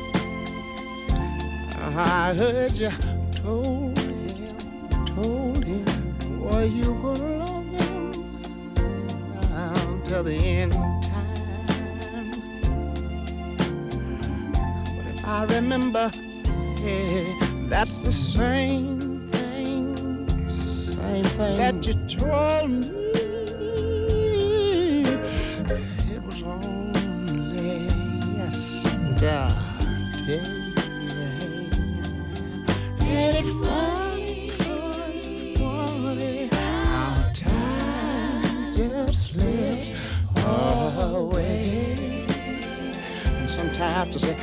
I heard you told him, told him, boy, you gonna love him until the end of time. But if I remember, yeah, that's the same. Thing that you told me, it was only yesterday. Ain't it funny, funny, funny how time just slips away? And sometimes I have to say,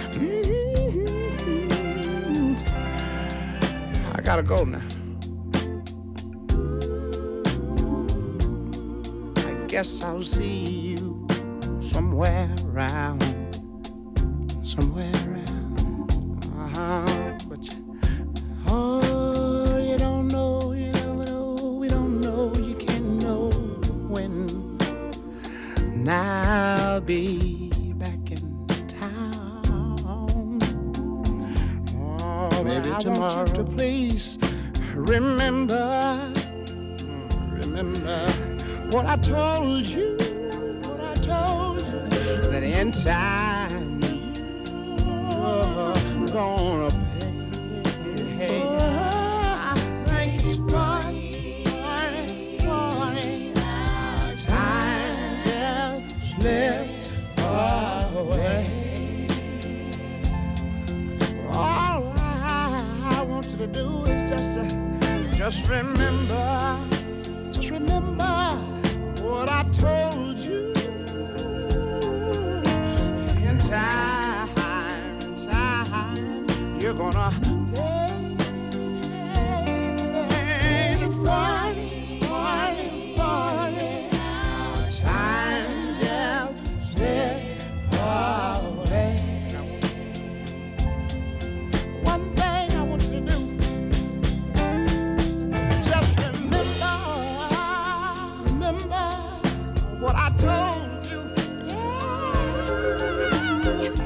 mm-hmm, I gotta go now. Guess I'll see you somewhere around, somewhere around. Uh-huh. But you, oh, you don't know, you never know, we don't know, you can't know when. And I'll be back in town. Oh, maybe I tomorrow. Want you to please remember, remember. What I told you, what I told you, that in time you're gonna pay. Oh, I think it's funny, funny, funny. Time just slips away. All I want you to do is just, to, just remember, just remember what I told you. In time, in time, you're gonna pay. Funny, funny, funny. Time just slips away. One thing I want you to do, just remember, remember what I told you. Yeah.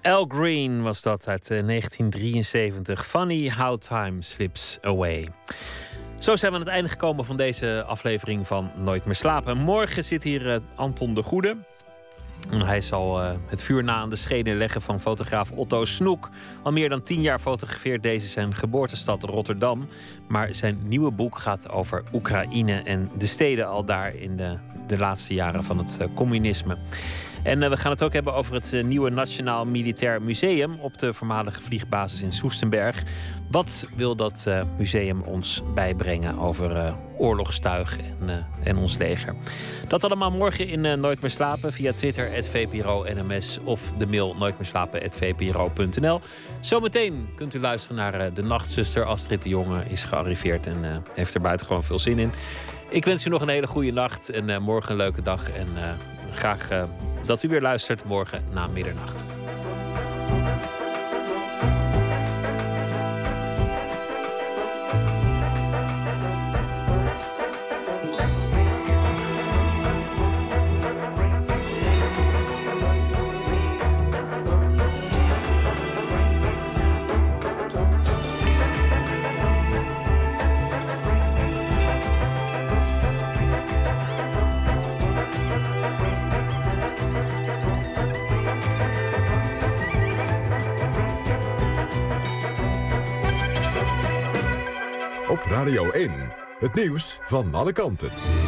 Al Green was dat uit uh, negentien drieënzeventig. Funny how time slips away. Zo zijn we aan het einde gekomen van deze aflevering van Nooit meer slapen. Morgen zit hier uh, Anton de Goede. Hij zal uh, het vuur na aan de schenen leggen van fotograaf Otto Snoek. Al meer dan tien jaar fotografeert deze zijn geboortestad Rotterdam. Maar zijn nieuwe boek gaat over Oekraïne en de steden al daar in de, de laatste jaren van het uh, communisme. En uh, we gaan het ook hebben over het uh, nieuwe Nationaal Militair Museum op de voormalige vliegbasis in Soesterberg. Wat wil dat uh, museum ons bijbrengen over uh, oorlogstuig en, uh, en ons leger? Dat allemaal morgen in uh, Nooit meer slapen via Twitter, at V P R O N M S of de mail nooitmeerslapen at v p r o punt n l. Zometeen kunt u luisteren naar uh, de nachtzuster. Astrid de Jonge is gearriveerd en uh, heeft er buitengewoon veel zin in. Ik wens u nog een hele goede nacht en uh, morgen een leuke dag. En uh, graag uh, dat u weer luistert morgen na middernacht. Radio één, het nieuws van alle kanten.